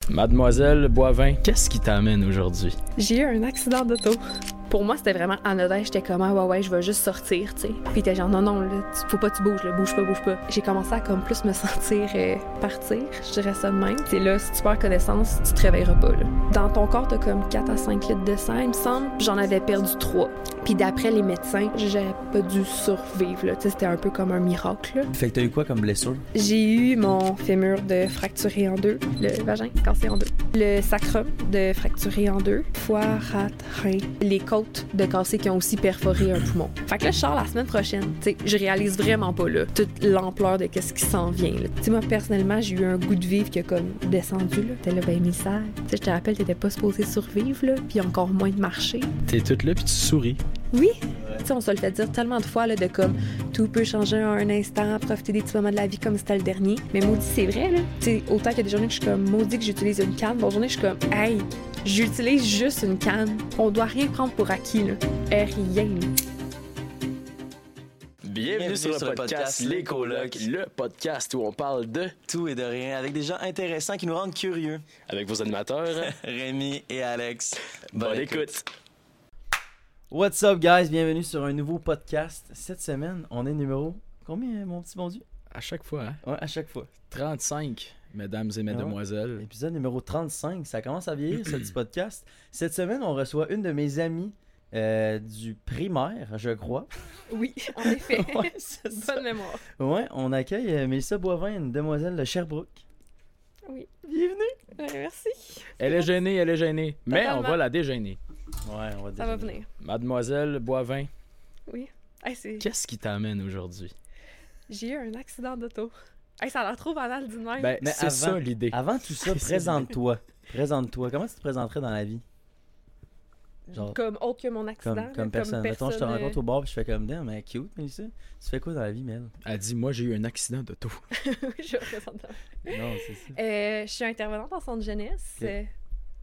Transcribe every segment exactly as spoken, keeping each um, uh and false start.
Mademoiselle Boivin, qu'est-ce qui t'amène aujourd'hui? J'ai eu un accident d'auto. Pour moi, c'était vraiment anodin. J'étais comme, ah ouais, ouais, je vais juste sortir, tu sais. Puis t'es genre, non, non, là, tu- faut pas que tu bouges, là, bouge pas, bouge pas. J'ai commencé à comme plus me sentir euh, partir, je dirais ça de même. C'est là, si tu perds connaissance, tu te réveilleras pas, là. Dans ton corps, t'as comme quatre à cinq litres de sang, il me semble. J'en avais perdu trois. Puis d'après les médecins, j'aurais pas dû survivre, là. Tu sais, c'était un peu comme un miracle, là. Fait que t'as eu quoi comme blessure? J'ai eu mon fémur de fracturé en deux, le vagin cassé en deux, le sacrum de fracturé en deux, foie, rate, rein, les côtes de cassé qui ont aussi perforé un poumon. Fait que là, je sors la semaine prochaine. Tu sais, je réalise vraiment pas, là, toute l'ampleur de qu'est-ce qui s'en vient, là. Tu sais, moi, personnellement, j'ai eu un goût de vivre qui a comme descendu, là. T'es là, ben, message. Tu sais, je te rappelle, t'étais pas supposé survivre, là, puis encore moins de marcher. T'es toute là puis tu souris. Oui! Tu sais, on se le fait dire tellement de fois, là, de comme tout peut changer en un instant, profiter des petits moments de la vie comme si c'était le dernier. Mais maudit, c'est vrai, là. Tu sais, autant qu'il y a des journées que je suis comme maudit que j'utilise une canne, d'autres journées, je suis comme, hey, j'utilise juste une canne. On doit rien prendre pour acquis, là. Eh, rien. Bienvenue, Bienvenue sur, sur le le podcast podcast Les Les Colocs, Colocs. le podcast où on parle de... Tout et de rien, avec des gens intéressants qui nous rendent curieux. Avec vos animateurs, Rémi et Alex. bonne écoute. What's up, guys? Bienvenue sur un nouveau podcast. Cette semaine, on est numéro... Combien, mon petit bon Dieu? À chaque fois, hein? Ouais, à chaque fois. trente-cinq, mesdames et mesdemoiselles. Épisode numéro trente-cinq. Ça commence à vieillir, ce petit podcast. Cette semaine, on reçoit une de mes amies euh, du primaire, je crois. Oui, en effet. Ouais, c'est ça. Bonne mémoire. Ouais, on accueille euh, Mélissa Boivin, une demoiselle de Sherbrooke. Oui. Bienvenue! Ouais, merci. Elle est gênée, elle est gênée. Mais on Totalement. va la dégêner. Ouais, on va Ça va déjeuner. venir. Mademoiselle Boivin, Oui. Hey, c'est... qu'est-ce qui t'amène aujourd'hui? J'ai eu un accident d'auto. Hey, ça a l'air trop banal d'une même. Ben, Mais c'est avant- ça l'idée. Avant tout ça, présente-toi. Présente-toi. Comment tu te présenterais dans la vie? Genre, Comme autre que mon accident. comme, là, comme personne. Mettons, je te personne, rencontre au bar et je fais comme damn, mais cute, mais ça. Tu fais quoi dans la vie, Mel? Euh, Elle dit, moi j'ai eu un accident d'auto. Oui, je me présente. Non, c'est ça. Euh, je suis intervenante en centre jeunesse. Ok. euh,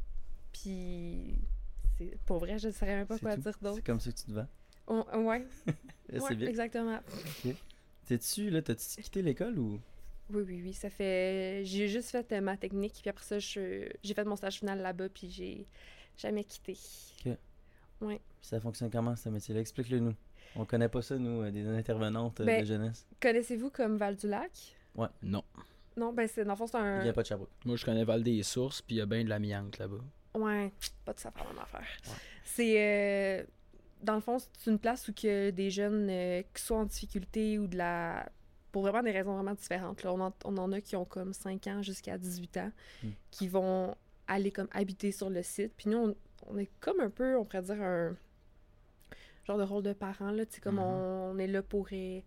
Puis, c'est pour vrai, je ne saurais même pas C'est quoi tout. dire d'autre. C'est comme ça que tu te vends. On- ouais, C'est ouais, bien. exactement. T'es-tu, là, t'as-tu quitté l'école ou? Oui, oui, oui. Ça fait. J'ai juste fait euh, ma technique, puis après ça, je... j'ai fait mon stage final là-bas, puis j'ai jamais quitté. Puis ça fonctionne comment, ce métier-là? Explique-le nous. On connaît pas ça, nous, euh, des intervenantes euh, Ben, de jeunesse. Connaissez-vous comme Val-du-Lac? Non. Non, ben, c'est dans le fond, c'est Il un. n'y a pas de Sherbrooke. Moi je connais Val des Sources puis il y a bien de l'amiante là-bas. Ouais, pas de ça faire mon affaire. Ouais. C'est. euh, Dans le fond, c'est une place où que des jeunes euh, qui sont en difficulté ou de la. Pour vraiment des raisons vraiment différentes. Là. On, en, on en a qui ont comme cinq ans jusqu'à dix-huit ans, Mm. qui vont aller comme habiter sur le site. Puis nous, on, on est comme un peu, on pourrait dire, un genre de rôle de parents. Là. Tu sais, comme Mhm. on, on est là pour. euh,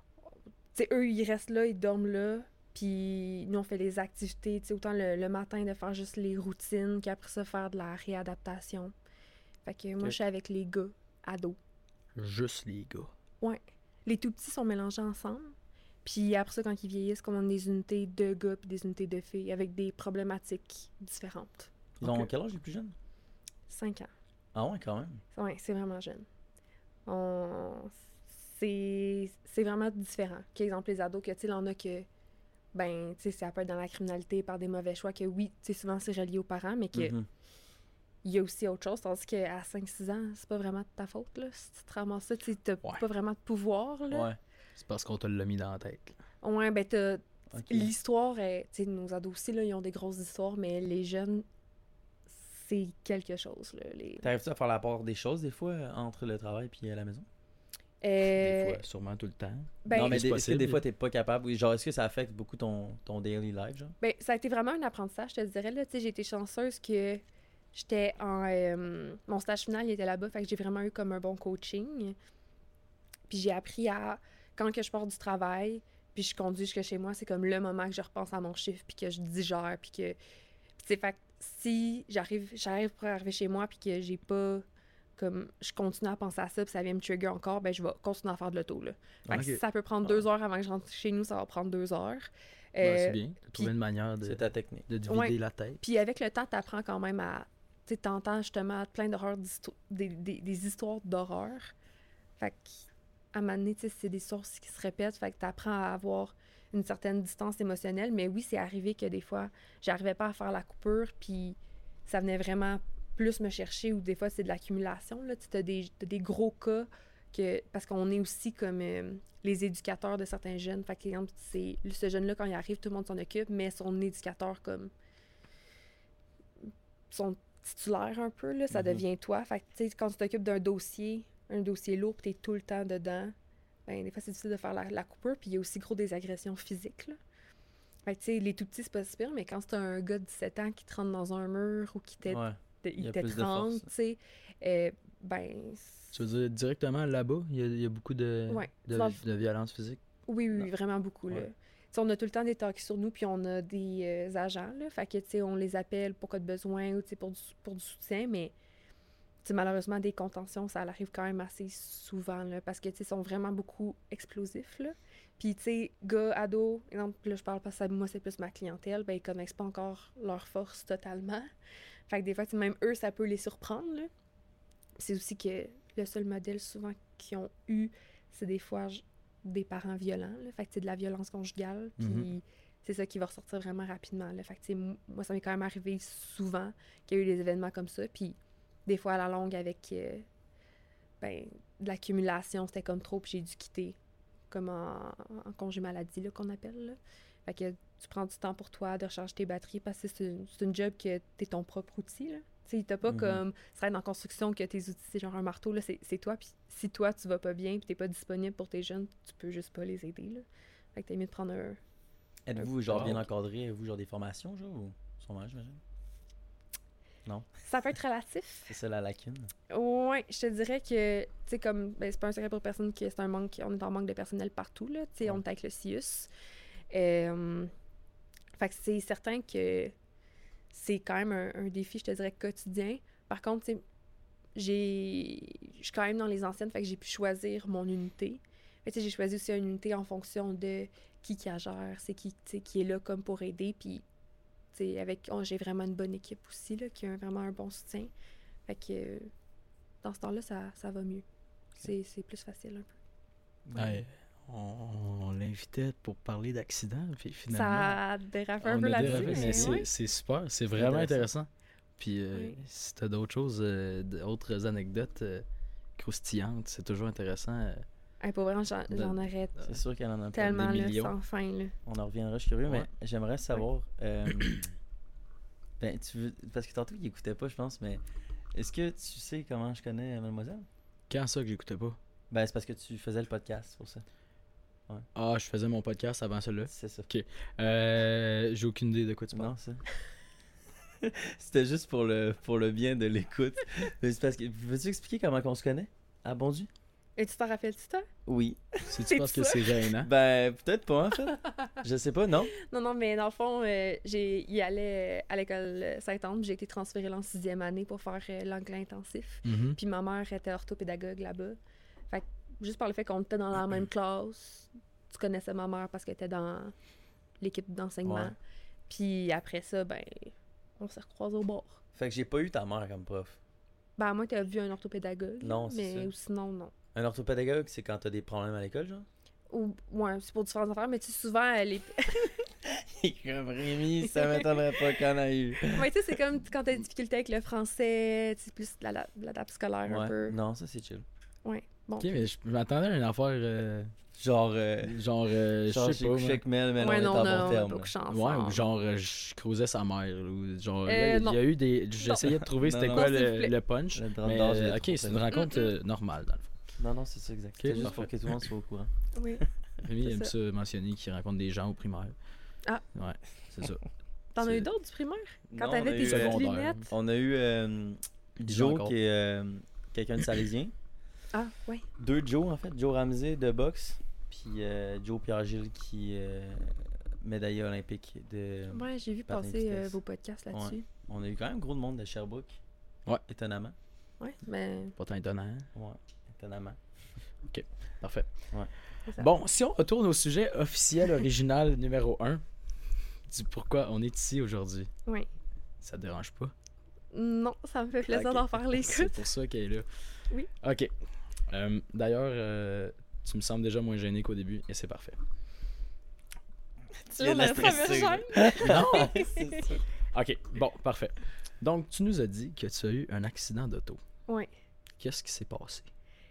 Tu sais, eux, ils restent là, ils dorment là. Puis nous, on fait les activités, tu sais, autant le, le matin de faire juste les routines, qu'après ça, faire de la réadaptation. Fait que moi, Ok. je suis avec les gars, ados. Juste les gars. Ouais. Les tout petits sont mélangés ensemble. Puis après ça, quand ils vieillissent, on a des unités de gars puis des unités de filles avec des problématiques différentes. Ils ont Ok. quel âge les plus jeunes? Cinq ans. Ah ouais, quand même. Ouais, c'est vraiment jeune. On... C'est... c'est vraiment différent. Qu'exemple, les ados, que, tu sais, il y en a que, ben, tu sais, ça peut être dans la criminalité par des mauvais choix, que oui, tu sais, souvent c'est relié aux parents, mais que Mhm. il y a aussi autre chose, tandis qu'à cinq six ans, c'est pas vraiment de ta faute, là. Si tu te ramasses ça, tu sais, t'as Ouais. pas vraiment de pouvoir, là. Ouais. C'est parce qu'on te l'a mis dans la tête. là. Ouais, ben, t'as... Ok. L'histoire, est- tu sais, nos ados aussi, là, ils ont des grosses histoires, mais les jeunes, c'est quelque chose, là. Les... T'arrives-tu à faire la part des choses, des fois, euh, entre le travail et la maison? Euh, Des fois, sûrement tout le temps. ben, non, mais c'est des- est-ce que possible. des fois, t'es pas capable? Oui, genre, est-ce que ça affecte beaucoup ton, ton daily life, genre? ben, ça a été vraiment un apprentissage, je te dirais, là. Tu sais, j'ai été chanceuse que j'étais en... euh, mon stage final, il était là-bas, fait que j'ai vraiment eu comme un bon coaching. Puis j'ai appris à... Quand que je pars du travail, puis je conduis jusque chez moi, c'est comme le moment que je repense à mon chiffre, puis que je digère, puis que... Puis tu sais, fait que si j'arrive j'arrive pour arriver chez moi, puis que j'ai pas... Comme, je continue à penser à ça, puis ça vient me trigger encore, ben je vais continuer à faire de l'auto, là. Fait que Ok. si ça peut prendre Ah. deux heures avant que je rentre chez nous, ça va prendre deux heures. Ouais, Euh, c'est bien. T'as trouvé puis- une manière de, C'est ta technique. de te vider Ouais. la tête. Puis avec le temps, t'apprends quand même à... Tu sais, t'entends justement plein d'horreurs, d'histo- des, des, des histoires d'horreur. Fait que, à un moment donné, tu sais, c'est des sources qui se répètent. Fait que t'apprends à avoir une certaine distance émotionnelle. Mais oui, c'est arrivé que des fois, j'arrivais pas à faire la coupure, puis ça venait vraiment plus me chercher, ou des fois, c'est de l'accumulation. Là. Tu as des, t'as des gros cas, que, parce qu'on est aussi comme euh, les éducateurs de certains jeunes. Fait que, exemple, c'est, ce jeune-là, quand il arrive, tout le monde s'en occupe, mais son éducateur, comme, son titulaire un peu, là, ça mm-hmm. devient toi. Fait que, tu sais, quand tu t'occupes d'un dossier, un dossier lourd, puis t'es tout le temps dedans, ben, des fois, c'est difficile de faire la, la coupure, puis il y a aussi gros des agressions physiques, là. Fait que, tu sais, les tout-petits, c'est pas si pire, mais quand c'est un gars de dix-sept ans qui te rentre dans un mur ou qui t'aide, ouais. il t'étrangle, tu sais, euh, ben... Tu veux dire directement là-bas, il y a, il y a beaucoup de, ouais. de, dans... de violence physique? Oui, oui, non. vraiment beaucoup, ouais. là. T'sais, on a tout le temps des talks sur nous, puis on a des euh, agents, là, fait que, tu sais, on les appelle pour cas de besoin ou, tu sais, pour du, pour du soutien, mais, tu sais, malheureusement, des contentions, ça arrive quand même assez souvent, là, parce que, tu sais, ils sont vraiment beaucoup explosifs, là. Puis, tu sais, gars, ados, exemple, là, je parle pas ça, moi, c'est plus ma clientèle, ben, ils connaissent pas encore leur force totalement. Fait que des fois, même eux, ça peut les surprendre, là. C'est aussi que le seul modèle, souvent, qu'ils ont eu, c'est des fois des parents violents, là. Fait que c'est de la violence conjugale, puis mm-hmm. c'est ça qui va ressortir vraiment rapidement, là. Fait que, tu sais, moi, ça m'est quand même arrivé souvent qu'il y a eu des événements comme ça, puis des fois, à la longue, avec, euh, ben, de l'accumulation, c'était comme trop, puis j'ai dû quitter, comme en, en congé maladie, là, qu'on appelle, là. Fait que tu prends du temps pour toi de recharger tes batteries parce que c'est une, c'est une job que t'es ton propre outil, là. Tu sais, t'as pas mm-hmm. comme... Ça être en construction que tes outils, c'est genre un marteau, là, c'est, c'est toi. Puis si toi, tu vas pas bien puis t'es pas disponible pour tes jeunes, tu peux juste pas les aider, là. Fait que t'as mieux de prendre un... Êtes-vous, un... genre, bien encadré? Avez-vous, genre, des formations, genre, ou sûrement, j'imagine? Non? Ça peut être relatif. C'est ça, la lacune? Ouais, je te dirais que, tu sais, comme... Ben, c'est pas un secret pour personne que c'est un manque... On est en manque de personnel partout, là. Tu sais, ouais. On est avec le C I U S. Euh... Fait que c'est certain que c'est quand même un, un défi, je te dirais, quotidien. Par contre, tu sais, j'ai... je suis quand même dans les anciennes, fait que j'ai pu choisir mon unité. Fait que j'ai choisi aussi une unité en fonction de qui qui la gère, c'est qui, qui est là comme pour aider. Puis, tu sais, avec... Oh, j'ai vraiment une bonne équipe aussi, là, qui a vraiment un bon soutien. Fait que dans ce temps-là, ça, ça va mieux. Okay. C'est, c'est plus facile un peu. Ouais. On, on l'invitait pour parler d'accidents, puis finalement... Ça dérape un peu là-dessus, mais, mais c'est, oui. c'est super, c'est vraiment intéressant. Puis euh, oui. si t'as d'autres choses, euh, d'autres anecdotes euh, croustillantes, c'est toujours intéressant. Euh, hey, pour vrai, j'en, de, j'en arrête. C'est sûr qu'elle en a tellement des là, millions. sans fin, là. On en reviendra, je suis curieux, ouais. mais j'aimerais savoir... Ouais. Euh, ben, tu veux, parce que tantôt, il écoutait pas, je pense, mais est-ce que tu sais comment je connais Mademoiselle? Quand ça que j'écoutais pas? Ben, c'est parce que tu faisais le podcast, c'est pour ça. Ouais. Ah, je faisais mon podcast avant celui-là. C'est ça. Ok. Euh, j'ai aucune idée de quoi tu parles. Non, ça. C'était juste pour le, pour le bien de l'écoute. Mais c'est parce que... Veux-tu expliquer comment on se connaît à Bonduit? Et tu t'en rappelles-tu, toi? Oui. C'est-tu parce que c'est gênant? Ben, peut-être pas, en fait. Je sais pas, non? Non, non, mais dans le fond, euh, j'ai y allais à l'école Saint-Anne, j'ai été transférée là en sixième année pour faire euh, l'anglais intensif. Mm-hmm. Puis ma mère était orthopédagogue là-bas. Fait que juste par le fait qu'on était dans la même classe, tu connaissais ma mère parce qu'elle était dans l'équipe d'enseignement. Ouais. Puis après ça, ben, on s'est recroisés au bord. Fait que j'ai pas eu ta mère comme prof. Ben, moi, t'as vu un orthopédagogue. Non, c'est mais ça. Sinon, non. Un orthopédagogue, c'est quand t'as des problèmes à l'école, genre? Ou, ouais, c'est pour différentes affaires, mais tu sais, souvent, elle est... Il est comme Rémi, ça m'étonnerait pas qu'on a eu. Ouais, tu sais, c'est comme quand t'as des difficultés avec le français, tu sais, plus de la, la table scolaire ouais. un peu. Non, ça, c'est chill. Ouais, bon. Ok, mais je m'attendais à une affaire... Euh... Genre, euh, genre, euh, genre, je sais pas. J'ai couché Mel, mais ouais, on non, est en bon terme. Ouais, ou genre, euh, je creusais sa mère. Ou genre, euh, il y a eu des. J'essayais de trouver c'était non, quoi non, le, le punch. Le mais, euh, ok, c'est une rencontre euh, normale, dans le fond. Non, non, c'est ça, exact. Okay, juste parfait. Pour que tout le monde soit au courant. Oui. Rémi aime ça. ça mentionner qu'il rencontre des gens au primaire. Ah. Ouais, c'est ça. T'en c'est... as eu d'autres du primaire? Quand non, t'avais tes eu, petites lunettes? On a eu euh, Joe, qui est euh, quelqu'un de Salésien. Ah, oui. Deux Joe, en fait. Joe Ramsey de boxe. Puis euh, Joe Pierre-Gilles qui est euh, médaillé olympique de. Ouais, j'ai vu passer euh, vos podcasts là-dessus. Ouais. On a eu quand même gros de monde de Sherbrooke. Ouais. Étonnamment. Ouais, mais. Pas tant étonnant. Ouais, étonnamment. Ok, parfait. Ouais. Bon, si on retourne au sujet officiel original numéro un, du pourquoi on est ici aujourd'hui. Oui. Ça te dérange pas? Non, ça me fait plaisir okay. d'en parler. C'est pour ça qu'elle est là. Oui. Ok. Euh, d'ailleurs, euh, tu me sembles déjà moins gêné qu'au début et c'est parfait. Tu viens de la Là, on a stresser. ça là. me Non, c'est ça. Ok, bon, parfait. Donc, tu nous as dit que tu as eu un accident d'auto. Oui. Qu'est-ce qui s'est passé?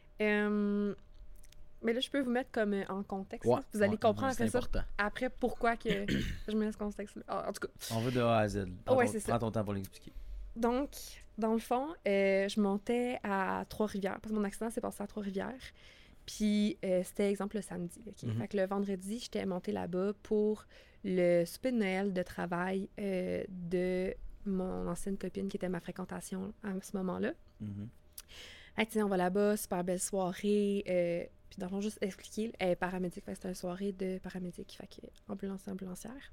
Euh, mais là, je peux vous mettre comme euh, en contexte. Ouais, là. Vous allez ouais, comprendre c'est après ça, important. après pourquoi que je me laisse contexte. Ah, en tout cas, On va de A à Z. Prends, Ouais, ton, c'est ça. prends ton temps pour l'expliquer. donc, dans le fond, euh, je montais à Trois-Rivières, parce que mon accident s'est passé à Trois-Rivières. Puis, euh, c'était, exemple, le samedi. OK? Mhm. Fait que le vendredi, j'étais montée là-bas pour le souper de Noël de travail euh, de mon ancienne copine qui était ma fréquentation à ce moment-là. Mhm. Hey, tu sais, on va là-bas, super belle soirée. Euh, puis dans le fond, juste expliquer, elle est paramédic, fait que c'était une soirée de paramédic, fait que ambulance ambulancière.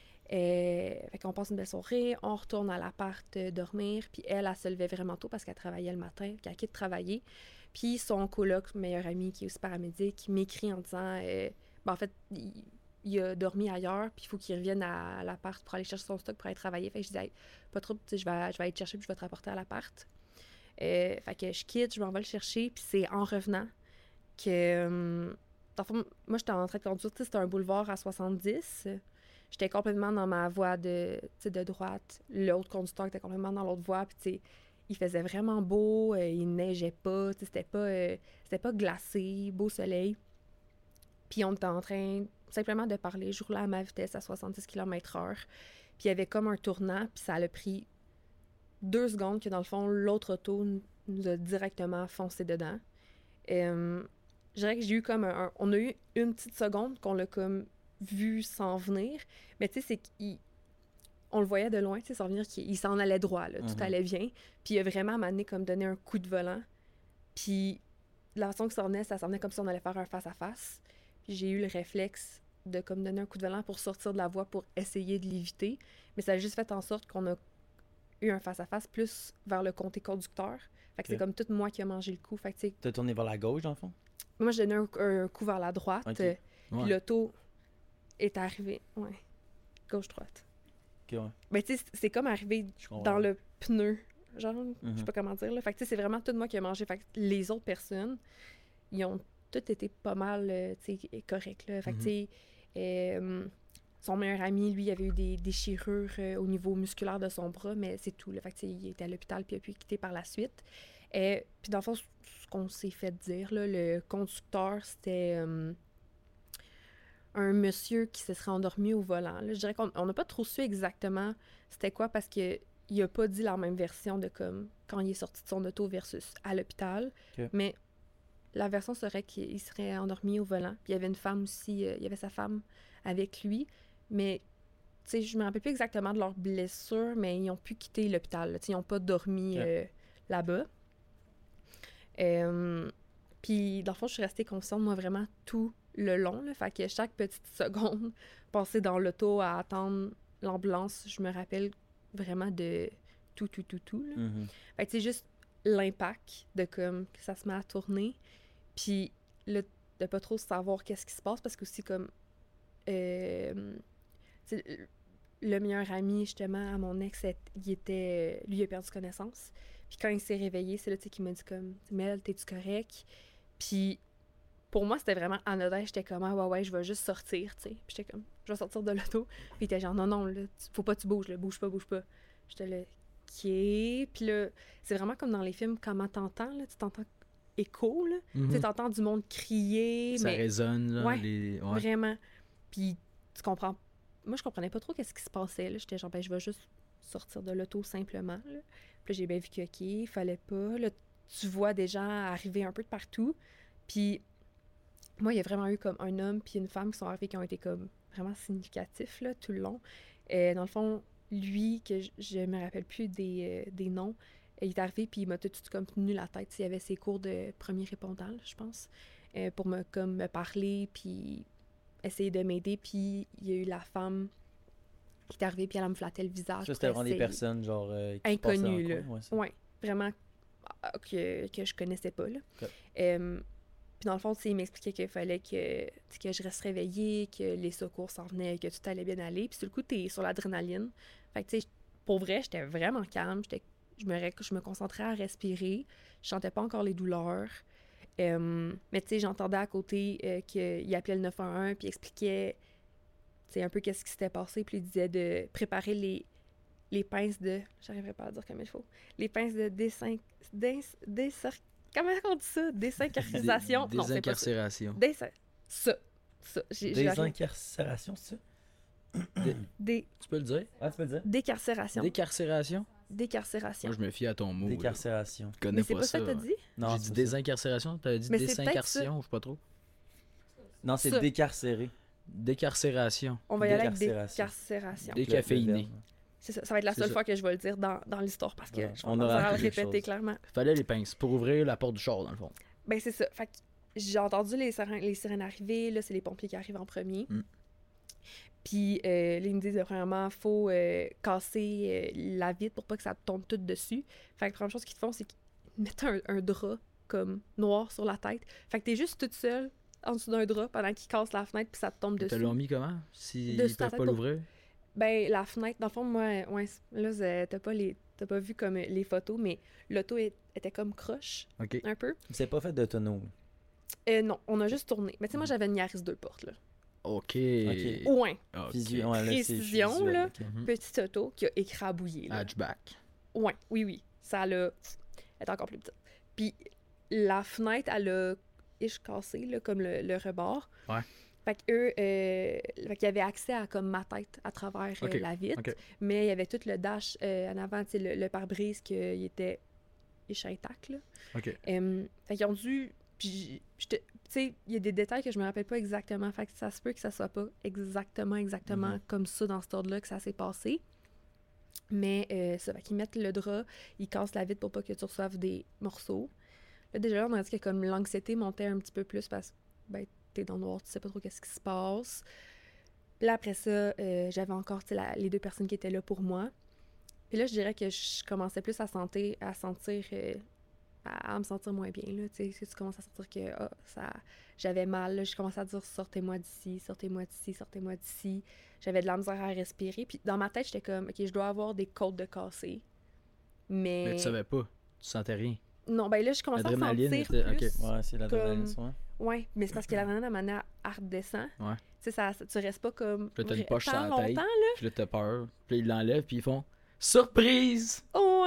Euh, fait qu'on passe une belle soirée, on retourne à l'appart euh, dormir, puis elle, elle se levait vraiment tôt parce qu'elle travaillait le matin, puis elle quitte travailler. Puis son coloc, meilleur ami, qui est aussi paramédic, m'écrit en disant, euh, ben, en fait, il, il a dormi ailleurs, puis il faut qu'il revienne à, l'appart pour aller chercher son stock pour aller travailler. Fait que je disais, hey, pas trop, tu sais, je vais, je vais aller te chercher, puis je vais te rapporter à l'appart. Euh, fait que je quitte, je m'en vais le chercher, puis c'est en revenant que... Euh, dans le fond, moi, j'étais en train de conduire, tu sais, c'était un boulevard à soixante-dix. J'étais complètement dans ma voie de, tu sais, de droite. L'autre conducteur était complètement dans l'autre voie, puis tu sais, il faisait vraiment beau, euh, il neigeait pas, tu sais, c'était pas, euh, c'était pas glacé, beau soleil. Puis on était en train simplement de parler. Je roulais à ma vitesse à soixante-dix kilomètres heure. Puis il y avait comme un tournant, puis ça a pris deux secondes que, dans le fond, l'autre auto nous a directement foncé dedans. Euh, je dirais que j'ai eu comme un, un- On a eu une petite seconde qu'on l'a comme vu s'en venir, mais tu sais, c'est qu'il... On le voyait de loin, tu sais, s'en venir, qu'il il s'en allait droit, là, tout Mhm. allait bien. Puis il a vraiment, à un moment donné, comme donné un coup de volant. Puis de la façon que ça s'en venait, ça s'en venait comme si on allait faire un face-à-face. Puis j'ai eu le réflexe de comme donner un coup de volant pour sortir de la voie pour essayer de l'éviter. Mais ça a juste fait en sorte qu'on a eu un face-à-face plus vers le côté conducteur. Fait que Ok. c'est comme tout moi qui a mangé le coup. Fait que tu sais, T'as tourné vers la gauche, dans le fond? moi je donnais un, un coup vers la droite. Ok. euh, Puis Ouais. l'auto est arrivé. Ouais. Gauche-droite. Ok, ouais. Ben tu sais, c'est- c'est comme arrivé Je comprends. dans le pneu. Genre, je Mhm. sais pas comment dire là. Fait que tu sais, c'est vraiment tout moi qui a mangé. Fait que les autres personnes, ils ont toutes été pas mal, euh, tu sais, corrects là. Fait que Mhm. tu sais, euh, son meilleur ami, lui, il avait eu des déchirures euh, au niveau musculaire de son bras, mais c'est tout. Là. Fait que, tu sais, il était à l'hôpital puis il a pu quitter par la suite. Et puis dans le fond, ce ce qu'on s'est fait dire, là, le conducteur, c'était euh, un monsieur qui se serait endormi au volant. Là. Je dirais qu'on n'a pas trop su exactement c'était quoi parce que il a pas dit la même version de comme quand il est sorti de son auto versus à l'hôpital. Ok. Mais la version serait qu'il serait endormi au volant. Puis il y avait une femme aussi, euh, il y avait sa femme avec lui. Mais, tu sais, je me rappelle plus exactement de leur blessure, mais ils ont pu quitter l'hôpital. là. Tu sais, ils n'ont pas dormi Ok. euh, là-bas. Euh, Puis, dans le fond, je suis restée consciente, moi, vraiment tout le long. Là. Fait que chaque petite seconde passée dans l'auto à attendre l'ambulance, je me rappelle vraiment de tout, tout, tout, tout. Là. Mhm. Fait que c'est juste l'impact de comme que ça se met à tourner. Puis là, de pas trop savoir qu'est-ce qui se passe parce que aussi comme euh, tu sais, le meilleur ami justement à mon ex, il était lui il a perdu connaissance. Puis quand il s'est réveillé, c'est là tu sais qu'il m'a dit comme Mel, t'es-tu correct? Puis pour moi, c'était vraiment anodin. J'étais comme, ah ouais, ouais, je vais juste sortir, tu sais. Puis j'étais comme, je vais sortir de l'auto. Puis il était genre, non, non, là, tu- faut pas que tu bouges, là, bouge pas, bouge pas. J'étais là, ok. Puis là, c'est vraiment comme dans les films, comment t'entends, là, tu t'entends écho, là. Mhm. Tu sais, t'entends du monde crier, Ça mais résonne, là. Ouais, les... ouais. vraiment. Puis tu comprends. Moi, je comprenais pas trop qu'est-ce qui se passait, là. J'étais genre, ben, je vais juste sortir de l'auto simplement, là. Puis là, j'ai bien vu que, ok, il fallait pas. Là, tu vois des gens arriver un peu de partout. Puis moi, il y a vraiment eu comme un homme puis une femme qui sont arrivés qui ont été comme vraiment significatifs là, tout le long. Et dans le fond, lui, que je, je me rappelle plus des, euh, des noms, il est arrivé puis il m'a tout de suite comme tenu la tête. Il y avait ses cours de premier répondant, là, je pense, euh, pour me, comme, me parler puis essayer de m'aider. Puis il y a eu la femme qui est arrivée puis elle me flattait le visage. Ça, pour c'était vraiment des essayer- personnes, genre, euh, qui Inconnues, passaient dans là. le coin. Ouais, ça. Ouais, vraiment ah, que, que je connaissais pas, là. Ok. Euh, puis dans le fond, tu sais, il m'expliquait qu'il fallait que, tu sais, que je reste réveillée, que les secours s'en venaient, que tout allait bien aller. Puis sur le coup, t'es sur l'adrénaline. Fait que, tu sais, pour vrai, j'étais vraiment calme. J'étais, je, me, ré- je me concentrais à respirer. Je sentais pas encore les douleurs. Euh, mais tu sais, j'entendais à côté euh, qu'il appelait le neuf un un puis il expliquait c'est un peu qu'est-ce qui s'était passé, puis il disait de préparer les, les pinces de... J'arriverai pas à dire comme il faut. Les pinces de dessin... Des, des, comment on dit ça? Désincarcération? Des, Non, c'est pas ça. Désincarcération. Des, ça. Ça. J'ai, j'ai arrivé- Désincarcération, c'est ça? Des, Tu peux le dire? Ah, tu peux le dire? décarcération. Décarcération? Décarcération. Moi, je me fie à ton mot. là. Décarcération. Je connais Mais c'est pas pas ça ça. que t'as dit? Non, J'ai c'est dit pas désincarcération, t'avais dit Mais c'est peut-être désincarcération, je sais pas trop. ça. Non, c'est ça. décarcéré. Décarcération. On va y aller avec Décarcération. décarcération. Des- Le- le Décaféiné. verbe. C'est ça. Ça va être la C'est seule ça. fois que je vais le dire dans, dans l'histoire parce que Ouais, je vais on on aura à le appris quelque répéter chose. clairement. Fallait les pinces pour ouvrir la porte du char, dans le fond. Ben, c'est ça. Fait que j'ai entendu les sirènes, les sirènes arriver. Là, c'est les pompiers qui arrivent en premier. Mm. Puis, euh, là, ils me disent, euh, premièrement, il faut euh, casser euh, la vitre pour pas que ça tombe tout dessus. Fait que la première chose qu'ils te font, c'est qu'ils mettent un, un drap comme noir sur la tête. Fait que t'es juste toute seule en dessous d'un drap pendant qu'ils cassent la fenêtre puis ça te tombe Te dessus. l'ont mis comment? S'ils Dessus ta peuvent tête pas pour- l'ouvrir? Ben, la fenêtre, dans le fond, moi, ouais, c- là, c'est- t'as pas, les, t'as pas vu comme euh, les photos, mais l'auto est- était comme croche, Ok. un peu. C'est pas fait de tonneau. Euh, non, on a juste tourné. Mais tu sais, moi, j'avais une Yaris deux portes, là. Ok. Ouin, Ok. Visu- ouais, là, c'est Précision, visuel, là. ok. Mhm. petite auto qui a écrabouillé, là. Hatchback. Ouais, oui, oui. Ça l'a... Elle est encore plus petite. Puis la fenêtre, elle a ish cassé, là, comme le, le rebord. Ouais. Fait qu'eux, euh, fait qu'ils avaient accès à comme ma tête à travers euh, Ok, la vitre. ok. Mais il y avait tout le dash euh, en avant, tu sais, le, le pare-brise qui était ish intact, là. Ok. Euh, fait qu'ils ont dû... Puis, je te- tu sais, il y a des détails que je me rappelle pas exactement. Fait que ça se peut que ça soit pas exactement, exactement Mhm. comme ça dans cet ordre-là que ça s'est passé. Mais euh, ça, fait qu'ils mettent le drap, ils cassent la vitre pour pas que tu reçoives des morceaux. Là, déjà, là, on a dit que comme l'anxiété montait un petit peu plus parce que ben, t'es dans le noir, tu sais pas trop qu'est-ce qui se passe. Puis là, après ça, euh, j'avais encore tu sais, la- les deux personnes qui étaient là pour moi. Puis là, je dirais que je commençais plus à sentir, à sentir, euh, à, à me sentir moins bien. Là, tu sais, que tu commences à sentir que ah, ça, j'avais mal. Là, je commençais à dire sortez-moi d'ici, sortez-moi d'ici, sortez-moi d'ici. J'avais de la misère à respirer. Puis dans ma tête, j'étais comme, ok, je dois avoir des côtes de cassé. Mais. Mais tu savais pas. Tu sentais rien. Non, ben là, je commençais à L'adrénaline sentir était- plus. ok. Ouais, c'est l'adrénaline, Comme- ouais. Ouais, mais c'est parce que l'adrénaline, à manière, elle redescend. Ouais. Tu sais, ça, ça- tu restes pas comme. Puis là, t'as une vra- poche sur tant la longtemps, tête. là. Puis là, t'as peur. Puis là, ils l'enlèvent, puis ils font surprise!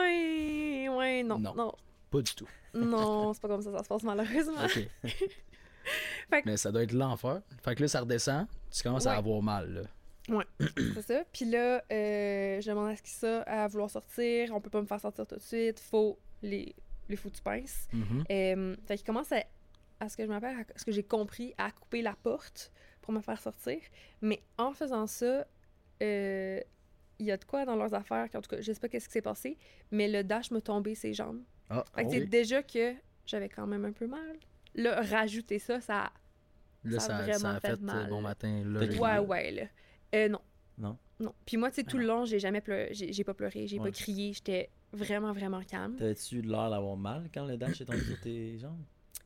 Ouais, ouais, non, Non. non. Pas du tout. Non, c'est pas comme ça, ça se passe malheureusement. Ok. Fait que- Mais ça doit être l'enfer. Fait que là, ça redescend. Tu commences à Ouais. avoir mal, là. C'est ça. Puis là, euh, je demande à ce qu'il ça à vouloir sortir. On peut pas me faire sortir tout de suite. Faut les, les foutus pinces. Mhm. Euh, fait qu'il commence à, à ce que je m'appelle, à ce que j'ai compris, à couper la porte pour me faire sortir. Mais en faisant ça, euh, il y a de quoi dans leurs affaires, qu'en tout cas, je sais pas qu'est-ce qui s'est passé, mais le dash m'a tombé ses jambes. Ah, Fait que ok. c'est déjà que j'avais quand même un peu mal. Là, rajouter ça, ça... Là, ça a ça, vraiment ça a fait fait, euh, mal. bon matin. Là, T'as j'ai- crié? Ouais, ouais, là. Euh, non. Non? Non. Puis moi, tu sais, tout le long, j'ai jamais pleuré. J'ai j'ai pas pleuré, j'ai Ouais. pas crié. J'étais vraiment, vraiment calme. T'avais-tu eu l'air d'avoir mal quand le dash est tombé sur tes jambes?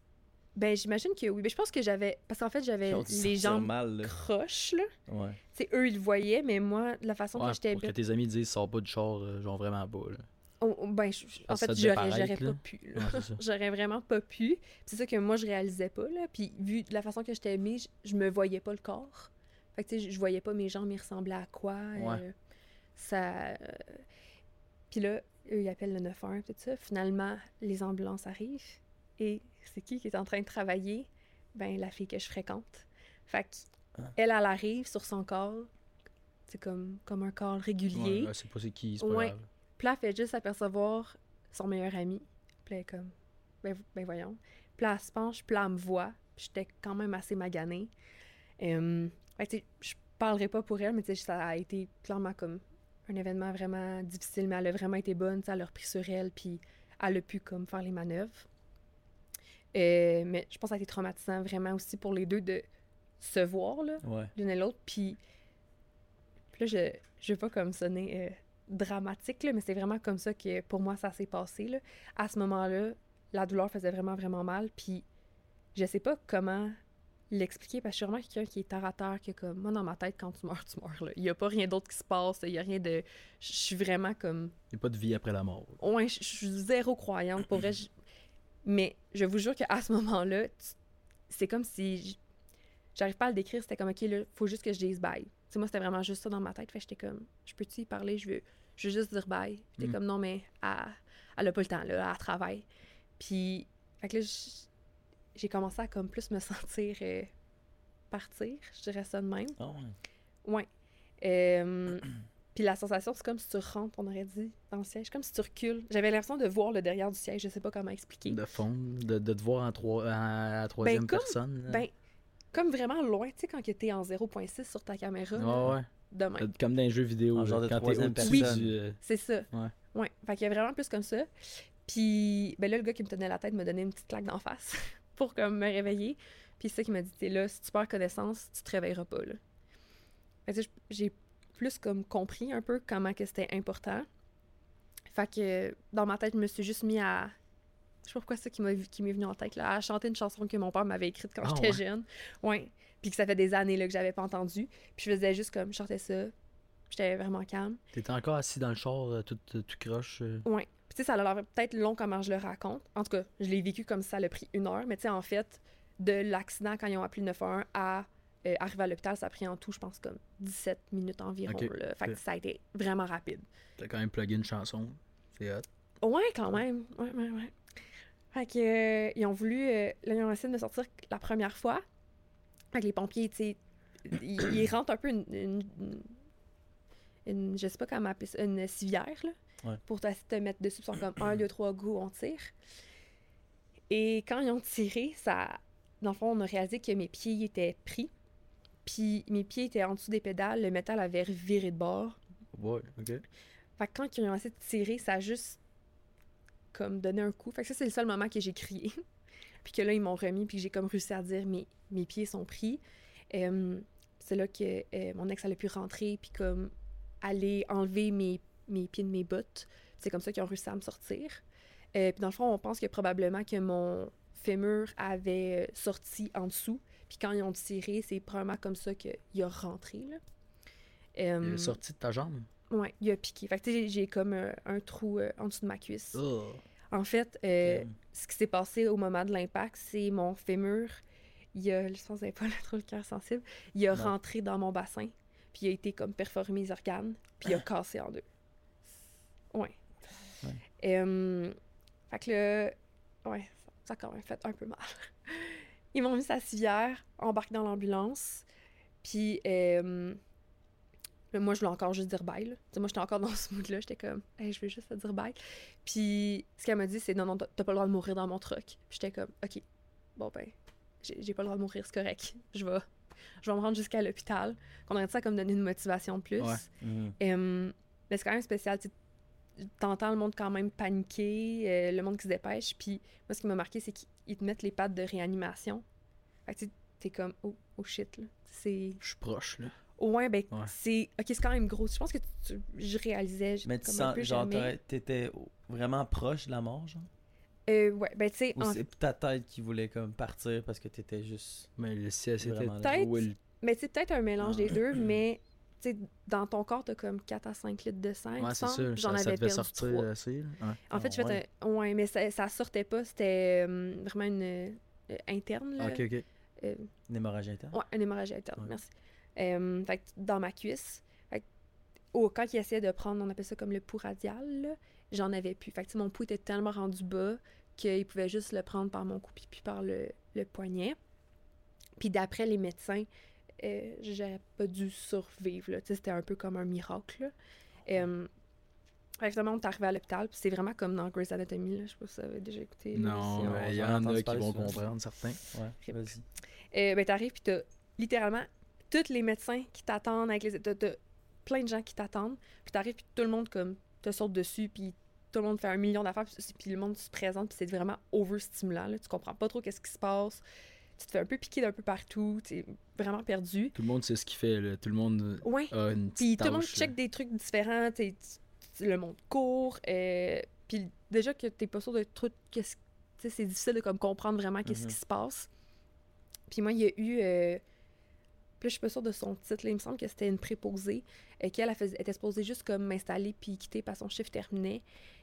Ben, j'imagine que oui. Mais je pense que j'avais... Parce qu'en fait, j'avais Ils ont dû les sentir jambes mal, là. croches, là. Ouais. Tu sais, eux, ils le voyaient, mais moi, de la façon Ouais, que j'étais... pour que tes amis disent sors pas du char, euh, genre vraiment pas. Là. Oh, oh, ben, je- je- en Parce que fait, ça devait j'aurais paraître, j'aurais là. pas pu, là. Ouais, c'est ça. J'aurais vraiment pas pu. Puis c'est ça que moi, je réalisais pas, là. Puis vu de la façon que j'étais mise, je, je me voyais pas le corps. Fait que, tu sais, je, je voyais pas mes jambes, ils ressemblaient à quoi. Ouais. euh, ça... euh, Puis là, eux, ils appellent le neuf un, tout ça. Finalement, les ambulances arrivent. Et c'est qui qui est en train de travailler? Ben, la fille que je fréquente. Fait Ah. qu'elle, elle arrive sur son corps. C'est comme, comme un corps régulier. Ouais, ouais, c'est pas c'est qui, c'est pas Ouais. grave. Puis là, elle fait juste apercevoir son meilleur ami. Puis là, elle est comme, ben, ben voyons. Puis là, elle se penche, puis là, elle me voit. Puis j'étais quand même assez maganée. Euh, fait que, tu sais, je parlerai pas pour elle, mais tu sais, ça a été clairement comme un événement vraiment difficile, mais elle a vraiment été bonne. Tu sais, elle a repris sur elle, puis elle a pu comme faire les manœuvres. Euh, mais je pense que ça a été traumatisant vraiment aussi pour les deux de se voir, là, Ouais. l'une et l'autre. Puis, puis là, je, je veux pas comme sonner euh, dramatique, là, mais c'est vraiment comme ça que pour moi, ça s'est passé. Là. À ce moment-là, la douleur faisait vraiment, vraiment mal. Puis je sais pas comment l'expliquer parce que je suis vraiment quelqu'un qui est terre à terre, que comme moi, dans ma tête, quand tu meurs, tu meurs. Là. Il y a pas rien d'autre qui se passe. Il y a rien de. Je suis vraiment comme. Il n'y a pas de vie après la mort. Ouais, je je suis zéro croyante. Pour vrai, je- mais je vous jure qu'à ce moment-là, tu- c'est comme si. j- J'arrive pas à le décrire, c'était comme, OK, là, faut juste que je dise bye. Tu sais, moi, c'était vraiment juste ça dans ma tête. Fait que j'étais comme, je peux-tu y parler? Je veux, je veux juste dire bye. Puis t'es Mm. comme, non, mais elle, elle a pas le temps, là, elle travaille. Puis, fait que là, j- j'ai commencé à comme plus me sentir euh, partir, je dirais ça de même. Ah ouais. Ouais. Euh, Puis la sensation, c'est comme si tu rentres, on aurait dit, dans le siège, comme si tu recules. J'avais l'impression de voir le derrière du siège, je sais pas comment expliquer. De fond, de, de te voir en trois, en, en troisième Ben, comme- personne. là. Ben, comme vraiment loin, tu sais, quand que t'es en zéro virgule six sur ta caméra, là, Ouais, ouais. de même. Euh, Comme dans les jeux vidéo, En là, genre de quand t'es troisième au-dessus personne. du... euh, C'est ça. Ouais. Ouais. Fait qu'il y a vraiment plus comme ça. Puis, ben là, le gars qui me tenait la tête m'a donné une petite claque d'en face pour comme me réveiller. Puis c'est ça qui m'a dit, t'es là, si tu perds connaissance, tu te réveilleras pas, là. Fait que tu sais, j'ai plus comme compris un peu comment que c'était important. Fait que dans ma tête, je me suis juste mis à... Je sais pas pourquoi c'est ça qui m'a qui m'est venu en tête, là, à chanter une chanson que mon père m'avait écrite quand Ah, j'étais ouais. jeune. Ouais. Puis que ça fait des années là, que j'avais pas entendu. Puis je faisais juste comme, je chantais ça. J'étais vraiment calme. T'étais encore assis dans le char, euh, tout, tout, tout croche. euh. Ouais. Puis tu sais, ça a l'air peut-être long comment je le raconte. En tout cas, je l'ai vécu comme ça, ça a pris une heure. Mais tu sais, en fait, de l'accident quand ils ont appelé le neuf un un à euh, arriver à l'hôpital, ça a pris en tout, je pense, comme dix-sept minutes environ. Ok. Là. Fait que Ok. ça a été vraiment rapide. T'as quand même plugué une chanson. C'est hot. Ouais, quand même. Ouais, ouais, ouais. Fait que, euh, ils ont voulu... euh, là, ils ont essayé de me sortir la première fois. Fait que les pompiers, tu sais, ils, ils rentrent un peu une, une, une- une- je sais pas comment appeler ça, une civière, là, Ouais. pour te, te mettre dessus. Ils sont comme un, deux, trois, go, on tire. Et quand ils ont tiré, ça... Dans le fond, on a réalisé que mes pieds étaient pris. Puis mes pieds étaient en dessous des pédales, le métal avait viré de bord. Ouais, ok. Fait que quand ils ont essayé de tirer, ça a juste comme donné un coup. Fait que ça, c'est le seul moment que j'ai crié. Puis que là, ils m'ont remis, puis que j'ai comme réussi à dire mes, mes pieds sont pris. Euh, c'est là que euh, mon ex, elle a pu rentrer, puis comme aller enlever mes, mes pieds de mes bottes. C'est comme ça qu'ils ont réussi à me sortir. Euh, puis dans le fond, on pense que probablement que mon fémur avait sorti en dessous. Puis quand ils ont tiré, c'est probablement comme ça qu'il a rentré, là. Il Euh, est sorti de ta jambe. Ouais, il a piqué. Fait que tu sais, j'ai j'ai comme euh, un trou euh, en dessous de ma cuisse. Oh. En fait, euh, Ok. ce qui s'est passé au moment de l'impact, c'est mon fémur, il a, je pense que vous n'avez pas là, trop le cœur sensible, il a Non. rentré dans mon bassin, puis il a été comme perforé mes organes, puis il a cassé en deux. Ouais. Ouais. Euh, fait que là, ouais, ça, ça a quand même fait un peu mal. Ils m'ont mis sa civière, embarqué dans l'ambulance, puis euh, là, moi, je voulais encore juste dire bye. Là. Tu sais, moi, j'étais encore dans ce mood-là. J'étais comme, hey, je veux juste te dire bye. Puis, ce qu'elle m'a dit, c'est non, non, t'as t'as pas le droit de mourir dans mon truck. Puis, j'étais comme, OK, bon, ben, j'ai j'ai pas le droit de mourir, c'est correct. Je vais, je vais me rendre jusqu'à l'hôpital. Qu'on aurait dit ça comme donner une motivation de plus. Ouais. Mhm. Euh, mais c'est quand même spécial. Tu sais, t'entends le monde quand même paniquer, euh, le monde qui se dépêche. Puis, moi, ce qui m'a marqué, c'est qu'ils te mettent les pattes de réanimation. Fait que, tu sais, t'es comme, oh, oh shit, là. C'est. Je suis proche, là. Ouais, ben, Ouais. c'est. Ok, c'est quand même gros. Je pense que tu- je réalisais. Mais tu comme un sens, peu genre, jamais. t'aurais- t'étais vraiment proche de la mort, genre? Euh, ouais, ben, tu sais, Ou en- c'est ta tête qui voulait comme partir parce que t'étais juste... Mais le ciel, c'était Vraiment, là. trop élevé. mais c'est peut-être un mélange Ah. des deux, mais, tu sais, dans ton corps, t'as comme quatre à cinq litres de sang. il me Ouais, c'est semble. ça. J'en Ça, ça avais devait perdu sortir trois. assez. là. Ouais. En fait, Ah, je fais ouais. un. Ouais, mais ça, ça sortait pas. C'était euh, vraiment une. euh, interne, là. Ok, ok. Euh, Une hémorragie interne? Ouais, une hémorragie interne, Ouais. merci. Euh, fait que dans ma cuisse, fait que, oh, quand il essayait de prendre, on appelle ça comme le pouls radial, là, j'en avais plus. Fait que tu sais, mon pouls était tellement rendu bas qu'il pouvait juste le prendre par mon cou puis puis par le, le poignet. Puis d'après les médecins, euh, j'aurais pas dû survivre, là. Tu sais, c'était un peu comme un miracle, là. Euh, fait que finalement, on est arrivé à l'hôpital, puis c'est vraiment comme dans Grey's Anatomy, là. Je sais pas si vous avez déjà écouté Non, l'émission. mais il y j'en ai en entendu a qui parler vont souvent. comprendre, certains. Ouais, Rip. vas-y. Euh, ben, t'arrives, puis t'as littéralement tous les médecins qui t'attendent, avec les... T'as, t'as plein de gens qui t'attendent, puis t'arrives, puis tout le monde, comme, te saute dessus, puis tout le monde fait un million d'affaires, puis, puis le monde se présente, puis c'est vraiment overstimulant, là. Tu comprends pas trop qu'est-ce qui se passe. Tu te fais un peu piquer d'un peu partout, t'es vraiment perdu. Tout le monde sait ce qu'il fait, là. Tout le monde Ouais. a une Puis petite tout le monde tâche, check là. des trucs différents, t'sais, tu- tu- le monde court, euh, puis déjà que t'es pas sûr de trop qu'est-ce, t'sais, c'est difficile de comme comprendre vraiment qu'est-ce Mhm. qui se passe. Puis moi, il y a eu, euh, puis là, je suis pas sûre de son titre, là, il me semble que c'était une préposée, euh, qu'elle elle faisait- était supposée juste comme m'installer puis quitter parce que son chiffre terminait.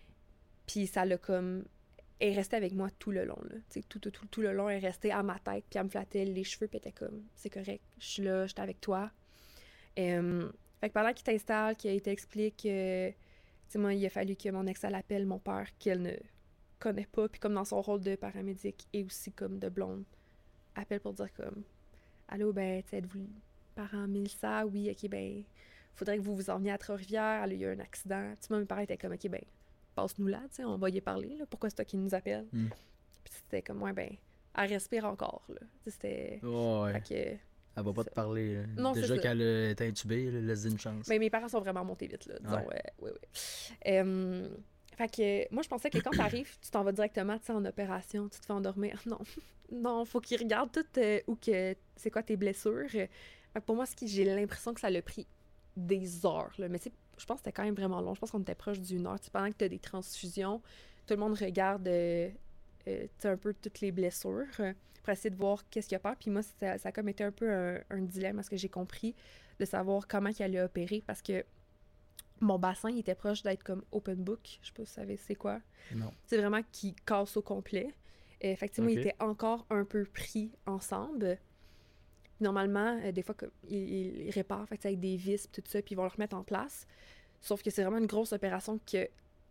Puis ça l'a comme, elle est restée avec moi tout le long, là. T'sais, tout, tout, tout, tout le long, elle est restée à ma tête, puis elle me flattait les cheveux, puis elle était comme, c'est correct, je suis là, j'étais avec toi. Euh, fait que pendant qu'il t'installe, qu'il t'explique, euh, tu sais, moi, il a fallu que mon ex, elle appelle mon père, qu'elle ne connaît pas, puis comme dans son rôle de paramédic et aussi comme de blonde, appelle pour dire comme, allô, ben, tu sais, êtes-vous le parent Mélissa? Oui, ok, ben, faudrait que vous vous en veniez à Trois-Rivières, il y a eu un accident. Tu sais, moi, mes parents étaient comme, ok, ben, passe-nous là, tu sais, on va y parler, là, pourquoi c'est toi qui nous appelle? Mm. Puis c'était comme, ouais, ben, elle respire encore, là. Tu sais, c'était. Oh, ouais. Fait que. Elle va pas ça. te parler. là. Non, c'est Déjà ça. qu'elle a été intubée, là, laisse une chance. Mais mes parents sont vraiment montés vite, là, disons. Ouais. Euh, oui, oui. Euh, fait que moi, je pensais que quand t'arrives, tu t'en vas directement, tu sais, en opération, tu te fais endormir. Non, non, faut qu'ils regardent tout euh, où que c'est quoi tes blessures. Fait que pour moi, ce qui- j'ai l'impression que ça l'a pris des heures, là. Mais tu sais, je pense que c'était quand même vraiment long. Je pense qu'on était proche d'une heure. Tu sais, pendant que t'as des transfusions, tout le monde regarde euh, euh, tu sais, un peu toutes les blessures euh, pour essayer de voir qu'est-ce qu'il y a peur. Puis moi, ça, ça a comme été un peu un, un dilemme parce que j'ai compris de savoir comment il allait opérer parce que mon bassin il était proche d'être comme open book. Je sais pas si vous savez c'est quoi. Non. C'est vraiment qui casse au complet. Euh, effectivement, Ok. ils étaient encore un peu pris ensemble. Normalement, euh, des fois, comme, ils, ils réparent fait, que c'est avec des vis tout ça, puis ils vont le remettre en place. Sauf que c'est vraiment une grosse opération que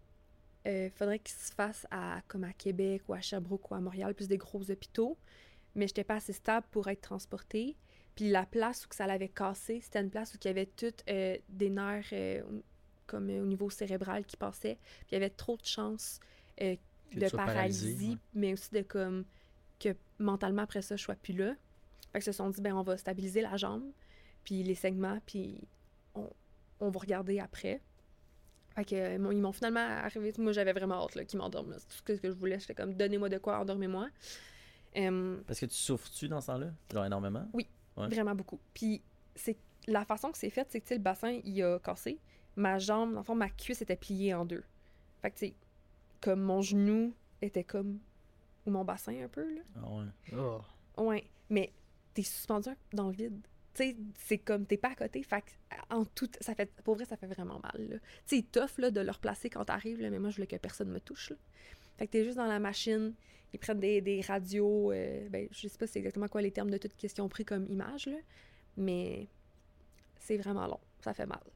euh, faudrait qu'il se fasse à, comme à Québec ou à Sherbrooke ou à Montréal, plus des gros hôpitaux. Mais j'étais pas assez stable pour être transportée. Puis la place où que ça l'avait cassé, c'était une place où il y avait toutes euh, des nerfs euh, comme euh, au niveau cérébral qui passaient. Puis il y avait trop de chances euh, Que de tu sois paralysie, paralysé, ouais. mais aussi de comme que mentalement après ça, je sois plus là. Fait qu'ils se sont dit, ben on va stabiliser la jambe, puis les segments, puis on, on va regarder après. Fait que, euh, ils m'ont finalement arrivé. Moi, j'avais vraiment hâte là, qu'ils m'endorment. C'est tout ce que, ce que je voulais. J'étais comme, donnez-moi de quoi, endormez-moi. Euh, Parce que tu souffres-tu dans ce temps-là? Genre énormément? Oui, Ouais. vraiment beaucoup. Puis c'est la façon que c'est fait, c'est que tu sais, le bassin, il a cassé. Ma jambe, dans le fond, ma cuisse était pliée en deux. Fait que, tu sais, comme mon genou était comme. Ou mon bassin un peu, là. Ah ouais. Oh. Ouais, mais t'es suspendu dans le vide. Tu sais, c'est comme, t'es pas à côté, fait que, en tout, ça fait, pour vrai, ça fait vraiment mal, là. Tu sais, tough, là, de le replacer quand t'arrives, là, mais moi, je voulais que personne me touche, là. Fait que t'es juste dans la machine, ils prennent des, des radios, euh, ben, je sais pas c'est exactement quoi les termes de tout ce qu'ils ont pris comme image, là, mais c'est vraiment long, ça fait mal.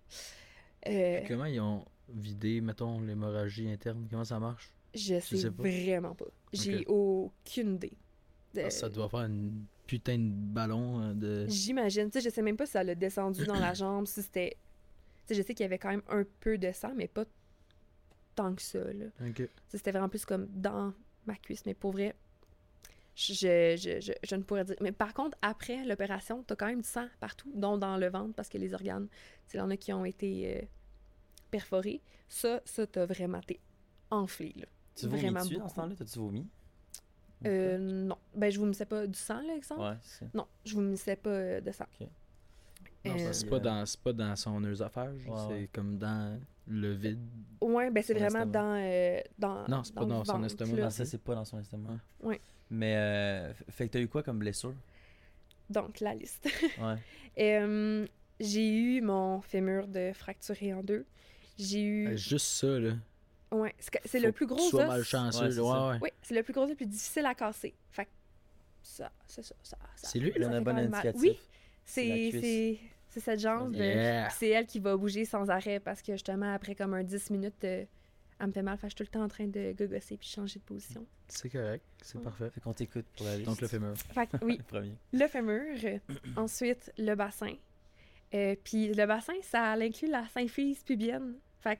Euh, Puis comment ils ont vidé, mettons, l'hémorragie interne? Comment ça marche? je sais, sais pas. vraiment pas. J'ai Ok. aucune idée. Ah, Euh, ça doit faire une putain de ballon euh, de... J'imagine. Tu sais, je sais même pas si ça l'a descendu dans la jambe, si c'était... Tu sais, je sais qu'il y avait quand même un peu de sang, mais pas tant que ça, là. Ok. Tu sais, c'était vraiment plus comme dans ma cuisse, mais pour vrai, je, je, je, je ne pourrais dire... Mais par contre, après l'opération, t'as quand même du sang partout, dont dans le ventre, parce que les organes, tu sais, il y en a qui ont été euh, perforés. Ça, ça, t'as vraiment... T'es enflé, là. Tu Vraiment vomis-tu dans beaucoup. ce temps-là? T'as-tu vomi? Ou Euh, non. Ben, je vomissais pas du sang, là, exemple? pas? Ouais, c'est ça. Non, je vomissais pas euh, de sang. Ok. Non, Euh, c'est pas dans, c'est pas dans son œsophage, Ouais, c'est ouais. comme dans le vide. Ouais, ben c'est Son vraiment estomac. dans, euh, dans. Non, c'est pas le dans son ventre, estomac, là. Ah, ça, c'est pas dans son estomac. Ouais. Mais, euh, f- fait que t'as eu quoi comme blessure? Donc, la liste. Ouais. Euh, j'ai eu mon fémur de fracturé en deux. J'ai eu. Euh, Juste ça, là. Ouais, c'est que- c'est Faut le plus que gros tu sois os. malchanceux. Ouais, c'est Ouais, ça. ouais. Oui, c'est le plus gros os le plus difficile à casser. Fait que ça, c'est ça, ça. ça C'est lui, ça là? Donne fait un quand bon même mal. indicatif. Oui, C'est la c'est cuisse. c'est c'est cette jambe. de- Yeah. puis c'est elle qui va bouger sans arrêt parce que justement, après comme un dix minutes, euh, elle me fait mal. Fait que je suis tout le temps en train de gogosser puis changer de position. C'est correct, c'est Ouais. parfait. Fait qu'on t'écoute pour la liste. Donc le fémur. Fait que oui, Le premier. le fémur, euh, ensuite le bassin. Euh, Puis le bassin, ça inclut la symphyse pubienne. Fait que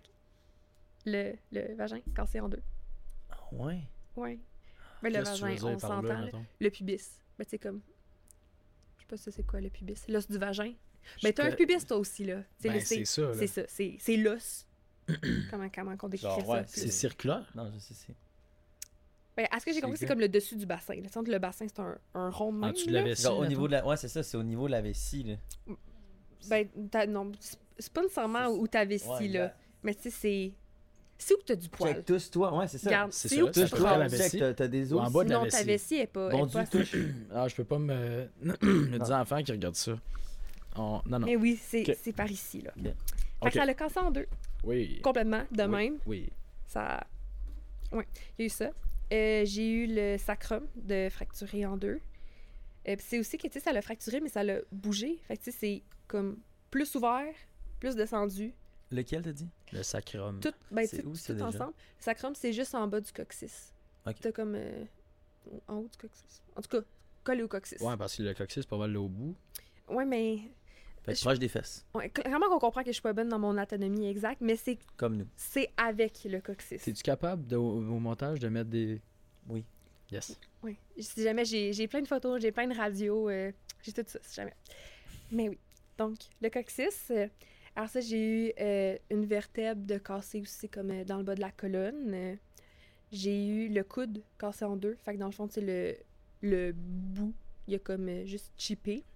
le, le vagin cassé en deux. Ah ouais. Ouais. Mais le Qu'est-ce que tu vagin, veux dire on par là, s'entend. là. mettons? Le pubis. Ben, tu sais, comme. Je sais pas si c'est quoi le pubis. L'os du vagin. Je Ben, t'as un connais- pubis, toi aussi, là. Tu sais, Ben, le- c'est ça, là. C'est ça. C'est c'est l'os. comment, comment on décrirait Genre, ouais, ça? c'est- C'est circulaire? Non, je sais, c'est. Ben, à ce que j'ai compris, c'est c'est comme le dessus du bassin. Le centre, le bassin, c'est un, un rond de En même. dessous de là. la vessie, Genre, au mettons? niveau de la. Ouais, c'est ça, c'est au niveau de la vessie, là. Ben, t'as- non, c'est- c'est pas nécessairement où ta vessie, Ouais, là. exact. Mais tu sais, c'est. C'est où que t'as du poil. Check, tous toi. Ouais, c'est ça. Regarde, C'est c'est ça, où que c'est tu à peu près la creuses. vessie. Check, t'as- t'as des Ou os. en bas de la Non, ta vessie. vessie est pas. Bon est pas Dieu, touche. Ah, je peux pas me. le Non. dire enfants qui regardent ça. On- Non, non. Mais oui, c'est Ok. c'est par ici, là. Ok. Fait Ok. que ça l'a cassé en deux, Oui. complètement, de Oui, même. Oui. Ça. Ouais, il y a eu ça. Euh, j'ai eu le sacrum de fracturé en deux. Euh, puis c'est aussi que, tu sais, ça l'a fracturé, mais ça l'a bougé. Fait que, tu sais, c'est comme plus ouvert, plus descendu. Lequel t'as dit? Le sacrum. Tout, ben, C'est tout, où, ça, tout déjà? ensemble. Le sacrum, c'est juste en bas du coccyx. Ok. T'as comme... euh, en haut du coccyx. En tout cas, collé au coccyx. Ouais, parce que le coccyx, pas mal là au bout. Ouais, mais... Fait que Je- proche des fesses, Ouais, clairement qu'on comprend que je suis pas bonne dans mon anatomie exacte, mais c'est, comme nous. c'est avec le coccyx. Es-tu capable, de, au, au montage, de mettre des... Oui. Yes. Oui. Si jamais j'ai, j'ai plein de photos, j'ai plein de radios, euh, j'ai tout ça, si jamais. Mais oui. Donc, le coccyx. euh, alors ça, j'ai eu euh, une vertèbre de cassée aussi, comme euh, dans le bas de la colonne. Euh, j'ai eu le coude cassé en deux. Fait que dans le fond, c'est le, le bout, il y a comme euh, juste chippé.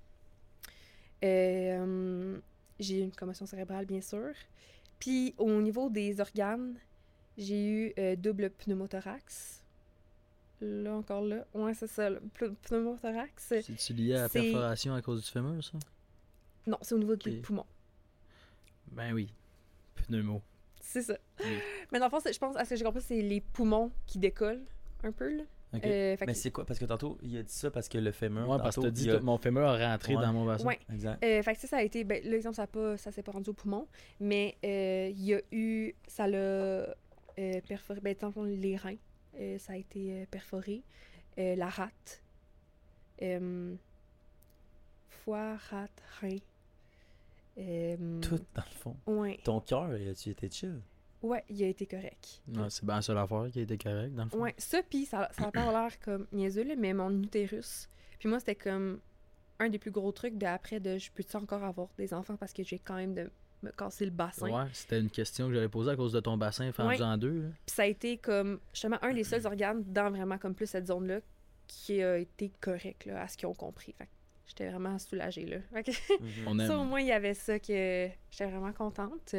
Euh, hum, j'ai eu une commotion cérébrale, bien sûr. Puis, au niveau des organes, j'ai eu euh, double pneumothorax. Là, encore là. Ouais, c'est ça, le pneu- pneumothorax. C'est-tu lié à la c'est- perforation à cause du fémur, ça? Non, c'est au niveau des Ok. poumons. Ben oui. Pneumo. C'est ça. Oui. Mais dans le fond, c'est- je pense, à ce que j'ai compris, c'est les poumons qui décollent un peu, là. Ok. Euh, fait Mais que- c'est quoi? Parce que tantôt, il a dit ça parce que le fémur. Ouais, parce que tantôt, t'as dit il a- que mon fémur a rentré Ouais. dans mon bassin. Ouais. Exact. Euh, fait que ça, ça a été. Ben, l'exemple, ça, a pas, ça s'est pas rendu au poumon, mais euh, il y a eu. Ça l'a euh, perforé. Ben, dans le fond, les reins, euh, ça a été euh, perforé. Euh, la rate. Euh, foie, rate, rein. Euh, Tout, dans le fond. Ouais. Ton cœur, tu étais chill. Ouais, il a été correct. Ouais, c'est bien la seule affaire qui a été correcte, dans le fond. Ouais, ça, puis ça, ça a pas l'air comme niaiseux, là, mais mon utérus. Puis moi, c'était comme un des plus gros trucs de après de je peux-tu encore avoir des enfants parce que j'ai quand même de me casser le bassin. Ouais, c'était une question que j'avais posée à cause de ton bassin fendu Ouais. en deux. là. Puis ça a été comme justement un des seuls organes dans vraiment comme plus cette zone-là qui a été correct là, à ce qu'ils ont compris. Fait que j'étais vraiment soulagée là. Fait que On aime. ça au moins il y avait ça que j'étais vraiment contente.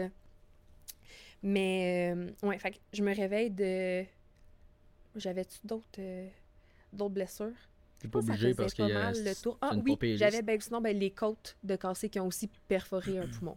Mais euh, ouais, fait que je me réveille de j'avais-tu d'autres euh, d'autres blessures? T'es Je pas pense que ça obligé faisait parce pas qu'il y a. mal le tour. Ah c'est une oui, popée j'avais liste. ben sinon ben les côtes de cassé qui ont aussi perforé un poumon.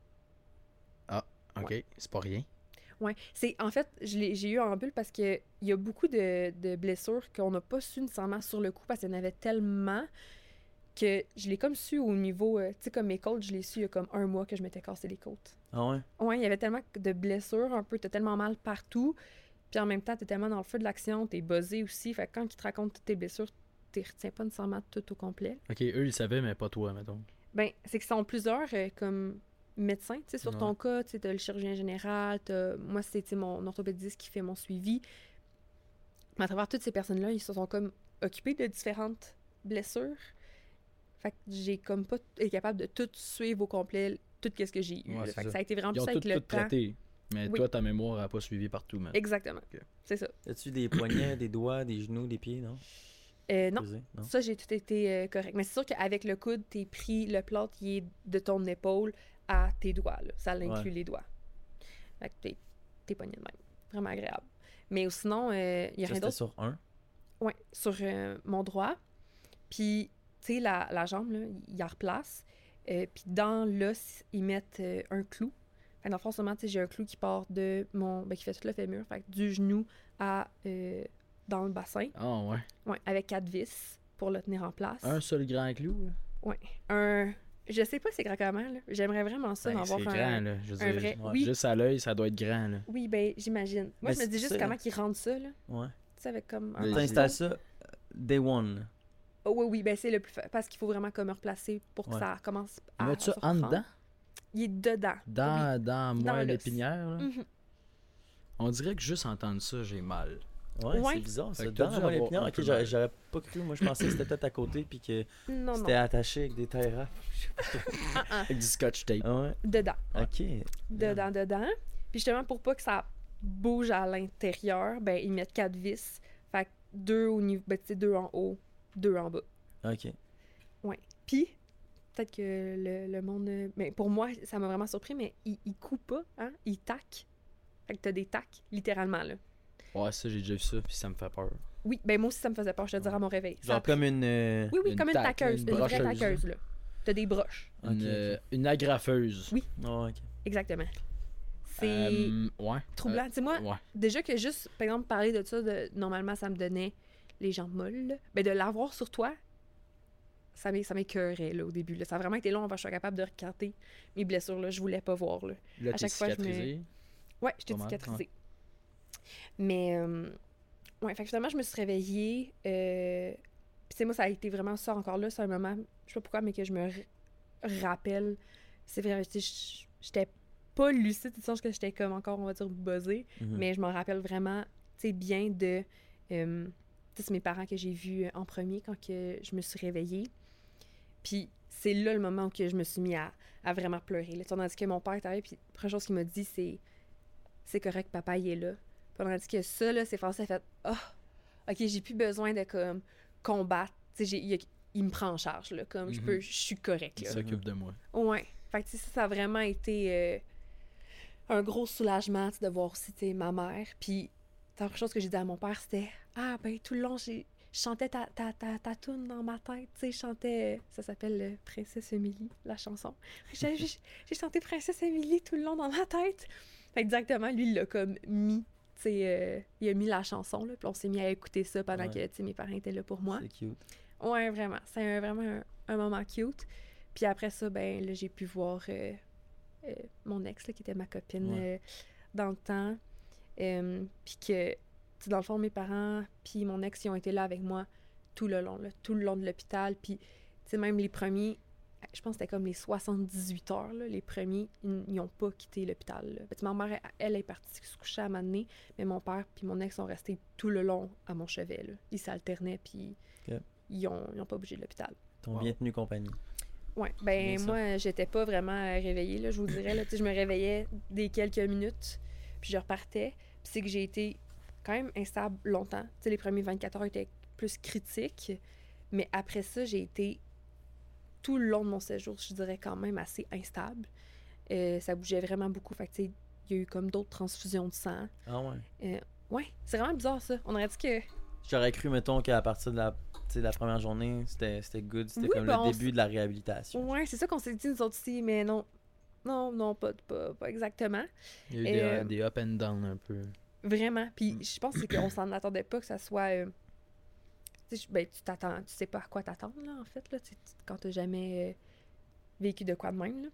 Ok, c'est pas rien. Ouais, c'est en fait, je l'ai- j'ai eu en bulle parce que il y a beaucoup de, de blessures qu'on n'a pas su nécessairement sur le coup parce qu'il y en avait tellement que je l'ai comme su au niveau, euh, tu sais comme mes côtes, je l'ai su il y a comme un mois que je m'étais cassé les côtes. Ah ouais? Ouais, il y avait tellement de blessures un peu, t'as tellement mal partout, puis en même temps t'es tellement dans le feu de l'action, t'es buzzé aussi, fait que quand ils te racontent toutes tes blessures, t'es retiens pas nécessairement tout au complet. Ok, eux ils savaient, mais pas toi, mettons. Ben, c'est qu'ils sont plusieurs euh, comme médecins, tu sais, sur ton Ouais. cas, tu sais, t'as le chirurgien général, t'as... moi, c'est, tu sais, mon orthopédiste qui fait mon suivi. Mais à travers toutes ces personnes-là, ils se sont comme occupés de différentes blessures. Fait que j'ai comme pas été capable de tout suivre au complet, tout ce que j'ai eu. Ouais, là. c'est Fait que ça. ça a été vraiment Ils ont plus tout, avec le tout temps. traité. Mais Oui. toi, ta mémoire a pas suivi partout, man. Exactement. Ok. C'est ça. As-tu des poignets, des doigts, des genoux, des pieds, non? Euh, non, Pesé, non? ça, j'ai tout été euh, correct. Mais c'est sûr qu'avec le coude, t'es pris, le plâtre, il est de ton épaule à tes doigts. Là. Ça l'inclut Ouais. les doigts. Fait que t'es, t'es pogné de même. Vraiment agréable. Mais sinon, euh, il y a Ça, rien c'était d'autre. sur un? Ouais, sur euh, mon droit. Puis, tu sais, la, la jambe, là, il la replace. Euh, puis dans l'os, ils mettent euh, un clou. Fait que dans le fond, seulement, tu sais, j'ai un clou qui part de mon... Ben, qui fait tout le fémur. Fait que du genou à... euh, dans le bassin. Ah ouais. Ouais, avec quatre vis pour le tenir en place. Un seul grand clou, là. Ouais. Un... Je sais pas c'est grand comment, là. J'aimerais vraiment ça Ben, d'en c'est avoir grand, un... là. Je veux un dire, vrai- ouais, oui. juste à l'œil, ça doit être grand, là. Oui, ben, j'imagine. Moi, Mais je me dis c'est juste ça. comment ils rendent ça, là. Ouais. Tu sais, avec comme un... Mais marteau. T'installes ça euh, day one. Oh, oui, oui, ben c'est le plus... fa- Parce qu'il faut vraiment comme replacer pour que Ouais. ça commence à... Ils mettent ça se en reprendre. dedans? Il est dedans. Dans, dans, Dans moi, l'os. l'épinière, là. Oui. Mhm. On dirait que juste entendre ça, j'ai mal. Ouais, Ouais. c'est bizarre. Fait Ça. que t'as Dans dû la avoir moelle épinière, un ok, peu j'aurais mal. j'aurais pas cru. Moi, je pensais que c'était peut-être à côté puis que Non, non. c'était attaché avec des terres. Ah, ah. Avec du scotch tape. Ah ouais? Dedans. Ok. Dedans, dedans. Puis justement, pour pas que ça bouge à l'intérieur, ben ils mettent quatre vis. Fait que deux au niveau... Ben, tu sais, deux en haut, deux en bas. Ok. Puis, peut-être que le, le monde... euh, Mais pour moi, ça m'a vraiment surpris, mais ils il coupent pas, hein? Ils taquent. Fait que t'as des tacs, littéralement, là. Ouais, ça, j'ai déjà vu ça, puis ça me fait peur. Oui, ben moi aussi, ça me faisait peur, je te dirais à mon réveil. Ça a Genre pris- comme une. euh, Oui, oui, une comme une taque, taqueuse, une une, vraie brocheuse, taqueuse, là. T'as des broches. Ok, Une, ok. euh, une agrafeuse. Oui. Ah, ok. Exactement. C'est Euh, ouais. troublant. Tu sais, moi, Euh, ouais. déjà que juste, par exemple, parler de ça, de, normalement, ça me donnait les jambes molles, là. Ben, de l'avoir sur toi, ça m'é- ça m'écœurait, là, au début. Là. Ça a vraiment été long avant que je sois capable de recanter mes blessures, là. Je voulais pas voir, là. Là, À t'es chaque fois, je me- cicatrisé. Ouais, j'étais Pas mal, cicatrisée. Mais, euh, ouais, fait que finalement, je me suis réveillée. Euh, Puis, tu sais, moi, ça a été vraiment ça encore là. C'est un moment, je sais pas pourquoi, mais que je me r- rappelle. C'est vrai, tu sais, j- j'étais pas lucide, du sens que j'étais comme encore, on va dire, buzzée. Mhm. Mais je m'en rappelle vraiment, tu sais, bien de. euh, tu sais, c'est mes parents que j'ai vus en premier quand que je me suis réveillée. Puis, c'est là le moment où que je me suis mis à, à vraiment pleurer. Là. Tandis que mon père est arrivé, puis la première chose qu'il m'a dit, c'est c'est correct, papa, il est là. Puis on a dit que ça, là, c'est forcé, fait ah, ok, j'ai plus besoin de comme combattre. Tu sais, j'ai- il, il me prend en charge, là. Comme je Mhm. peux, je suis correct, Il là. s'occupe de moi. Ouais. Fait que tu sais, ça, ça a vraiment été euh, un gros soulagement, tu sais, de voir aussi, tu sais, ma mère. Puis, la première chose que j'ai dit à mon père, c'était ah, ben, tout le long, j'ai. Je chantais ta, ta, ta, ta toune dans ma tête, tu sais, je chantais, ça s'appelle euh, Princesse Emily, la chanson. J'ai, j'ai, j'ai chanté Princesse Emily tout le long dans ma tête. Fait que directement, lui, il l'a comme mis, tu sais, euh, il a mis la chanson, là, puis on s'est mis à écouter ça pendant Ouais. que, tu sais, mes parents étaient là pour moi. C'est cute. Ouais, vraiment, c'est un- vraiment un, un moment cute. Puis après ça, ben, là, j'ai pu voir euh, euh, mon ex, là, qui était ma copine Ouais. euh, dans le temps. Euh, puis que, tu sais, dans le fond, mes parents puis mon ex, ils ont été là avec moi tout le long, là, tout le long de l'hôpital. Puis, tu sais, même les premiers, je pense que c'était comme les soixante-dix-huit heures, là, les premiers, ils n'ont pas quitté l'hôpital. Là. Fait que ma mère, elle, elle est partie se coucher à un moment donné, mais mon père puis mon ex sont restés tout le long à mon chevet. Là. Ils s'alternaient, puis Ok. ils ont, ils ont pas bougé de l'hôpital. T'ont Wow. bien tenu compagnie. Ouais, C'est ben bien ça. moi, j'étais pas vraiment euh, réveillée, là, je vous dirais. Là, tu sais, je me réveillais des quelques minutes, puis je repartais. Puis c'est que j'ai été quand même instable longtemps. Tu sais, les premiers vingt-quatre heures étaient plus critiques, mais après ça, j'ai été tout le long de mon séjour, je dirais quand même assez instable. Euh, ça bougeait vraiment beaucoup, fait que tu sais, il y a eu comme d'autres transfusions de sang. Ah ouais. Euh, ouais, c'est vraiment bizarre ça. On aurait dit que... J'aurais cru, mettons, qu'à partir de la, tu sais, de la première journée, c'était c'était good. C'était Oui, comme ben, le on début s- de la réhabilitation. Ouais, c'est ça qu'on s'est dit nous autres aussi, mais non. Non, non, pas, pas, pas exactement. Il y a eu Euh, des, des up and down un peu. Vraiment. Puis Mm. je pense que c'est qu'on s'en attendait pas que ça soit. euh, tu sais, je- ben, tu t'attends. Tu sais pas à quoi t'attendre, là, en fait, là, tu sais, tu- quand t'as jamais euh, vécu de quoi de même, là.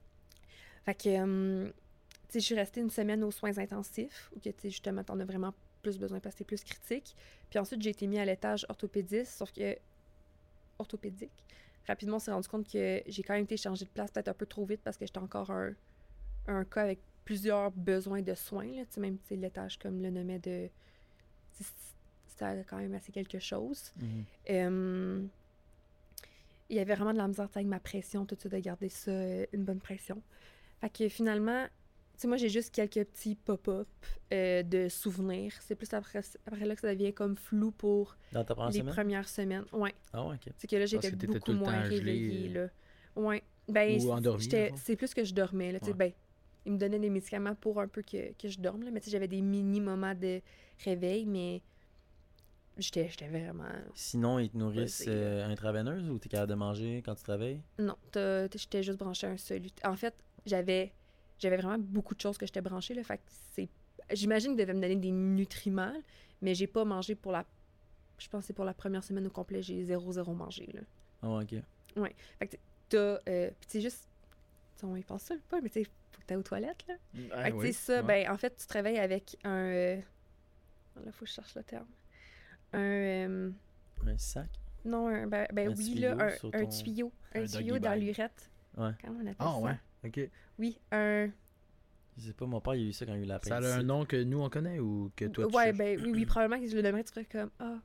Fait que. euh, tu sais, je suis restée une semaine aux soins intensifs, où que, tu sais, justement, t'en as vraiment plus besoin parce que c'est plus critique. Puis ensuite, j'ai été mis à l'étage orthopédiste, sauf que. Orthopédique. Rapidement, on s'est rendu compte que j'ai quand même été changée de place peut-être un peu trop vite parce que j'étais encore un, un cas avec plusieurs besoins de soins, là. Tu sais, même, tu sais, l'étage, comme le nommait de. tu sais, C'était quand même assez quelque chose. Mhm. Euh, il y avait vraiment de la misère tu sais, avec ma pression, tout ça, de garder ça, euh, une bonne pression. Fait que finalement, tu sais, moi, j'ai juste quelques petits pop-up euh, de souvenirs. C'est plus après, après là que ça devient comme flou pour Dans ta première les semaine? premières semaines. Ouais. Ah ouais, ok. C'est que là, j'étais que t'étais tout beaucoup le moins temps gelé, réveillée, euh, là. Ouais. Ben, ou c- endormie, j'étais- dans le fond. c'est plus que je dormais, là. Tu sais, Ouais. ben, ils me donnaient des médicaments pour un peu que, que je dorme, là. Mais tu sais, j'avais des mini-moments de réveil, mais j'étais j'étais vraiment... Sinon, ils te nourrissent Vas-y, là. euh, intraveineuse ou t'es capable de manger quand tu te réveilles? Non, t'as- t'as- j'étais juste branchée à un seul. En fait, j'avais j'avais vraiment beaucoup de choses que j'étais branchée, là. Fait que c'est... J'imagine qu'ils devaient me donner des nutriments, mais j'ai pas mangé pour la... Je pense que c'est pour la première semaine au complet, j'ai zéro, zéro mangé, là. Ah ouais, ok. Fait que t'as... Euh, puis tu sais, juste... t'sais, on y pense ça pas, mais tu sais, faut que t'ailles aux toilettes, là. Ah, Fait que tu sais, oui. ça, Ouais. ben, en fait, tu te réveilles avec un... euh, Là, faut que je cherche le terme. Un... euh, Un sac? Non, un, ben, ben Un oui, tuyau là, un, sur un ton- tuyau. Un, Un tuyau doggy dans bag. l'urètre. Ouais. Comment on appelle Ah ça? ouais, ok. Oui, un... Je sais pas, mon père, il a eu ça quand il a eu la Ça a un nom que nous on connaît ou que toi tu ouais, cherches? ben oui, oui, probablement que je le nommerais, tu ferais comme... Ah,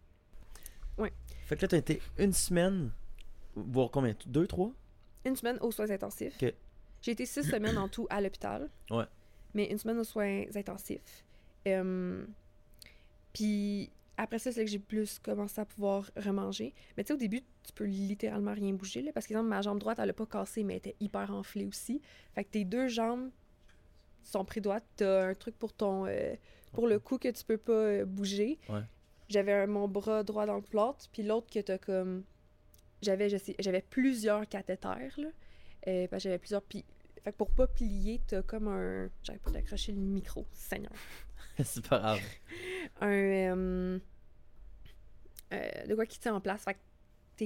Fait que là, t'as été une semaine, voire combien? Deux, trois? une semaine aux soins intensifs. Ok. J'ai été six semaines en tout à l'hôpital. Ouais. Mais une semaine aux soins intensifs. Euh, Puis après ça, c'est là que j'ai plus commencé à pouvoir remanger. Mais tu sais, au début, tu peux littéralement rien bouger, là, parce que, exemple, ma jambe droite, elle a pas cassé, mais elle était hyper enflée aussi. Fait que tes deux jambes sont prises droites. T'as un truc pour ton... euh, pour le cou que tu peux pas euh, bouger. Ouais. J'avais un- mon bras droit dans le plâtre, puis l'autre que t'as comme... J'avais, je sais, j'avais plusieurs cathéters, là. Euh, parce que j'avais plusieurs... Puis, fait que pour pas plier, t'as comme un... J'arrive pas d'accrocher le micro, Seigneur. C'est pas grave. Un... euh, euh, de quoi qui tient en place. Fait que tes,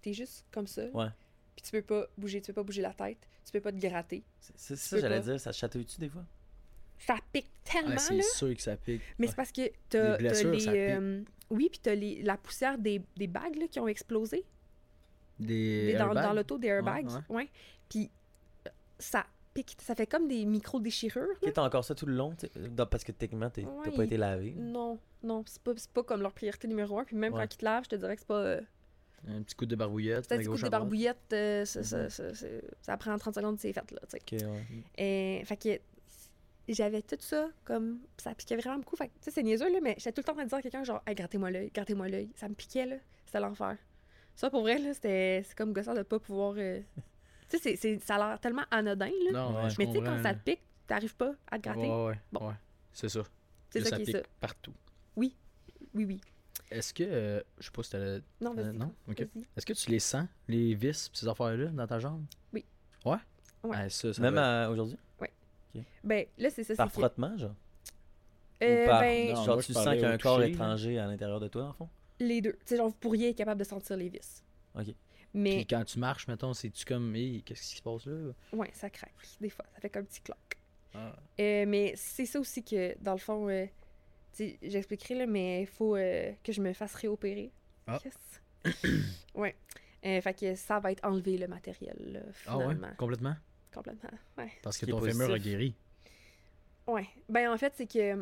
t'es juste comme ça. Ouais. Puis tu peux pas bouger, tu peux pas bouger la tête, tu peux pas te gratter. C'est c'est ça, peux j'allais pas. dire. Ça te chatouille-tu des fois? Ça pique tellement, Ah, c'est là. sûr que ça pique. Mais Ouais. c'est parce que t'as, Les blessures, t'as les... ça pique. euh, oui, puis t'as les, la poussière des, des bagues, là, qui ont explosé. Des Des- dans, airbags? dans l'auto, des airbags. Ouais, Ouais. Puis euh, ça pique. Ça fait comme des micro-déchirures. Ok, t'as encore ça tout le long, tu sais, dans- parce que techniquement, t'es- t'as Ouais, pas il- été lavé. Non, non, c'est pas, c'est pas comme leur priorité numéro un. Puis même Ouais. quand ils te lavent, je te dirais que c'est pas... euh, Un petit coup de barbouillette. c'est un à petit coup gauche, de à droite. barbouillette, euh, ça, ça, Mhm. ça, ça- ça prend trente secondes, c'est fait, là, tu sais. Ok, ouais. Et, fait que j'avais tout ça, comme, ça piquait vraiment beaucoup. Fait que, tu sais, c'est niaiseux, là, mais j'étais tout le temps en train de dire à quelqu'un, genre, hey, grattez-moi l'œil, grattez-moi l'œil. Ça me piquait, là. C'était l'enfer. Ça, pour vrai, là, c'était c'est comme gossant de pas pouvoir. euh, Tu sais, c'est- c'est- ça a l'air tellement anodin, là. Non, Ouais. ouais, je mais tu sais, comprends, quand ça là. te pique, t'arrives pas à te gratter. Ouais, ouais, Bon. ouais. C'est ça. C'est Là, ça qui est pique ça. partout. Oui, oui. Est-ce que. euh, je sais pas si t'as. le- Non, vas-y. Euh, non? Ok. vas-y. Est-ce que tu les sens, les vis pis ces affaires-là, dans ta jambe? Oui. Ouais? Ouais. Ah, ça, ça Même doit- à- aujourd'hui? Ben, là, c'est ça. Par c'est que- frottement, genre? Euh, Ou par... ben, Non, genre, moi, je tu sens parlais qu'il y a au un corps toucher, là. étranger à l'intérieur de toi, dans le fond? les deux. Tu sais, genre, vous pourriez être capable de sentir les vis. Ok. Mais, Puis quand tu marches, mettons, c'est-tu comme. Hey, qu'est-ce qui se passe là? ouais, ça craque. Des fois, ça fait comme un petit cloc. Ah. Euh, mais c'est ça aussi que, dans le fond, euh, tu sais, j'expliquerai, là, mais il faut euh, que je me fasse réopérer. Ah. Yes. ouais. Euh, fait que ça va être enlevé, le matériel, là, Ah ouais? finalement. Complètement? Complètement. Ouais. Parce Ce que qui est ton fémur a positif. guéri. Ouais. Ben, en fait, c'est que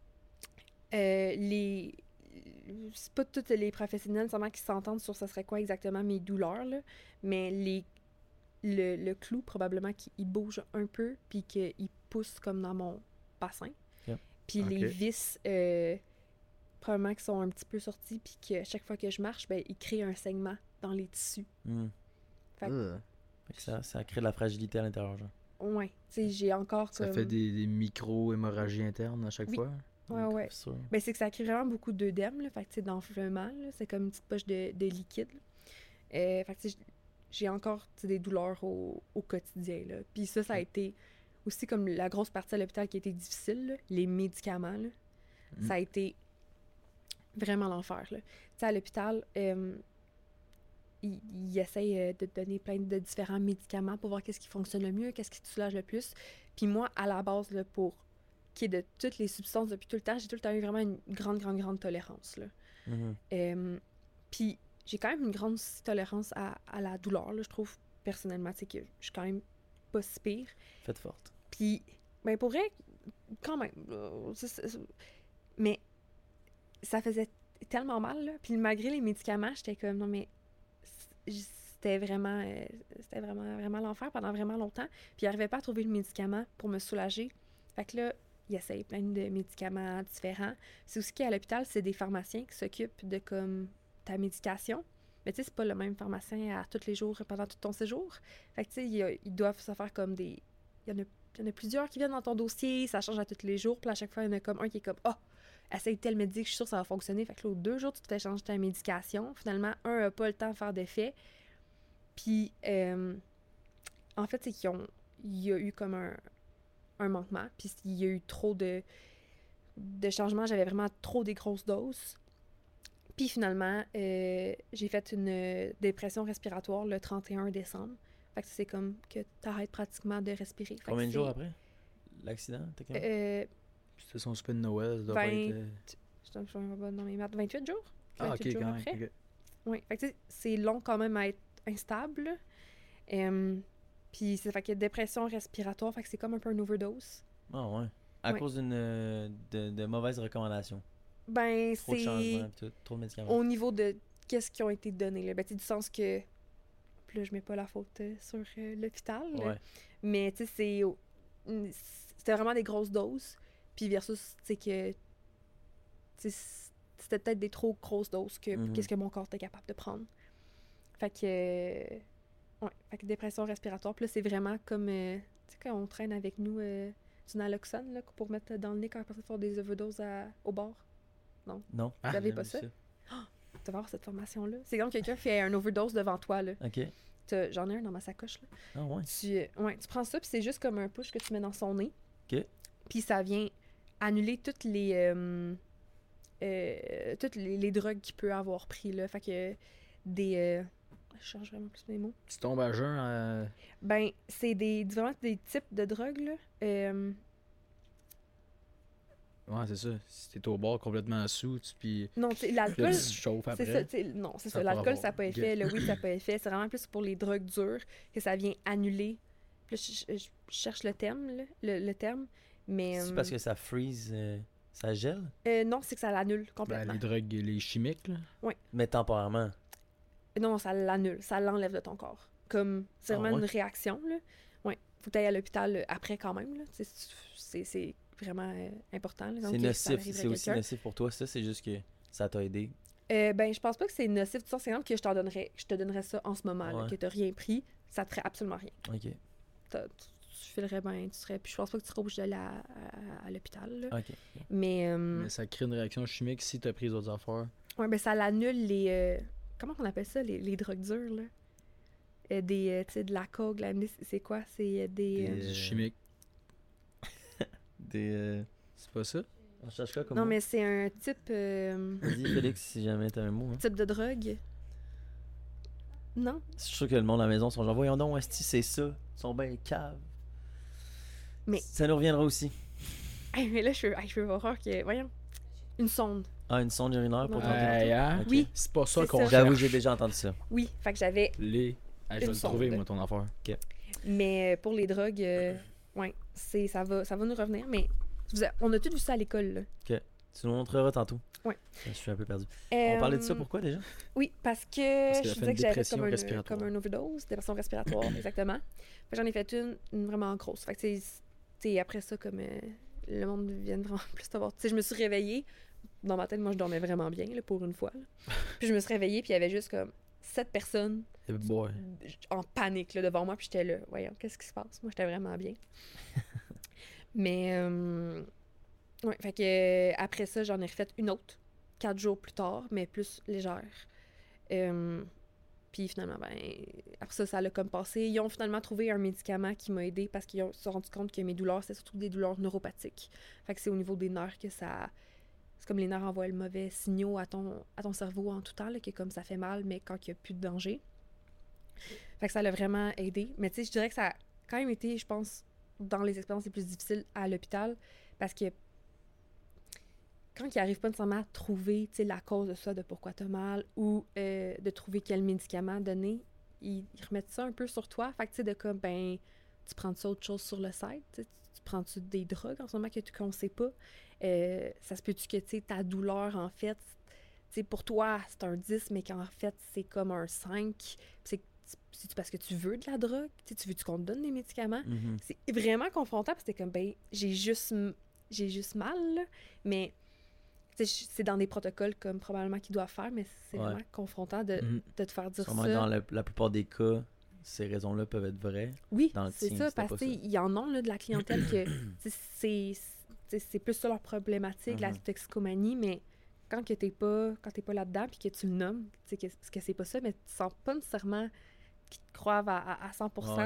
euh, les. C'est pas tous les professionnels seulement qui s'entendent sur ce serait quoi exactement mes douleurs, là, mais les le, le clou, probablement, qu'il il bouge un peu, puis qu'il pousse comme dans mon bassin. Yep. Puis les Ok. vis, euh, probablement, qui sont un petit peu sortis, puis que chaque fois que je marche, ben, ils créent un saignement dans les tissus. Hmm. Fait que- Euh, Fait que ça, ça crée de la fragilité à l'intérieur, genre. Ouais. Tu sais, j'ai encore Ça comme... fait des, des micro-hémorragies internes à chaque Oui. fois. Ouais, ouais. C'est sûr. Ben, c'est que ça crée vraiment beaucoup d'œdème, là. Fait que, tu sais, d'enflement, là. C'est comme une petite poche de, de liquide, là. Euh, fait que, tu sais, j'ai encore, tu sais, des douleurs au, au quotidien, là. Puis ça, ça a été aussi comme la grosse partie à l'hôpital qui a été difficile, là. Les médicaments, là. Mm. Ça a été vraiment l'enfer, là. Tu sais, à l'hôpital, euh, ils ils essayent euh, de te donner plein de différents médicaments pour voir qu'est-ce qui fonctionne le mieux, qu'est-ce qui te soulage le plus. Puis moi, à la base, là, pour qui est de toutes les substances depuis tout le temps, j'ai tout le temps eu vraiment une grande, grande, grande tolérance, là. Mhm. Euh, Puis j'ai quand même une grande tolérance à, à la douleur, là, je trouve, personnellement, tu sais, que je suis quand même pas si pire. Faites forte. Puis, ben pour vrai, quand même, euh, c'est- c'est- mais ça faisait tellement mal, là. Puis malgré les médicaments, j'étais comme, non mais, c- c'était vraiment, euh, c'était vraiment, vraiment l'enfer pendant vraiment longtemps. Puis j'arrivais pas à trouver le médicament pour me soulager. Fait que là, il essaye plein de médicaments différents. C'est aussi qu'à l'hôpital, c'est des pharmaciens qui s'occupent de comme ta médication. Mais tu sais, c'est pas le même pharmacien à tous les jours pendant tout ton séjour. Fait que tu sais, il y a- ils doivent se faire comme des... Il y en a, il y en a plusieurs qui viennent dans ton dossier, ça change à tous les jours. Puis à chaque fois, il y en a comme un qui est comme « Ah, oh, essaye tel médic, je suis sûre que ça va fonctionner. » Fait que là, aux deux jours, tu te fais changer ta médication. Finalement, un n'a pas le temps de faire d'effet. Puis, euh, en fait, c'est qu'ils ont... Il y a eu comme un, un manquement. Puis il y a eu trop de, de changements. J'avais vraiment trop des grosses doses. Puis finalement, euh, j'ai fait une euh, dépression respiratoire le trente et un décembre. Fait que c'est comme que t'arrêtes pratiquement de respirer. Fait que Combien de c'est- jours après l'accident? techniquement? Euh, C'était son spin de Noël, ça doit pas vingt être. euh, je suis pas bonne dans mes maths. vingt-huit jours? Ah, ok, vingt-huit jours quand même. après. ok. Oui. Fait que tu sais, c'est long quand même à être instable. Euh, Puis ça fait que dépression respiratoire, fait que c'est comme un peu une overdose. Ah ouais. À Ouais. cause d'une euh, de, de mauvaises recommandations. Ben, Trop de c'est changements, pis tout, trop de médicaments. au niveau de qu'est-ce qui ont été donnés. Là. Ben, tu sais, du sens que. Puis là, je mets pas la faute euh, sur euh, l'hôpital. là. Ouais. Mais tu sais, c'est. au- mm, C'était vraiment des grosses doses. Puis versus, tu sais, que. Tu sais, c'était peut-être des trop grosses doses que Mhm. qu'est-ce que mon corps était capable de prendre. Fait que. euh, Ouais. Fait que dépression respiratoire. Puis là, c'est vraiment comme. euh, Tu sais, quand on traîne avec nous euh, du naloxone, là, pour mettre dans le nez quand la personne fait des overdoses à- au bord. Non. Ah, Vous avez j'ai pas vu ça? Tu vas voir cette formation-là. C'est comme quelqu'un fait un overdose devant toi, là. Ok. T'as- J'en ai un dans ma sacoche, là. Ah ouais. Tu, euh, ouais, tu prends ça, puis c'est juste comme un push que tu mets dans son nez. Ok. Puis ça vient annuler toutes les... euh, euh, toutes les, les drogues qu'il peut avoir pris, là. Fait que des... euh, Je cherche vraiment plus mes mots. Tu tombes à jeun à... Ben, c'est des, vraiment des types de drogues, là. Euh, Ouais, c'est ça. Si t'es au bord complètement sous, tu puis non, tu sais, là, l'alcool... tu te chauffes C'est après. ça, tu sais, non, c'est Ça ça. peut L'alcool, avoir- ça n'a pas effet. Le weed, ça n'a pas effet. C'est vraiment plus pour les drogues dures que ça vient annuler. Puis là, je, je- je cherche le terme, là, le, le terme, mais... C'est euh, parce que ça freeze, euh, ça gèle, euh, non, c'est que ça l'annule Ben, complètement. les drogues, les chimiques, là. mais temporairement. Non, ça l'annule. Ça l'enlève de ton corps. Comme, c'est Ah vraiment ouais? une réaction, là. Ouais. Faut que tu ailles à l'hôpital euh, après quand même, là. Tu sais, C'est c'est vraiment euh, important. là. Donc, C'est que ça nocif, arrive à c'est aussi quelqu'un. nocif pour toi, ça, c'est juste que ça t'a aidé. Euh, ben, je pense pas que c'est nocif. Du sens, c'est exemple que je t'en donnerais, je te donnerais ça en ce moment, là, Ouais. que t'as rien pris, ça te ferait absolument rien. Ok, T'as- Tu, tu filerais bien, tu serais... Puis je pense pas que tu serais obligé d'aller à, à- à l'hôpital, là. ok. Mais, euh, Mais ça crée une réaction chimique si t'as pris les autres affaires. ouais, ben, ça l'annule les... euh, Comment on appelle ça, les, les drogues dures, là? Euh, des, euh, tu sais, de la coke, la M D, c'est quoi? C'est euh, des... Des, euh, Du Euh, chimique. Des. euh, C'est pas ça? On cherche quoi comme Non, mot? mais c'est un type, euh, Vas-y, Félix, si jamais t'as un mot. Hein. type de drogue. Non? Je suis sûr que le monde à la maison sont genre, voyons donc, Esti, c'est ça. Ils sont bien caves. Mais- Ça nous reviendra aussi. Hey, mais là, je veux, hey, je veux voir que... Voyons. Une sonde. Ah, une sonde urinaire pour Ouais. tenter. Hey, hein? Ok. Oui. C'est pas ça C'est qu'on ça. cherche. J'avoue, j'ai déjà entendu ça. Oui. Fait que j'avais... Les... Hey, je vais Une le trouver, sonde. moi, ton affaire. Mais euh, pour les drogues, euh, ouais, c'est, ça, va, ça va nous revenir. Mais vous a- on a tous vu ça à l'école, là. Tu nous montreras tantôt. Ouais. Je suis un peu perdu. On parlait de ça Euh, pourquoi déjà? Oui, parce que Parce qu'elle a je fait disais une que j'avais dépression comme, un, respiratoire. comme un overdose, dépression respiratoire, exactement. Fait que j'en ai fait une, une vraiment grosse. Fait que tu sais, tu sais, après ça, comme euh, le monde vient vraiment plus te voir. Tu sais, je me suis réveillée. Dans ma tête, moi, je dormais vraiment bien, là, pour une fois. Là. Puis je me suis réveillée, puis il y avait juste comme sept personnes Eh boy. en panique là, devant moi, puis j'étais là, voyons, qu'est-ce qui se passe? Moi, j'étais vraiment bien. Mais, euh, ouais, fait que euh, après ça, j'en ai refait une autre, quatre jours plus tard, mais plus légère. Euh, puis finalement, ben, après ça, ça l'a comme passé. Ils ont finalement trouvé un médicament qui m'a aidé parce qu'ils ont- se sont rendus compte que mes douleurs, c'est surtout des douleurs neuropathiques. Fait que c'est au niveau des nerfs que ça... C'est comme les nerfs envoient le mauvais signaux à ton, à ton cerveau en tout temps, là, que comme ça fait mal, mais quand il n'y a plus de danger. Fait que ça l'a vraiment aidé. Mais tu sais, je dirais que ça a quand même été, je pense, dans les expériences les plus difficiles à l'hôpital, parce que quand ils n'arrivent pas nécessairement à trouver, tu sais, la cause de ça, de pourquoi tu as mal, ou euh, de trouver quel médicament donner, ils, ils remettent ça un peu sur toi. Fait que tu sais, de comme, ben, tu prends-tu autre chose sur le site? Tu sais, tu prends-tu des drogues en ce moment que tu qu'on sait pas? Euh, ça se peut-tu que, tu sais, ta douleur, en fait, tu sais, pour toi, c'est un dix, mais qu'en fait, c'est comme un cinq. Puis c'est c'est parce que tu veux de la drogue? Tu sais, tu veux-tu qu'on te donne des médicaments? Mhm. C'est vraiment confrontant parce que t'es comme, ben, j'ai juste, m- j'ai juste mal, là. Mais tu sais, c'est dans des protocoles comme probablement qu'ils doivent faire, mais c'est Ouais. vraiment confrontant de, Mhm. de te faire dire Sûrement ça. que dans la, la plupart des cas, ces raisons-là peuvent être vraies. Oui, dans le c'est tien, ça, c'était parce pas que tu sais, ça. il y en a là, de la clientèle que tu sais, c'est tu sais, c'est plus ça leur problématique, la Mhm. toxicomanie, mais quand que t'es pas quand t'es pas là-dedans puis que tu le nommes, tu sais que, que c'est pas ça, mais tu sens pas nécessairement qu'ils te croient à, à, à cent pour cent. Ouais.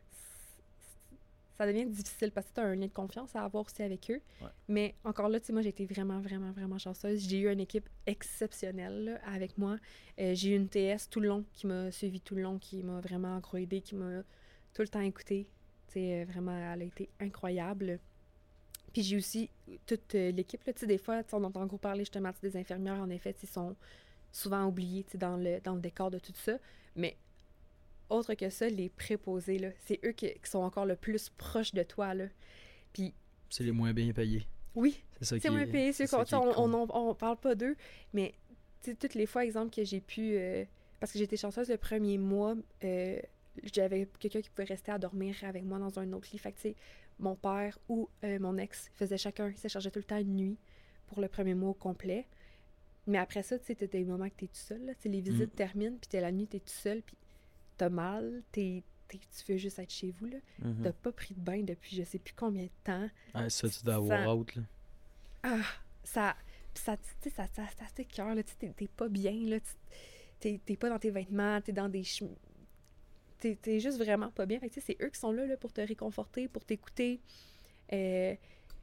c- Ça devient difficile parce que tu as un lien de confiance à avoir aussi avec eux. Ouais. Mais encore là, tu sais, moi, j'ai été vraiment, vraiment, vraiment chanceuse. J'ai eu une équipe exceptionnelle là, avec moi. Euh, j'ai eu une T S tout le long qui m'a suivi tout le long, qui m'a vraiment encore aidée, qui m'a tout le temps écoutée. Tu sais, euh, vraiment, elle a été incroyable. Puis j'ai aussi toute euh, l'équipe, là, tu sais, des fois, tu sais, on entend gros parler justement tu sais, des infirmières, en effet, tu sais, sont souvent oubliées, tu sais, dans le, dans le décor de tout ça. Mais autre que ça, les préposés, là, c'est eux qui, qui sont encore le plus proches de toi, là. Puis C'est les moins bien payés. oui, C'est ça qui c'est moins est- payé, c'est c'est ça qu'on- qui est on, con. on, on, on parle pas d'eux, mais tu sais, toutes les fois, exemple, que j'ai pu... euh, parce que j'étais chanceuse le premier mois, euh, j'avais quelqu'un qui pouvait rester à dormir avec moi dans un autre lit. Fait que, tu sais, mon père ou euh, mon ex faisait chacun, ils se chargeaient tout le temps une nuit pour le premier mois au complet. Mais après ça, tu sais, t'as des moments que t'es tout seul, là. Tu sais, les visites Mm. terminent, puis t'es la nuit, t'es tout seul, puis t'as mal, t'es, t'es- tu veux juste être chez vous, là. Mhm. T'as pas pris de bain depuis je sais plus combien de temps. Ah, ça, tu dois avoir Ça- out, là. Ah, ça, pis ça, tu sais, ça, ça, ça t'écoeure, là, tu sais, t'es- t'es pas bien, là, tu- t'es, t'es pas dans tes vêtements, t'es dans des chemins, t'es, t'es juste vraiment pas bien, fait que tu sais, c'est eux qui sont là, là, pour te réconforter, pour t'écouter, euh,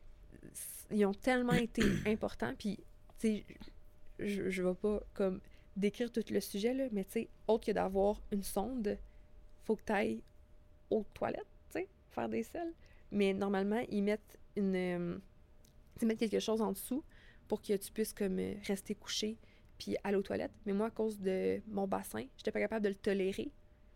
c- ils ont tellement été importants, puis, tu sais, je, je vais pas, comme, décrire tout le sujet, là, mais tu sais, autre que d'avoir une sonde, faut que tu ailles aux toilettes, tu sais, faire des selles. Mais normalement, ils mettent une... Euh, ils mettent quelque chose en dessous pour que tu puisses comme euh, rester couché puis aller aux toilettes. Mais moi, à cause de mon bassin, j'étais pas capable de le tolérer.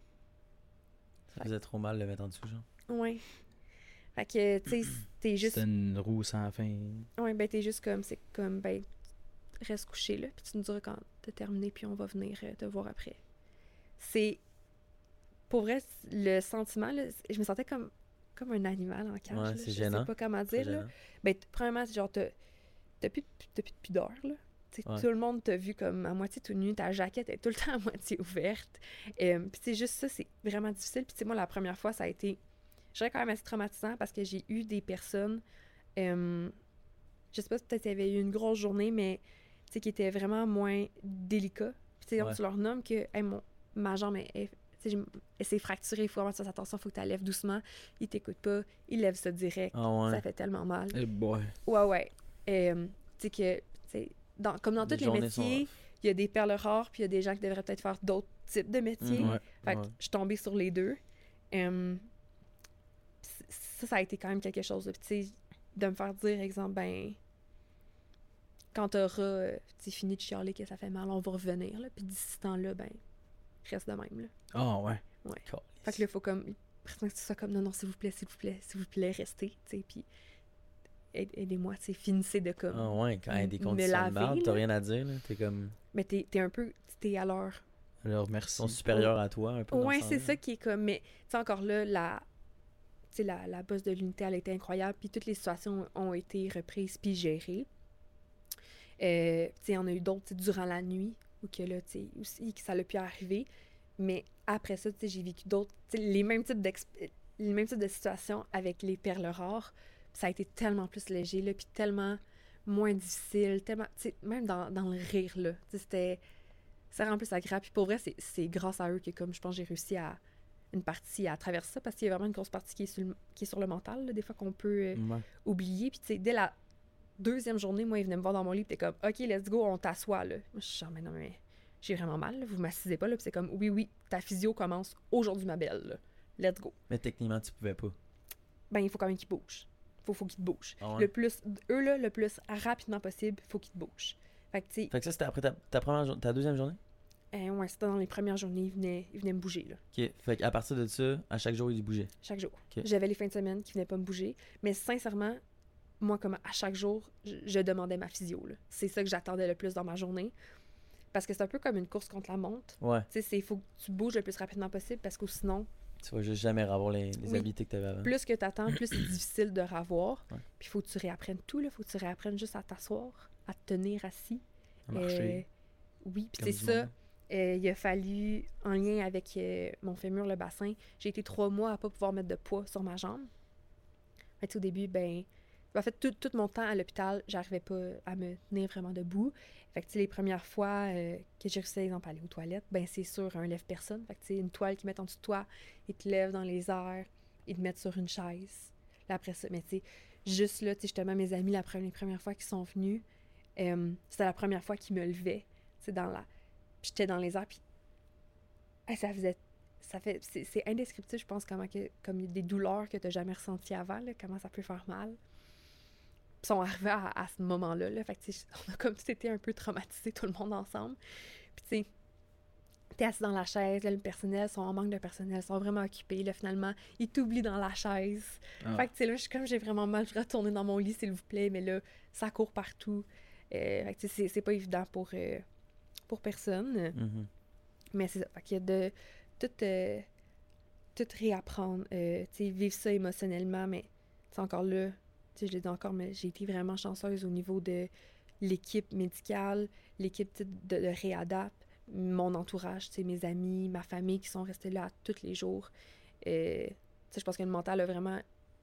Ça faisait trop mal de le mettre en dessous, genre. Ouais. Fait que, tu sais, t'es juste... C'était une roue sans fin. Ouais, ben t'es juste comme... C'est comme, ben, reste couché, là, puis tu nous diras quand t'as terminé, puis on va venir euh, te voir après. C'est... Pour vrai, le sentiment, là, je me sentais comme, comme un animal en cage. Ouais, là. c'est Je gênant. sais pas comment C'est dire, là. gênant. Ben, t- premièrement, c'est genre, t'as, t'as, plus, de- t'as plus de pudeur, là. T'sais, Ouais. tout le monde t'a vu comme à moitié tout nu, ta jaquette est tout le temps à moitié ouverte. Euh, puis c'est juste ça, c'est vraiment difficile. Puis tu sais, moi, la première fois, ça a été, je dirais quand même assez traumatisant parce que j'ai eu des personnes, euh, je sais pas, peut-être qu'il y avait eu une grosse journée, mais tu sais, qui étaient vraiment moins délicats. Puis tu sais, Ouais. tu leur nommes que, hey, mon, ma jambe est, est- tu sais, j'ai- elle s'est fracturée, il faut vraiment que tu fasses attention, il faut que tu la lèves doucement. Ils t'écoutent pas, ils lèvent ça direct. Ah ouais. Ça fait tellement mal. Eh boy. Ouais, ouais. Euh, tu sais que, tu sais, dans- comme dans Les tous les journées sont métiers, rough. il y a des perles rares, puis il y a des gens qui devraient peut-être faire d'autres types de métiers. Mhm. Ouais. Fait que Ouais. je suis tombée sur les deux. Euh, c- ça, ça a été quand même quelque chose. là. Puis tu sais, de me faire dire, exemple, ben, quand t'auras euh, tu sais, fini de chialer que ça fait mal, on va revenir. Là. Puis d'ici ce temps-là, ben, reste de même. Là. Ah ouais. Fait que là, il faut comme. Prétendre que ce soit comme non, non, s'il vous plaît, s'il vous plaît, s'il vous plaît, restez. Tu sais, puis aide- aidez-moi, tu sais, finissez de comme. Ah ouais, quand il y a des me conditions laver, de merde, t'as là. rien à dire, là. T'es comme... Mais t'es, t'es un peu. T'es à leur. Alors Ils merci. sont supérieurs à toi, un peu. dans Ouais, ce c'est sens-là. ça qui est comme. Mais, tu sais, encore là, la. Tu sais, la, la boss de l'unité, elle a été incroyable, puis toutes les situations ont été reprises puis gérées. Euh, tu sais, on a eu d'autres, tu sais, durant la nuit, où que là, tu sais, aussi, que ça a pu arriver. Mais après ça, tu sais, j'ai vécu d'autres, tu sais, les mêmes types d'exp- les mêmes types de situations avec les perles rares. Ça a été tellement plus léger, là, puis tellement moins difficile, tellement, tu sais, même dans, dans le rire, là. Tu sais, c'était, c'est vraiment plus agréable. Puis pour vrai, c'est, c'est grâce à eux que, comme je pense, j'ai réussi à une partie à traverser ça, parce qu'il y a vraiment une grosse partie qui est sur le, qui est sur le mental, là, des fois qu'on peut euh, Ouais. oublier. Puis tu sais, dès la deuxième journée, moi, ils venaient me voir dans mon lit, puis t'es comme, OK, let's go, on t'assoit, là. Moi, je suis genre, mais non, mais j'ai vraiment mal, là, vous m'assisez pas, là. Puis c'est comme, oui, oui, ta physio commence aujourd'hui, ma belle, là. Let's go. Mais techniquement, tu pouvais pas. Ben, il faut quand même qu'ils bougent. Faut, faut qu'ils te bougent. Ah ouais? Le plus, eux, là, le plus rapidement possible, faut qu'ils te bougent. Fait que, tu sais, Fait que ça, c'était après ta, ta première jour- ta deuxième journée? euh, ouais, c'était dans les premières journées, ils venaient, ils venaient me bouger, là. Ok. Fait qu'à partir de ça, à chaque jour, il bougeait. Chaque jour. Ok. J'avais les fins de semaine qui venaient pas me bouger. Mais sincèrement, moi, comme à chaque jour, je, je demandais ma physio, là. C'est ça que j'attendais le plus dans ma journée. Parce que c'est un peu comme une course contre la montre. Ouais. Tu sais, il faut que tu bouges le plus rapidement possible parce que sinon, Tu vas juste jamais avoir les, les Oui. habilités que t'avais avant. plus que tu attends, plus c'est difficile de revoir. Ouais. Puis il faut que tu réapprennes tout, là. Faut que tu réapprennes juste à t'asseoir, à te tenir assis. À marcher. Euh, oui, puis comme c'est du ça. monde. Euh, il a fallu, en lien avec euh, mon fémur, le bassin, j'ai été trois mois à pas pouvoir mettre de poids sur ma jambe. Fait que, tu sais, au début, ben, en fait, tout, tout mon temps à l'hôpital, j'arrivais pas à me tenir vraiment debout. Fait que, tu sais, les premières fois euh, que j'ai réussi, par exemple, à aller aux toilettes, ben, c'est sur un lève-personne. Fait que, tu sais, une toile qu'ils mettent en dessous de toi, ils te lèvent dans les airs, ils te mettent sur une chaise. Là, après ça, mais tu sais, juste là, tu sais, justement, mes amis, la première, les premières fois qu'ils sont venus, euh, c'était la première fois qu'ils me levaient, tu sais, dans la... Puis j'étais dans les airs, puis ah, ça faisait... Ça fait... C'est, c'est indescriptible, je pense, comment que... Comme des douleurs que t'as jamais ressenties avant, là, comment ça peut faire mal. Puis ils sont arrivés à, à ce moment-là, là, fait que, tu sais, on a comme tout été un peu traumatisés, tout le monde ensemble. Puis tu sais, t'es assis dans la chaise, là, le personnel, sont en manque de personnel, sont vraiment occupés, là, finalement, ils t'oublient dans la chaise. Ah. Fait que, tu sais, là, je suis comme, j'ai vraiment mal, je vais retourner dans mon lit, s'il vous plaît, mais là, ça court partout. Euh, fait que, tu sais, c'est, c'est pas évident pour, euh, pour personne. Mhm. Mais c'est ça. Fait qu'il y a de tout, euh, tout réapprendre, euh, tu sais, vivre ça émotionnellement, mais c'est encore là, tu sais, je le dis encore, mais j'ai été vraiment chanceuse au niveau de l'équipe médicale, l'équipe tu sais, de, de réadap, mon entourage, tu sais, mes amis, ma famille qui sont restés là tous les jours. Euh, tu sais, je pense que le mental a vraiment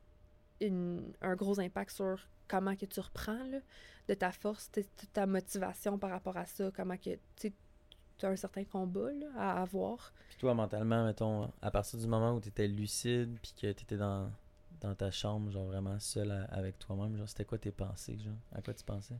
une, un gros impact sur comment que tu reprends, là, de ta force, tu sais, toute ta motivation par rapport à ça, comment que, tu sais, tu as un certain combat là, à avoir. Puis toi, mentalement, mettons, à partir du moment où t'étais lucide, puis que t'étais dans, dans ta chambre, genre vraiment seul à- avec toi-même, genre, c'était quoi tes pensées, genre? À quoi tu pensais?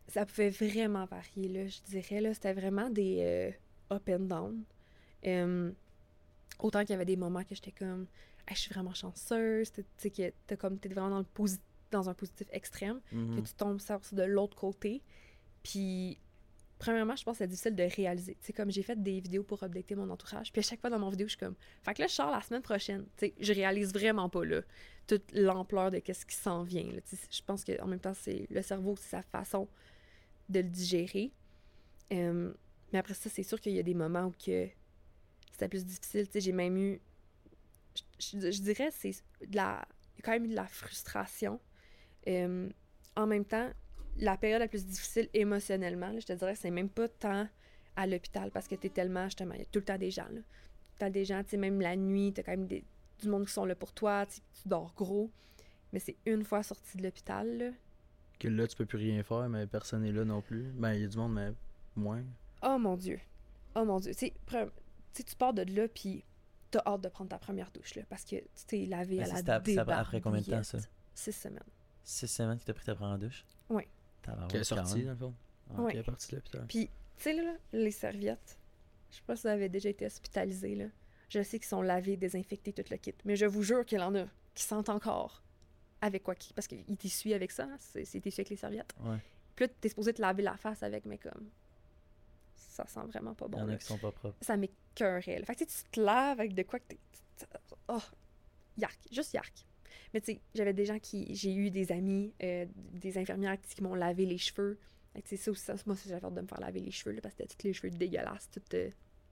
ça pouvait vraiment varier, là, je dirais. Là, c'était vraiment des euh, up and down. Um, autant qu'il y avait des moments que j'étais comme hey, je suis vraiment chanceuse, tu sais, que t'es comme t'es vraiment dans, le posi- dans un positif extrême, Mhm. que tu tombes ça de l'autre côté. Puis, premièrement, je pense que c'est difficile de réaliser. Tu sais, comme j'ai fait des vidéos pour updater mon entourage, puis à chaque fois dans mon vidéo, je suis comme fait que là, je sors la semaine prochaine. Tu sais, je réalise vraiment pas, là, toute l'ampleur de qu'est-ce qui s'en vient, là. Tu sais, je pense qu'en même temps, c'est le cerveau, c'est sa façon de le digérer. Um, mais après ça, c'est sûr qu'il y a des moments où que c'était plus difficile. Tu sais, j'ai même eu... Je, je, je dirais c'est de la... Il y a quand même eu de la frustration. Um, en même temps, la période la plus difficile émotionnellement, là, je te dirais, c'est même pas tant à l'hôpital parce que t'es tellement, justement, il y a tout le temps des gens, là. Tout le temps des gens, tu sais, même la nuit, t'as quand même des, du monde qui sont là pour toi, tu dors gros. Mais c'est une fois sorti de l'hôpital, là. Que là, tu peux plus rien faire, mais personne n'est là non plus. Ben, il y a du monde, mais moins. Oh mon Dieu. Oh mon Dieu. Tu sais, tu pars de là, puis t'as hâte de prendre ta première douche, là, parce que tu t'es lavé Mais à ça, la c'était ap- c'est après- après combien de temps, débarbouillette. ça? Six semaines. Six semaines que t'as pris ta première douche? Oui. Tabarouette, Qui est sortie, quand dans même. le fond. Ah. Ouais. Qui est partie de l'hôpital. Puis, tu sais, là, les serviettes, je sais pas si vous avez déjà été hospitalisé, là. Je sais qu'ils sont lavés, désinfectés, tout le kit. Mais je vous jure qu'il y en a qui sentent encore avec quoi qui. Parce qu'ils t'essuient avec ça, hein, c'est c'est t'essuient avec les serviettes. Ouais. Puis là, t'es supposé te laver la face avec, mais comme. Ça sent vraiment pas Il bon. y en là. a qui sont pas propres. Ça m'écœurait. Fait que tu sais, tu te laves avec de quoi que t'es. Oh, yark, juste yark. Mais tu sais, j'avais des gens qui. J'ai eu des amis, euh, des infirmières qui m'ont lavé les cheveux. Fait que tu sais, ça aussi, ça, moi, j'avais hâte de me faire laver les cheveux, là, parce que c'était tous les cheveux dégueulasses, tout. euh,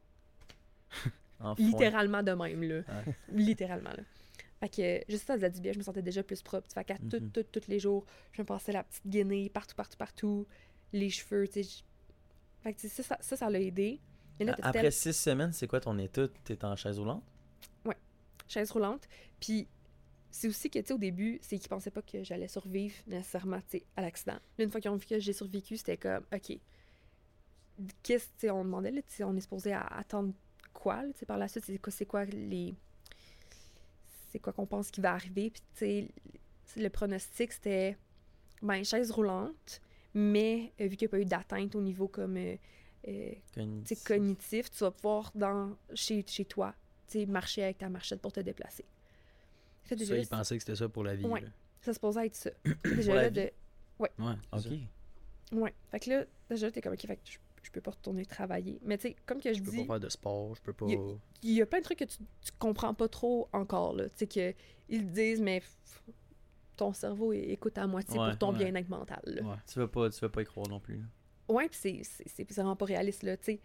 En foin. littéralement de même, là. Ouais. Littéralement, là. Fait que, juste ça, ça faisait du bien, je me sentais déjà plus propre. Fait qu'à tout, Mhm. tout, tous les jours, je me passais la petite guinée partout, partout, partout. Les cheveux, tu sais. j'- Fait que tu sais, ça, ça, ça, ça l'a aidé. Mais là, t'as Après tel- six semaines, c'est quoi ton état? T'es en chaise roulante? chaise roulante. Puis c'est aussi que, tu sais, au début, c'est qu'ils pensaient pas que j'allais survivre nécessairement, tu sais, à l'accident. Là, une fois qu'ils ont vu que j'ai survécu, c'était comme, OK, qu'est-ce, tu sais, on demandait, là, tu sais, on est supposé à attendre quoi, là, tu sais, par la suite, c'est quoi, c'est quoi les... C'est quoi qu'on pense qui va arriver, puis tu sais, le pronostic, c'était, ben, chaise roulante, mais euh, vu qu'il n'y a pas eu d'atteinte au niveau comme, euh, euh, Cognitif. tu sais, cognitif, tu vas pouvoir, dans, chez, chez toi, tu sais, marcher avec ta marchette pour te déplacer. Fait, déjà, Ça, là, ils pensaient que c'était ça pour la vie. Ouais. là. ça se posait être ça. Pour déjà la là, vie? de... Ouais. Ok. ça. Ouais. Fait que là, déjà, t'es comme, OK, fait que je, je peux pas retourner travailler. Mais tu sais, comme que je Je peux dis, pas faire de sport, je peux pas. Il il y a plein de trucs que tu, tu comprends pas trop encore, là. Tu sais, que ils disent, mais f- ton cerveau é- écoute à moitié Ouais, pour ton ouais. bien-être mental, là. Ouais. Tu veux pas, tu veux pas y croire non plus. là. Ouais, pis c'est, c'est, c'est vraiment pas réaliste, là, tu sais.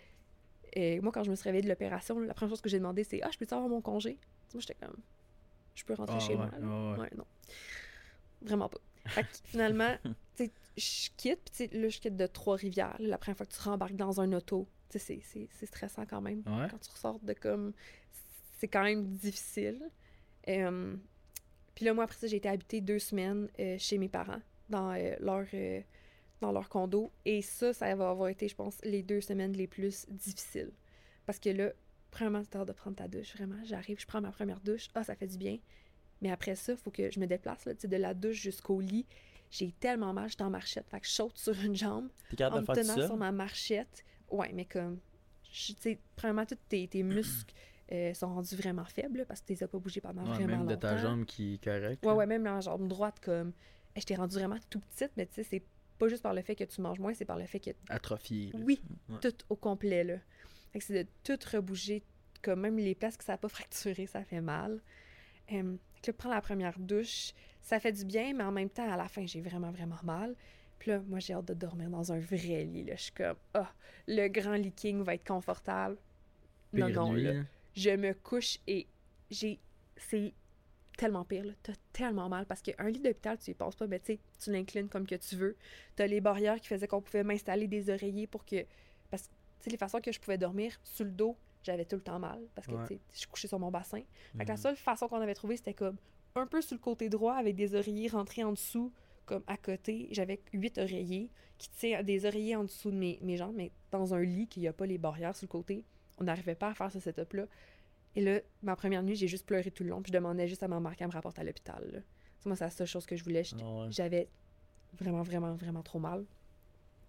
Et moi, quand je me suis réveillée de l'opération, là, la première chose que j'ai demandé, c'est « Ah, je peux-tu avoir mon congé? » Moi, j'étais comme « Je peux rentrer Ah, chez ouais, moi, là. ouais, ouais. Ouais, non. Vraiment pas. Fait que finalement, tu sais, je quitte, puis tu sais, là, je quitte de Trois-Rivières. là, La première fois que tu rembarques dans un auto, tu sais, c'est, c'est, c'est stressant quand même. Ouais. Quand tu ressors de comme... C'est quand même difficile. Euh, puis là, moi, après ça, j'ai été habiter deux semaines euh, chez mes parents, dans, euh, leur, euh, dans leur condo. Et ça, ça va avoir été, je pense, les deux semaines les plus difficiles. Parce que là, premièrement, c'est hâte de prendre ta douche. Vraiment, j'arrive, je prends ma première douche. Ah, ça fait du bien. Mais après ça, il faut que je me déplace, là, tu sais, de la douche jusqu'au lit. J'ai tellement mal, j'étais en marchette. Fait que je saute sur une jambe T'es en capable me de faire tout tenant ça? sur ma marchette. Ouais, mais comme, je- tu sais, premièrement, tous tes, tes muscles euh, sont rendus vraiment faibles là, parce que tu les as pas bougés pendant Ouais, vraiment même de longtemps. ta jambe qui est correcte. Ouais, là. ouais, même la jambe droite, comme, hey, je t'ai rendue vraiment tout petite, mais tu sais, c'est pas juste par le fait que tu manges moins, c'est par le fait que, Atrophié. là. oui, Ouais. tout au complet, là. Fait que c'est de tout rebouger, comme même les places que ça n'a pas fracturé, ça fait mal. Euh, fait que là, prendre la première douche, ça fait du bien, mais en même temps, à la fin, j'ai vraiment, vraiment mal. Puis là, moi, j'ai hâte de dormir dans un vrai lit, là. Je suis comme, ah, le grand lit king va être confortable. Non, Pire non, nuit, là. là. Je me couche et j'ai... C'est tellement pire, là. T'as tellement mal parce qu'un lit d'hôpital, tu y passes pas, mais tu sais, tu l'inclines comme que tu veux. T'as les barrières qui faisaient qu'on pouvait m'installer des oreillers pour que... Parce que, tu sais, les façons que je pouvais dormir sur le dos, j'avais tout le temps mal parce que, Ouais. tu sais, je couchais sur mon bassin. Fait que la Mhm. seule façon qu'on avait trouvé, c'était comme un peu sur le côté droit avec des oreillers rentrés en dessous, comme à côté. J'avais huit oreillers qui tiennent des oreillers en dessous de mes, mes jambes, mais dans un lit qu'il n'y a pas les barrières sur le côté. On n'arrivait pas à faire ce setup-là. Et là, ma première nuit, j'ai juste pleuré tout le long, puis je demandais juste à ma mère qu'elle me rapporte à l'hôpital. là. Tu sais, moi, c'est la seule chose que je voulais. J'étais- Ah ouais. J'avais vraiment, vraiment, vraiment trop mal.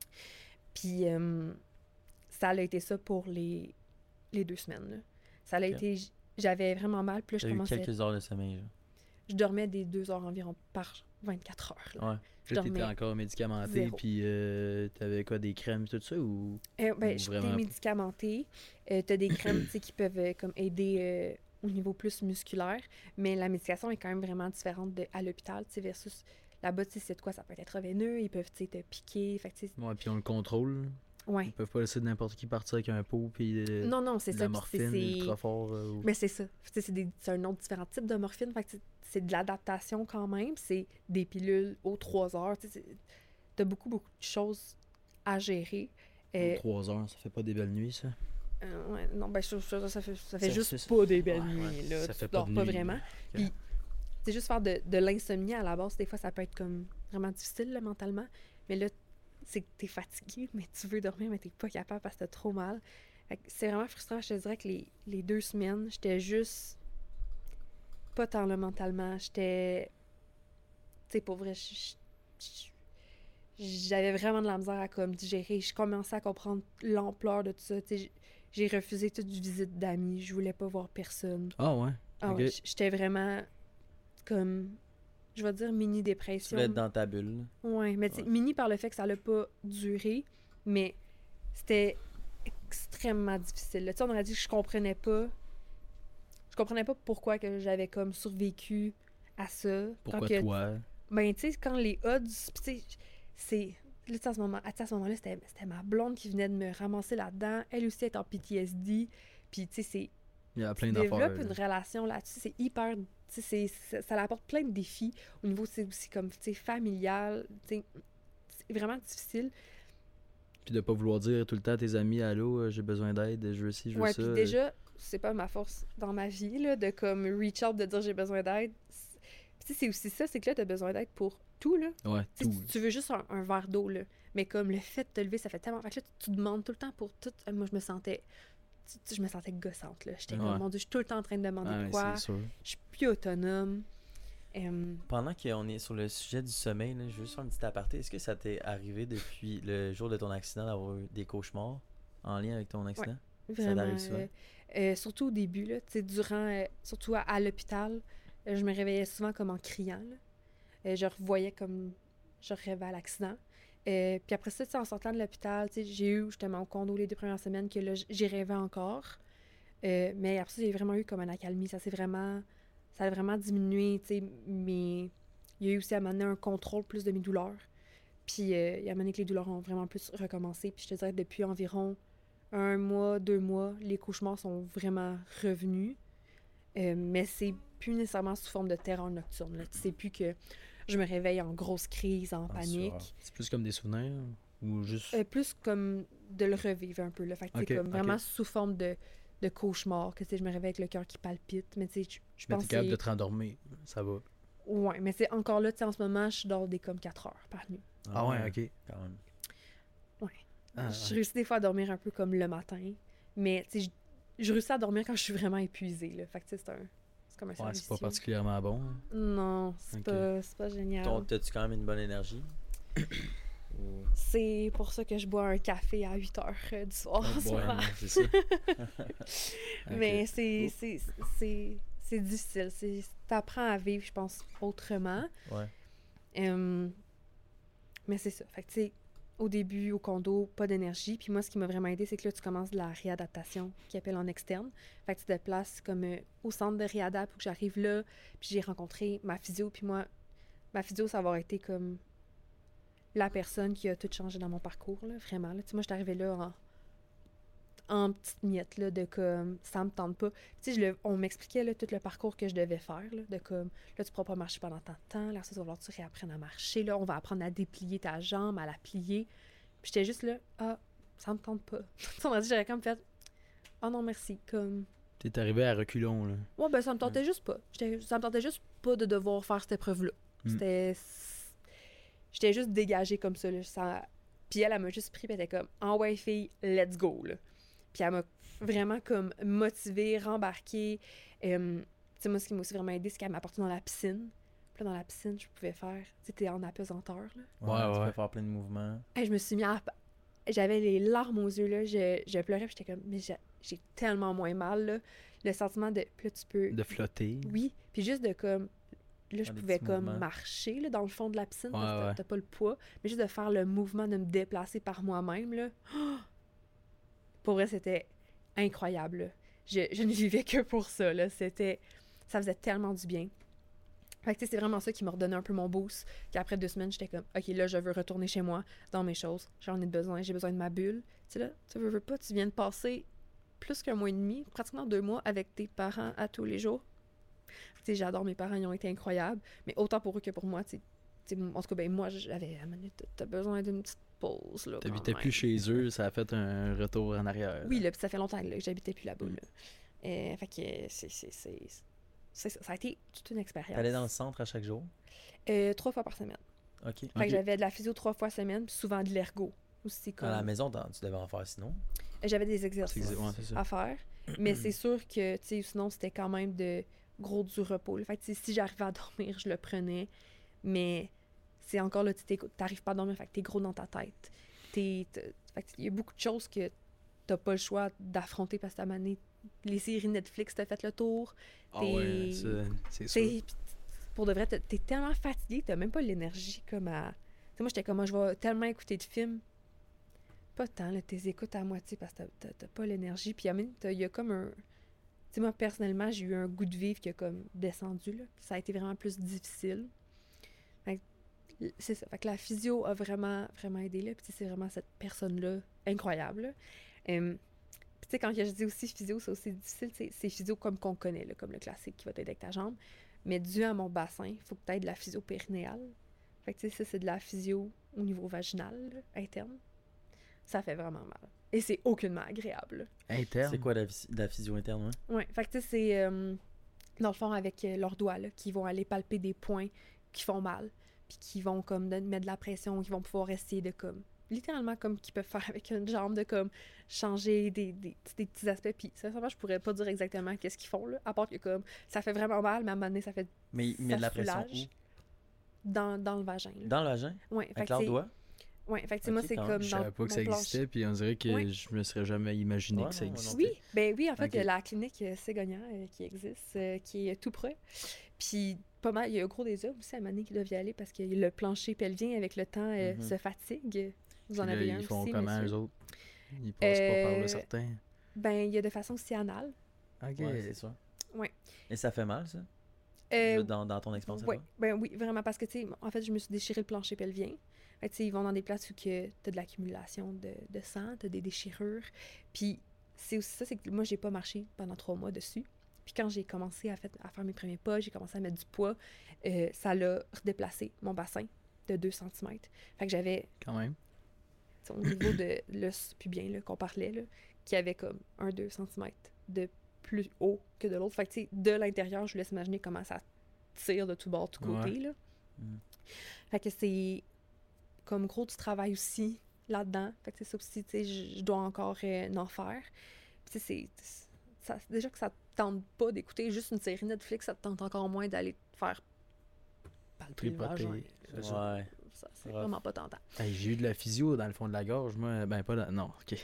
Puis euh, ça a été ça pour les, les deux semaines. Là. Ça a Ok. été... J'avais vraiment mal. Puis là, je T'as eu commençais... quelques heures de sommeil, là. Je dormais des deux heures environ par vingt-quatre heures. Là. Ouais. Je Là, t'étais dormais encore médicamenté, zéro. puis euh, t'avais quoi, des crèmes, tout ça, ou... Euh, ben, Ou je vraiment t'ai pas? médicamentée. Euh, t'as des crèmes tu sais, qui peuvent euh, comme aider euh, au niveau plus musculaire, mais la médication est quand même vraiment différente de, à l'hôpital, tu sais, versus là-bas, tu sais, c'est de quoi, ça peut être intraveineux, ils peuvent, tu sais, te piquer, fait que, tu sais, Ouais, puis on le contrôle. ouais. Ils peuvent pas laisser n'importe qui partir avec un pot, puis euh, Non, non, c'est de ça, la puis c'est- morphine c'est... ultra fort. euh, ou- Mais c'est ça, tu sais, c'est des- c'est un autre différent type de morphine, fait que c'est- c'est de l'adaptation quand même, c'est des pilules aux trois heures, tu sais, c'est- t'as beaucoup, beaucoup de choses à gérer. Euh, Trois heures, ça fait pas des belles nuits, ça. Euh, ouais, non, ben, je, je- ça fait, ça fait Ça- juste c'est- pas des belles Ouais, nuits, ouais, là. ça Tu fait pas dors de pas nuit, vraiment. là. Puis, c'est juste faire de, de l'insomnie à la base, des fois, ça peut être comme vraiment difficile, là, mentalement. Mais là, c'est que t'es fatigué, mais tu veux dormir, mais t'es pas capable parce que t'as trop mal. Fait que c'est vraiment frustrant. Je te dirais que les, les deux semaines, j'étais juste pas tant là mentalement. J'étais... Tu sais, pour vrai, je- je- je- j'avais vraiment de la misère à comme digérer. Je commençais à comprendre l'ampleur de tout ça. Tu sais, j- j'ai refusé toute visite d'amis. Je voulais pas voir personne. Ah ouais? Ah Ok. ouais, j- j'étais vraiment comme, je vais dire Tu mini-dépression. voulais être dans ta bulle, là. Ouais, mais tu sais, Ouais. mini par le fait que ça l'a pas duré, mais c'était extrêmement difficile. là. Tu sais, on aurait dit que je comprenais pas. Je comprenais pas pourquoi que j'avais comme survécu à ça. Pourquoi quand que, toi? Ben, tu sais, quand les odds, pis tu sais, c'est... Là, tu sais, à ce moment, à ce moment-là, c'était c'était ma blonde qui venait de me ramasser là-dedans. Elle aussi est en P T S D. Puis, tu sais, c'est... Il y a Tu plein d'affaires. développes une là. relation là-dessus. C'est hyper... Tu sais, c'est- ça, ça apporte plein de défis. Au niveau, c'est aussi comme, tu sais, familial. Tu sais, c'est vraiment difficile. Puis de pas vouloir dire tout le temps à tes amis, allô, euh, j'ai besoin d'aide, je veux ci, je veux Ouais, ça. puis déjà, c'est pas ma force dans ma vie, là, de comme reach out, de dire j'ai besoin d'aide. C'est- Puis tu sais, c'est aussi ça, c'est que là, t'as besoin d'aide pour tout, là. euh, Ouais, Tu sais, tout. tu- tu veux juste un, un verre d'eau, là. Mais comme le fait de te lever, ça fait tellement... Fait que là, tu, tu demandes tout le temps pour tout. Euh, Moi, je me sentais... tu- tu- Je me sentais gossante, là. J'étais Ouais. comme, mon Dieu, je suis tout le temps en train de demander Ah, ouais, quoi. c'est sûr. Je suis plus autonome. Euh, Pendant qu'on est sur le sujet du sommeil, là, je veux juste faire un petit aparté. Est-ce que ça t'est arrivé depuis le jour de ton accident d'avoir eu des cauchemars en lien avec ton accident? Vraiment. t'arrive souvent? euh, euh, surtout au début, là. Tu sais, durant... euh, surtout à, à l'hôpital, euh, je me réveillais souvent comme en criant, là. Euh, je revoyais comme... Je rêvais à l'accident. Euh, puis après ça, tu sais, en sortant de l'hôpital, tu sais, j'ai eu justement au condo les deux premières semaines que là, j- j'y rêvais encore. Euh, mais après ça, j'ai vraiment eu comme une accalmie. Ça s'est vraiment... Ça a vraiment diminué, tu sais, mais... Il y a eu aussi à m'amener un contrôle plus de mes douleurs. Puis euh, il y a amené que les douleurs ont vraiment plus recommencé. Puis je te dirais que depuis environ un mois, deux mois, les cauchemars sont vraiment revenus. Euh, mais c'est plus nécessairement sous forme de terreur nocturne. Là. Tu sais plus que je me réveille en grosse crise, en En panique. sueur. C'est plus comme des souvenirs ou juste. Euh, plus comme de le revivre un peu. Là. Fait que, tu sais, Ok, comme ok. vraiment sous forme de, de cauchemar. Que tu sais, je me réveille avec le cœur qui palpite. Mais tu sais, je, je Mais pense t'es que capable de c'est... te rendormir, ça va. Ouais, mais c'est encore là, tu sais, en ce moment, je dors des comme quatre heures par nuit. Ah ouais, ok. Quand même. Ah, Je réussis des fois à dormir un peu comme le matin. Mais tu sais, je, je réussis à dormir quand je suis vraiment épuisée. Là. Fait que tu sais, c'est un... C'est comme un ouais, cercle c'est pas vicieux. particulièrement bon. hein. Non, c'est Ok. pas, c'est pas génial. Ton- T'as-tu quand même une bonne énergie? Ou- C'est pour ça que je bois un café à huit heures euh, du soir en ce Ouais, moment. non, c'est ça. Mais Ok. c'est, c'est, c'est, c'est difficile. C'est, t'apprends à vivre, je pense, autrement. Ouais. Euh, mais c'est ça. Fait que, tu sais, au début, au condo, pas d'énergie. Puis moi, ce qui m'a vraiment aidé, c'est que là, tu commences de la réadaptation, qui appelle en externe. Fait que tu te déplaces comme euh, au centre de réadap pour que j'arrive là. Puis j'ai rencontré ma physio. Puis moi, ma physio, ça va avoir été comme la personne qui a tout changé dans mon parcours, là, vraiment. Là. Tu sais, moi, je suis arrivée là en, en petite miette, là, de comme, ça me tente pas. Puis, tu sais, je le- on m'expliquait, là, tout le parcours que je devais faire, là, de comme, là, tu pourras pas marcher pendant tant de temps, là, ça, va falloir que tu réapprennes à marcher, là, on va apprendre à déplier ta jambe, à la plier. Puis j'étais juste là, ah, ça me tente pas. Tu sais, on m'a dit, j'aurais comme fait, ah non, merci, comme, T'es arrivé à reculons, là. ouais, ben, ça me tentait juste pas. J'étais- Ça me tentait juste pas de devoir faire cette épreuve-là. Mm. C'était. J'étais juste dégagée comme ça, là. Ça... Puis elle, elle m'a juste pris, puis elle était comme, ah ouais, fille, let's go, là. Puis elle m'a vraiment comme motivée, rembarquée. Euh, tu sais, moi, ce qui m'a aussi vraiment aidé, c'est qu'elle m'a apporté dans la piscine. Puis là, dans la piscine, je pouvais faire. Tu sais, t'es en apesanteur, là. Ouais, Tu ouais. peux faire plein de mouvements. Et je me suis mis à. j'avais les larmes aux yeux, là. Je, je pleurais, puis j'étais comme, mais j'ai, j'ai tellement moins mal, là. Le sentiment de, puis là, tu peux... De flotter. Oui, puis juste de comme... Là, je Faire des pouvais petits comme mouvements. marcher, là, dans le fond de la piscine, parce Ouais, que t'as- ouais. t'as pas le poids. Mais juste de faire le mouvement de me déplacer par moi-même, là. Pour vrai, c'était incroyable, là. Je, je ne vivais que pour ça, là. C'était... Ça faisait tellement du bien. Fait que, tu sais, c'est vraiment ça qui m'a redonné un peu mon boost. Qu'après deux semaines, j'étais comme, OK, là, je veux retourner chez moi, dans mes choses. J'en ai besoin, j'ai besoin de ma bulle. Tu sais, là, tu veux, veux pas, tu viens de passer plus qu'un mois et demi, pratiquement deux mois, avec tes parents à tous les jours. Tu sais, j'adore mes parents, ils ont été incroyables. Mais autant pour eux que pour moi, tu sais. Tu sais, en tout cas, ben, moi, j'avais, à un moment donné, t'as- t'as besoin d'une petite pause, là. quand T'habitais même. plus chez eux, ça a fait un retour en arrière. Oui, là. là, puis ça fait longtemps là, que j'habitais plus là-bas, Mm. là. Euh, fait que c'est, c'est, c'est, c'est ça. Ça a été toute une expérience. T'allais dans le centre à chaque jour? Euh, trois fois par semaine. OK. Fait Ok. que j'avais de la physio trois fois semaine, puis souvent de l'ergo aussi. Comme... À la maison, t'en- tu devais en faire sinon? J'avais des C'est exercices exa- ouais, c'est ça. à faire, mais c'est sûr que, tu sais, sinon, c'était quand même de gros du repos. Là. Fait que, tu sais, si j'arrivais à dormir, je le prenais, mais c'est encore là, tu t'es- t'arrives pas à dormir, fait que t'es gros dans ta tête. T'es, t'es- fait que il y a beaucoup de choses que t'as pas le choix d'affronter parce que t'as mané les séries Netflix, t'as fait le tour. Ah ouais, t'es- ça, c'est sûr. T'sais, pis pour de vrai, t'es t'es tellement fatigué, t'as même pas l'énergie comme à... T'sais, moi, j'étais comme, moi, je vais tellement écouter de films. Pas tant, là, t'es écoutes à moitié parce que t'as- t'as t'as pas l'énergie. Puis il y a comme un... Tu sais, moi, personnellement, j'ai eu un goût de vivre qui a comme descendu, là. Ça a été vraiment plus difficile. Fait que, c'est ça. Fait que la physio a vraiment, vraiment aidé, là. Puis tu sais, c'est vraiment cette personne-là incroyable, là. Euh, puis tu sais, quand je dis aussi physio, c'est aussi difficile, c'est c'est physio comme qu'on connaît, là, comme le classique qui va t'aider avec ta jambe. Mais dû à mon bassin, il faut que tu aies de la physio périnéale. Fait que tu sais, ça, c'est de la physio au niveau vaginal, là, interne. Ça fait vraiment mal. Et c'est aucunement agréable. Interne. C'est quoi la, vis- la physio interne, ouais? Ouais, fait que tu sais, c'est euh, dans le fond avec euh, leurs doigts, là, qui vont aller palper des points qui font mal, puis qui vont comme de- mettre de la pression, qui vont pouvoir essayer de comme, littéralement comme qu'ils peuvent faire avec une jambe, de comme changer des, des, des petits aspects. Puis sincèrement, je pourrais pas dire exactement qu'est-ce qu'ils font, là, à part que comme, ça fait vraiment mal, mais à un moment donné, ça fait Mais il met Ça de la pression soulage. où? dans, dans le vagin. Là. Dans le vagin? Ouais, fait Avec que leurs c'est- doigts? Ouais, fait que tu sais, moi, Ok, c'est quand comme même. Je dans savais pas que mon ça plancher. existait, puis on dirait que Ouais. je me serais jamais imaginé Ouais, que ça non, moi non existait. Oui, ben oui, en fait, il y a Ok. la clinique euh, Ségonia euh, qui existe, euh, qui est tout près. Puis, pas mal, il y a gros des hommes aussi à Mané qui doivent y aller parce que le plancher pelvien, avec le temps, euh, Mhm. se fatigue. Vous en Puis là, avez un ils font aussi, comment, monsieur? eux autres? Ils passent pas par Euh, là, certains. Ben, il y a de façon aussi anale. Ok. Ouais, c'est ça. Ouais. Et ça fait mal, ça? Euh, Je veux- dans, dans ton expérience à ouais, toi? ben oui, vraiment, parce que, tu sais, en fait, je me suis déchiré le plancher pelvien. Fait que, tu sais, ils vont dans des places où que t'as de l'accumulation de, de sang, t'as des déchirures. Puis, c'est aussi ça, c'est que moi, j'ai pas marché pendant trois mois dessus. Puis quand j'ai commencé à, fait- à faire mes premiers pas, j'ai commencé à mettre du poids, euh, ça l'a redéplacé mon bassin de deux centimètres. Fait que j'avais, Quand même. tu sais, au niveau de l'os pubien là, qu'on parlait, là, qui avait comme un à deux centimètres de plus haut que de l'autre. Fait que, tu sais, de l'intérieur, je vous laisse imaginer comment ça tire de tout bord, de tout côté, Ouais. là. Mhm. Fait que c'est comme gros du travail aussi là-dedans. Fait que c'est ça aussi, tu sais, je je dois encore euh, en faire. Puis tu sais, c'est... ça- déjà que ça te tente pas d'écouter juste une série Netflix, ça te tente encore moins d'aller te faire palper le Tripoter. vagin. C'est ça. Ouais. Ça, c'est Rough. vraiment pas tentant. Hey, j'ai eu de la physio dans le fond de la gorge, moi. Ben, pas dans... Non, ok.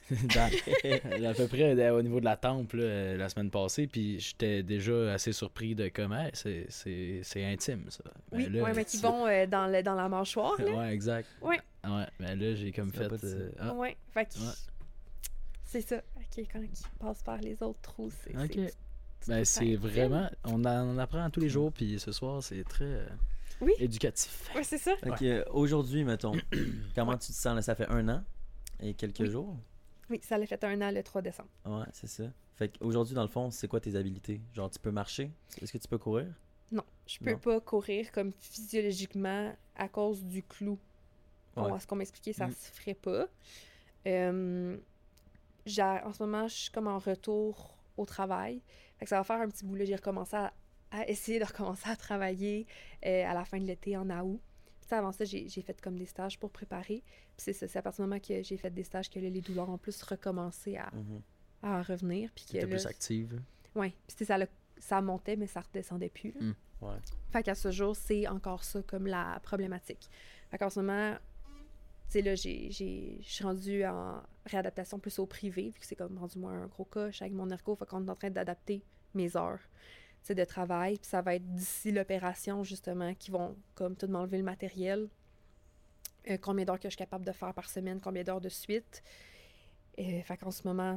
Dans- à peu près euh, au niveau de la tempe là, euh, la semaine passée, puis j'étais déjà assez surpris de comment c'est, c'est, c'est intime, ça. Oui, Ben là, ouais, mais qui tu- vont euh, dans, le, dans la mâchoire, là. Ouais, exact. Ouais. Ouais, mais là, j'ai comme Ça va fait. pas de euh, ah, Ouais, fait que Ouais. c'est ça. OK, quand il passe par les autres trous, c'est... Ok. c'est- ben, ça c'est intime. vraiment. On en on apprend tous les jours, puis ce soir, c'est très euh, Oui. éducatif. Ouais, c'est ça. Fait que, euh, aujourd'hui, mettons, comment tu te sens? Là? Ça fait un an et quelques Oui. jours? Oui, ça l'a fait un an le trois décembre. Ouais, c'est ça. Fait qu'aujourd'hui, dans le fond, c'est quoi tes habilités? Genre, tu peux marcher? Est-ce que tu peux courir? Non, je peux Non. pas courir comme physiologiquement à cause du clou. Bon, Ouais. à ce qu'on m'a expliqué, ça Mm. se ferait pas. Euh, j'ai- en ce moment, je suis comme en retour au travail. Fait que ça va faire un petit bout. Là, j'ai recommencé à, à essayer de recommencer à travailler euh, à la fin de l'été, en août. Puis tu sais, avant ça, j'ai j'ai fait comme des stages pour préparer. Puis c'est ça, c'est à partir du moment que j'ai fait des stages que là, les douleurs ont plus recommencé à, Mhm. à revenir. Puis que T'étais là, plus active. ouais. Puis tu sais, ça, l'a- ça montait, mais ça redescendait plus. là. Mm. Ouais. Fait qu'à ce jour, c'est encore ça comme la problématique. Fait qu'en ce moment, tu sais, là, j'ai, j'ai, je suis rendue en réadaptation plus au privé, vu que c'est comme rendu moi un gros cas. Je suis avec mon ergo, fait qu'on est en train d'adapter mes heures, tu sais, de travail. Puis ça va être d'ici l'opération, justement, qui vont comme tout m'enlever le matériel. Euh, combien d'heures que je suis capable de faire par semaine, combien d'heures de suite. Euh, fait qu'en ce moment,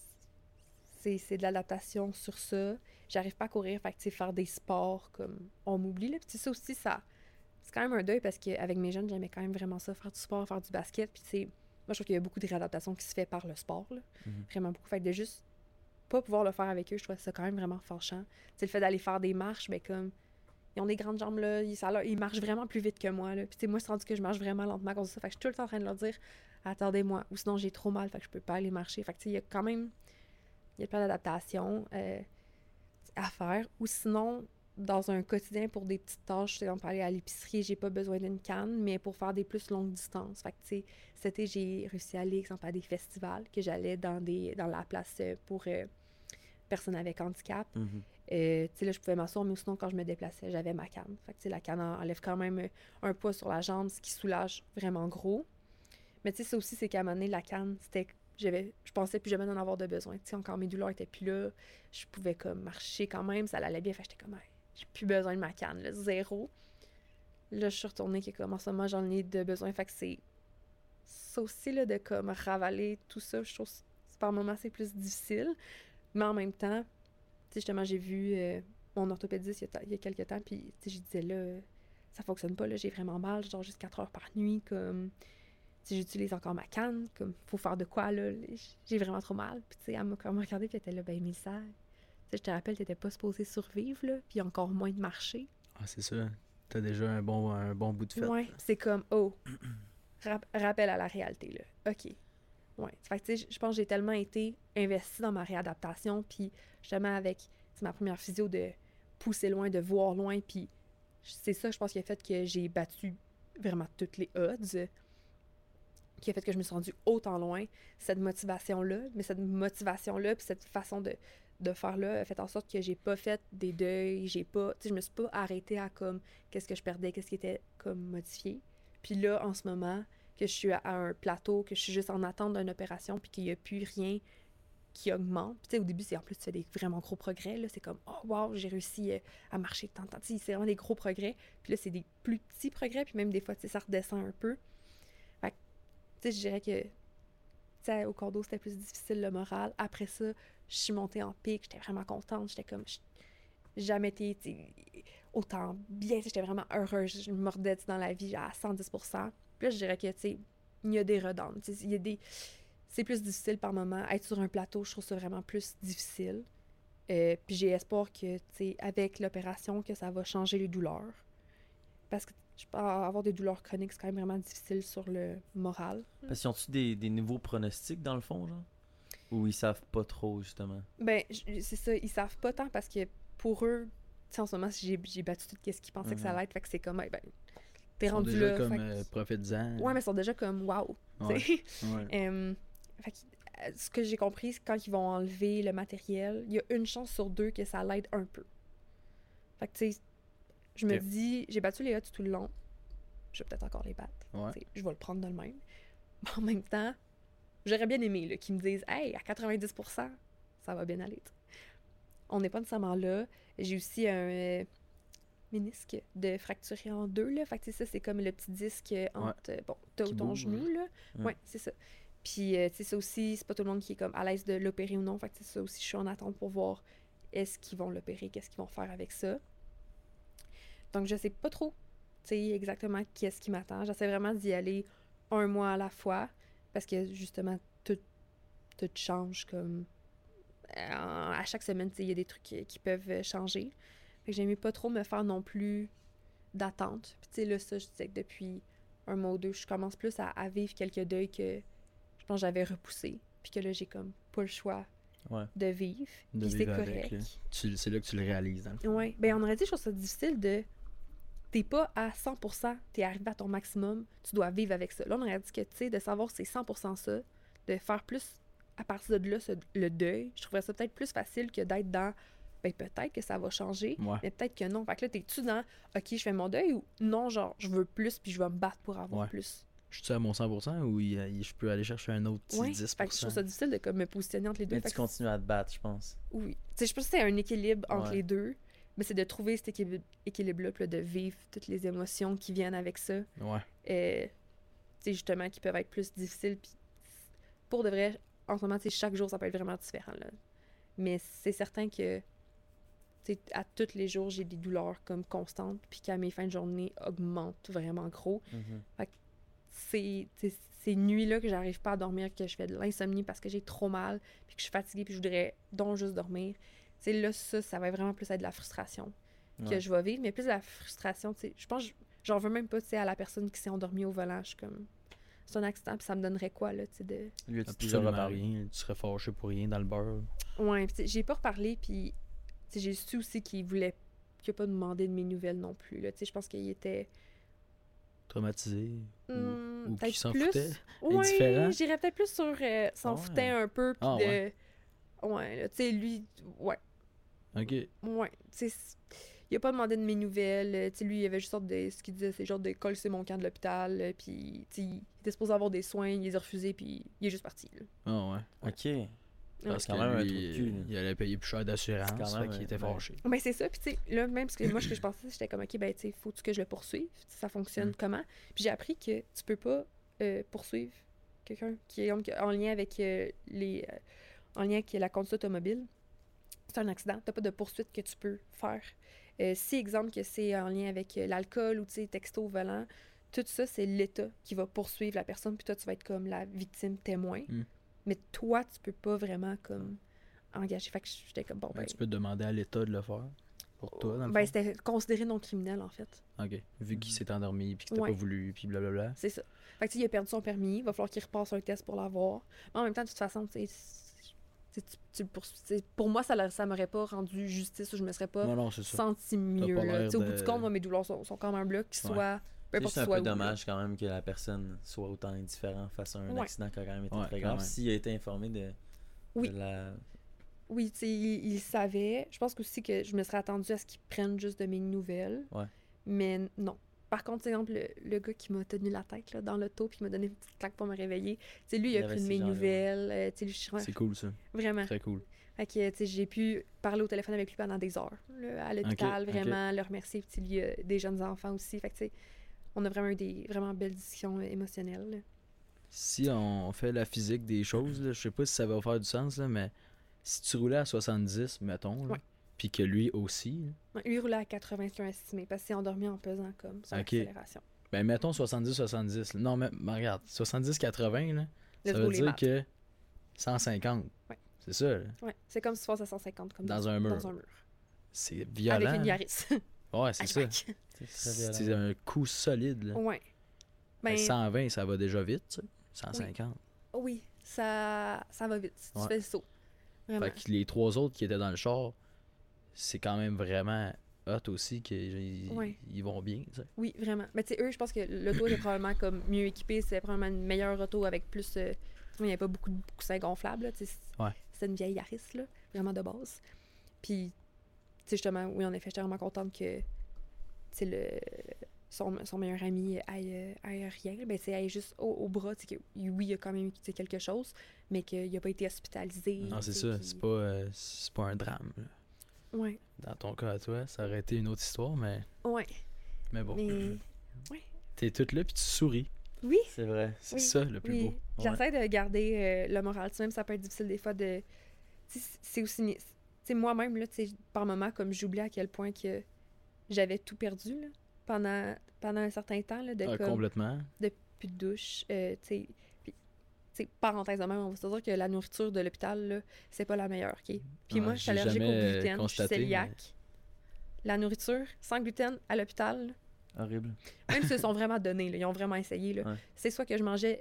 c'est, c'est de l'adaptation sur ça. J'arrive pas à courir, fait que, tu sais, faire des sports, comme, on m'oublie, là. Puis ça aussi, ça... C'est quand même un deuil parce qu'avec mes jeunes, j'aimais quand même vraiment ça, faire du sport, faire du basket. Puis, tu sais, moi, je trouve qu'il y a beaucoup de réadaptation qui se fait par le sport, là. Mm-hmm. Vraiment beaucoup. Fait que de juste pas pouvoir le faire avec eux, je trouve ça quand même vraiment fâchant. Tu sais, le fait d'aller faire des marches, ben comme, ils ont des grandes jambes, là, ils, ça, là, ils marchent vraiment plus vite que moi, là. Puis, tu sais, moi, c'est rendu que je marche vraiment lentement à cause de ça. Fait que je suis tout le temps en train de leur dire, attendez-moi, ou sinon j'ai trop mal, fait que je peux pas aller marcher. Fait que, tu sais, il y a quand même, il y a plein d'adaptations euh, à faire. Ou sinon, dans un quotidien pour des petites tâches, on peut aller à l'épicerie, j'ai pas besoin d'une canne, mais pour faire des plus longues distances. Fait que, tu sais, cet été, j'ai réussi à aller, exemple, à des festivals, que j'allais dans des dans la place pour euh, personnes avec handicap. Mm-hmm. Euh, tu sais, là, je pouvais m'asseoir, mais sinon, quand je me déplaçais, j'avais ma canne. Fait que, tu sais, la canne enlève quand même un poids sur la jambe, ce qui soulage vraiment gros. Mais, tu sais, ça aussi, c'est qu'à un moment donné, la canne, c'était... J'avais, je pensais plus jamais en avoir de besoin. Tu sais, encore mes douleurs étaient plus là. Je pouvais, comme, marcher quand même, ça allait bien. Fait que j'étais comme... Hey, j'ai plus besoin de ma canne, là, zéro. Là, je suis retournée que comme en ce moment, j'en ai de besoin. Fait que c'est ça aussi, là, de comme ravaler tout ça. Je trouve que par moments, c'est plus difficile. Mais en même temps, tu sais, justement, j'ai vu euh, mon orthopédiste il y, a, il y a quelques temps, puis tu sais, je disais, là, ça fonctionne pas, là, j'ai vraiment mal, genre juste quatre heures par nuit, comme, tu sais, j'utilise encore ma canne, comme, faut faire de quoi, là, j'ai vraiment trop mal. Puis tu sais, elle m'a comme regardé, puis elle était là, ben, Mélissa, tu sais, je te rappelle, t'étais pas supposée survivre, là, puis encore moins de marcher. Ah, c'est ça. T'as déjà un bon, un bon bout de fait. Ouais, c'est comme, oh, rap- rappel à la réalité, là. OK. Ouais. Fait que, tu sais, je pense que j'ai tellement été investie dans ma réadaptation, puis justement avec ma première physio de pousser loin, de voir loin, puis c'est ça, je pense, qui a fait que j'ai battu vraiment toutes les odds, qui a fait que je me suis rendue autant loin, cette motivation-là, mais cette motivation-là, puis cette façon de de faire là a fait en sorte que j'ai pas fait des deuils, j'ai pas, tu sais, je me suis pas arrêtée à comme qu'est-ce que je perdais, qu'est-ce qui était comme modifié. Puis là, en ce moment, que je suis à un plateau, que je suis juste en attente d'une opération, puis qu'il n'y a plus rien qui augmente. Puis tu sais, au début, c'est en plus, tu fais des vraiment gros progrès, là, c'est comme, oh wow, j'ai réussi euh, à marcher tant, tant, tu sais, c'est vraiment des gros progrès. Puis là, c'est des plus petits progrès, puis même des fois, tu sais, ça redescend un peu. Fait que, tu sais, je dirais que, tu sais, au cordeau, c'était plus difficile le moral. Après ça, je suis montée en pic, j'étais vraiment contente, j'étais comme, j'ai jamais été autant bien, j'étais vraiment heureuse, je me mordais dans la vie à cent dix pour cent. Puis là, je dirais que, tu sais, il y a des redans, il y a des... C'est plus difficile par moment. Être sur un plateau, je trouve ça vraiment plus difficile. Euh, puis j'ai espoir que, tu sais, avec l'opération, que ça va changer les douleurs. Parce que je pense avoir des douleurs chroniques, c'est quand même vraiment difficile sur le moral. Parce qu'ils ont-tu des, des nouveaux pronostics, dans le fond, genre? Ou ils savent pas trop, justement? Ben, c'est ça, ils savent pas tant parce que pour eux, tu sais, en ce moment, j'ai, j'ai battu tout ce qu'ils pensaient mm-hmm. que ça allait être. Fait que c'est comme, ben, t'es ils rendu sont déjà là. comme Fait euh, profites-en. Ouais, mais ils sont déjà comme, wow. Ouais. ouais. um, fait que, ce que j'ai compris, c'est quand ils vont enlever le matériel, il y a une chance sur deux que ça l'aide un peu. Fait que, tu sais, je me okay. dis, j'ai battu les odds tout le long. Je vais peut-être encore les battre. Ouais. Je vais le prendre de le même. Mais en même temps, j'aurais bien aimé là, qu'ils me disent « Hey, à quatre-vingt-dix pour cent, ça va bien aller. » On n'est pas nécessairement là. J'ai aussi un euh, ménisque de fracturé en deux. Là. Fait que ça, c'est comme le petit disque entre ouais. bon, t'as ton bouge, genou. Là. Ouais, ouais c'est ça. Puis, euh, tu sais, ça aussi, c'est pas tout le monde qui est comme à l'aise de l'opérer ou non. Fait que ça aussi, je suis en attente pour voir est-ce qu'ils vont l'opérer, qu'est-ce qu'ils vont faire avec ça. Donc, je sais pas trop, tu sais, exactement qu'est-ce qui m'attend. J'essaie vraiment d'y aller un mois à la fois. Parce que, justement, tout, tout change comme... Euh, à chaque semaine, il y a des trucs qui, qui peuvent changer. Fait que j'aimais pas trop me faire non plus d'attente. Puis, tu sais, là, ça, je disais que depuis un mois ou deux, je commence plus à, à vivre quelques deuils que je pense que j'avais repoussés. Puis que là, j'ai comme pas le choix ouais. de vivre. De puis vivre c'est avec, correct. Là. Tu, c'est là que tu le réalises, dans le fond. Ouais. Ben, on aurait dit, je trouve ça difficile de... T'es pas à cent pour cent, t'es arrivé à ton maximum, tu dois vivre avec ça. Là, on aurait dit que, tu sais, de savoir c'est cent pour cent ça, de faire plus, à partir de là, ce, le deuil, je trouverais ça peut-être plus facile que d'être dans, ben peut-être que ça va changer, ouais. mais peut-être que non. Fait que là, t'es-tu dans, OK, je fais mon deuil ou non, genre, je veux plus puis je vais me battre pour avoir ouais. plus. je suis à mon cent pour cent ou il, il- je peux aller chercher un autre petit Ouais. dix Fait pour que je trouve cent? ça difficile de comme, me positionner entre les deux. Mais Fait tu que continues à te battre, je pense. oui. Tu sais, je pense que c'est un équilibre entre Ouais. les deux. Mais c'est de trouver cet équilibre- équilibre-là, puis là, de vivre toutes les émotions qui viennent avec ça. Ouais. Euh, tu sais, justement, qui peuvent être plus difficiles. Puis pour de vrai, en ce moment, tu sais, chaque jour, ça peut être vraiment différent, là. Mais c'est certain que, tu sais, à tous les jours, j'ai des douleurs comme constantes, puis qu'à mes fins de journée augmentent vraiment gros. Mhm. C'est tu sais, ces nuits-là que j'arrive pas à dormir, que je fais de l'insomnie parce que j'ai trop mal, puis que je suis fatiguée, puis je voudrais donc juste dormir. Tu sais, là, ça, ça va vraiment plus être de la frustration que Ouais. je vais vivre, mais plus de la frustration, tu sais. Je pense, que j'en veux même pas, tu sais, à la personne qui s'est endormie au volant. Je suis comme, c'est un accident, puis ça me donnerait quoi, là, tu sais, de... Lui, as-tu déjà Absolument reparlé? rien. Tu serais fâché pour rien dans le beurre. Ouais, puis tu sais, j'ai pas reparlé, puis tu sais, j'ai su aussi qu'il voulait, qu'il a pas demandé de mes nouvelles non plus, là. Tu sais, je pense qu'il était... Traumatisé. Ou, Hmm, ou peut-être qui s'en plus... foutait. Ouais, Indifférent? j'irais peut-être plus sur euh, s'en Ah ouais. foutait un peu, puis Ah de... ouais. Ouais, là, tu sais, lui, ouais, Ok. ouais, tu sais, c- il a pas demandé de mes nouvelles, euh, tu sais, lui, il avait juste sorte de, ce qu'il disait, c'est genre de coller mon camp de l'hôpital, euh, puis, tu sais, il était supposé avoir des soins, il les a refusés, puis il est juste parti, là. Ah ouais. Ok. Parce quand que même un lui, trou de cul, là. il allait payer plus cher d'assurance, C'est quand fait même qu'il un- était ben, fâché. Ben c'est ça, puis tu sais, là, même, parce que moi, ce que je pensais, j'étais comme, OK, ben, tu sais, faut-tu que je le poursuive? Ça fonctionne Mm. comment? Puis j'ai appris que tu peux pas euh, poursuivre quelqu'un qui est en, en lien avec euh, les... euh, en lien avec la conduite automobile. C'est un accident, t'as pas de poursuite que tu peux faire. Euh, si, exemple, que c'est en lien avec euh, l'alcool ou, tu sais, texto au volant, tout ça, c'est l'État qui va poursuivre la personne, puis toi, tu vas être comme la victime témoin. Mm. Mais toi, tu peux pas vraiment, comme, engager. Fait que j'étais comme, bon, Ben, ben... tu peux demander à l'État de le faire. Pour toi, dans le Ben, fond. c'était considéré non criminel, en fait. Ok. Vu qu'il s'est endormi, puis que t'as Ouais. pas voulu, puis blablabla. C'est ça. Fait que, tu sais, il a perdu son permis, il va falloir qu'il repasse un test pour l'avoir. Mais en même temps, de toute façon, tu sais, tu, tu, tu le poursuis- tu sais, pour moi, ça, l'a- ça m'aurait pas rendu justice ou je me serais pas Non, non, c'est ça. senti mieux. pas Là. l'air Tu sais, Au bout de- du compte, moi, mes douleurs sont, sont quand même là, qu'ils Ouais. soient. Peu Tu sais, importe c'est un soit peu où, là. dommage quand même que la personne soit autant indifférente face à un Ouais. accident qui a quand même été Ouais, très quand grave. même. S'il a été informé de, Oui. de la... Oui, tu sais, il, il savait. Je pense aussi que je me serais attendue à ce qu'il prenne juste de mes nouvelles. Ouais. Mais non. Par contre, par exemple, le, le gars qui m'a tenu la tête là, dans l'auto puis qui m'a donné une petite claque pour me réveiller, tu sais, lui, il Il y a avait pris de ces mes gens-là, ouais. nouvelles. euh, tu sais, lui, je suis C'est cool, ça. vraiment. Très cool. Fait que, tu sais, j'ai pu parler au téléphone avec lui pendant des heures, là, à l'hôpital, Ok, ok. vraiment, le remercier. Puis, tu sais, lui, il a des jeunes enfants aussi. Fait que, tu sais, on a vraiment eu des vraiment belles discussions euh, émotionnelles. là. Si on fait la physique des choses, là, je sais pas si ça va faire du sens, là, mais si tu roulais à soixante-dix, mettons, là, Ouais. puis que lui aussi, là, Ouais, lui, il roulait à quatre-vingt-un estimé parce qu'il s'est endormi en pesant comme sur Ok. l'accélération. ben mettons soixante-dix soixante-dix. là. Non, mais, mais regarde, soixante-dix quatre-vingts, là, Let's ça go veut les dire maths. que cent cinquante. Ouais. C'est ça, là. Ouais, c'est comme si tu passes à cent cinquante comme Dans un mur. Dans un mur. C'est violent. Avec une là. Yaris. Ouais, c'est ça. Hatchback. C'est très C'est violent. un coup solide, là. Ouais. Ben, Ben, cent vingt, ça va déjà vite, tu sais. cent cinquante. oui, ça, ça va vite si tu Ouais. fais le saut. Vraiment. Fait que les trois autres qui étaient dans le char, c'est quand même vraiment hot aussi qu'ils Ouais. ils vont bien, tu sais. Oui, vraiment. Mais tu sais, eux, je pense que l'auto était probablement comme mieux équipé. C'était probablement une meilleure auto avec plus. euh, il n'y avait pas beaucoup de coussins gonflables. Là, tu sais, c'est- Ouais. C'était une vieille Yaris, là, vraiment de base. Puis, tu sais, justement, oui, en effet, j'étais vraiment contente que tu sais, le, son, son meilleur ami aille, euh, aille rien. Ben, c'est aille juste au, au bras. Tu sais, que, oui, il a quand même eu tu sais, quelque chose, mais qu'il n'a pas été hospitalisé. Non, c'est tu sais, ça. puis- C'est pas, euh, c'est pas un drame, là. Ouais, Dans ton cas à toi, ça aurait été une autre histoire, mais, ouais. mais bon. Mais, T'es toute là, puis tu souris. oui. C'est vrai. C'est Oui, ça le plus Oui, beau. j'essaie de garder euh, le moral. Tu sais, même ça peut être difficile des fois de. Tu sais, c'est aussi. Tu sais, moi-même, là, tu sais, par moments, comme j'oubliais à quel point que j'avais tout perdu, là, pendant, pendant un certain temps, là, de Ah, comme, complètement. plus de douche. euh, tu sais, puis, tu sais, parenthèse de même, on va se dire que la nourriture de l'hôpital, là, c'est pas la meilleure, OK? Puis Ouais, moi, je suis j'ai allergique au jamais, euh, gluten, je suis constaté, mais- cœliaque. La nourriture sans gluten à l'hôpital, là, Horrible. même s'ils se sont vraiment donnés, là, ils ont vraiment essayé. Là. Ouais. C'est soit que je mangeais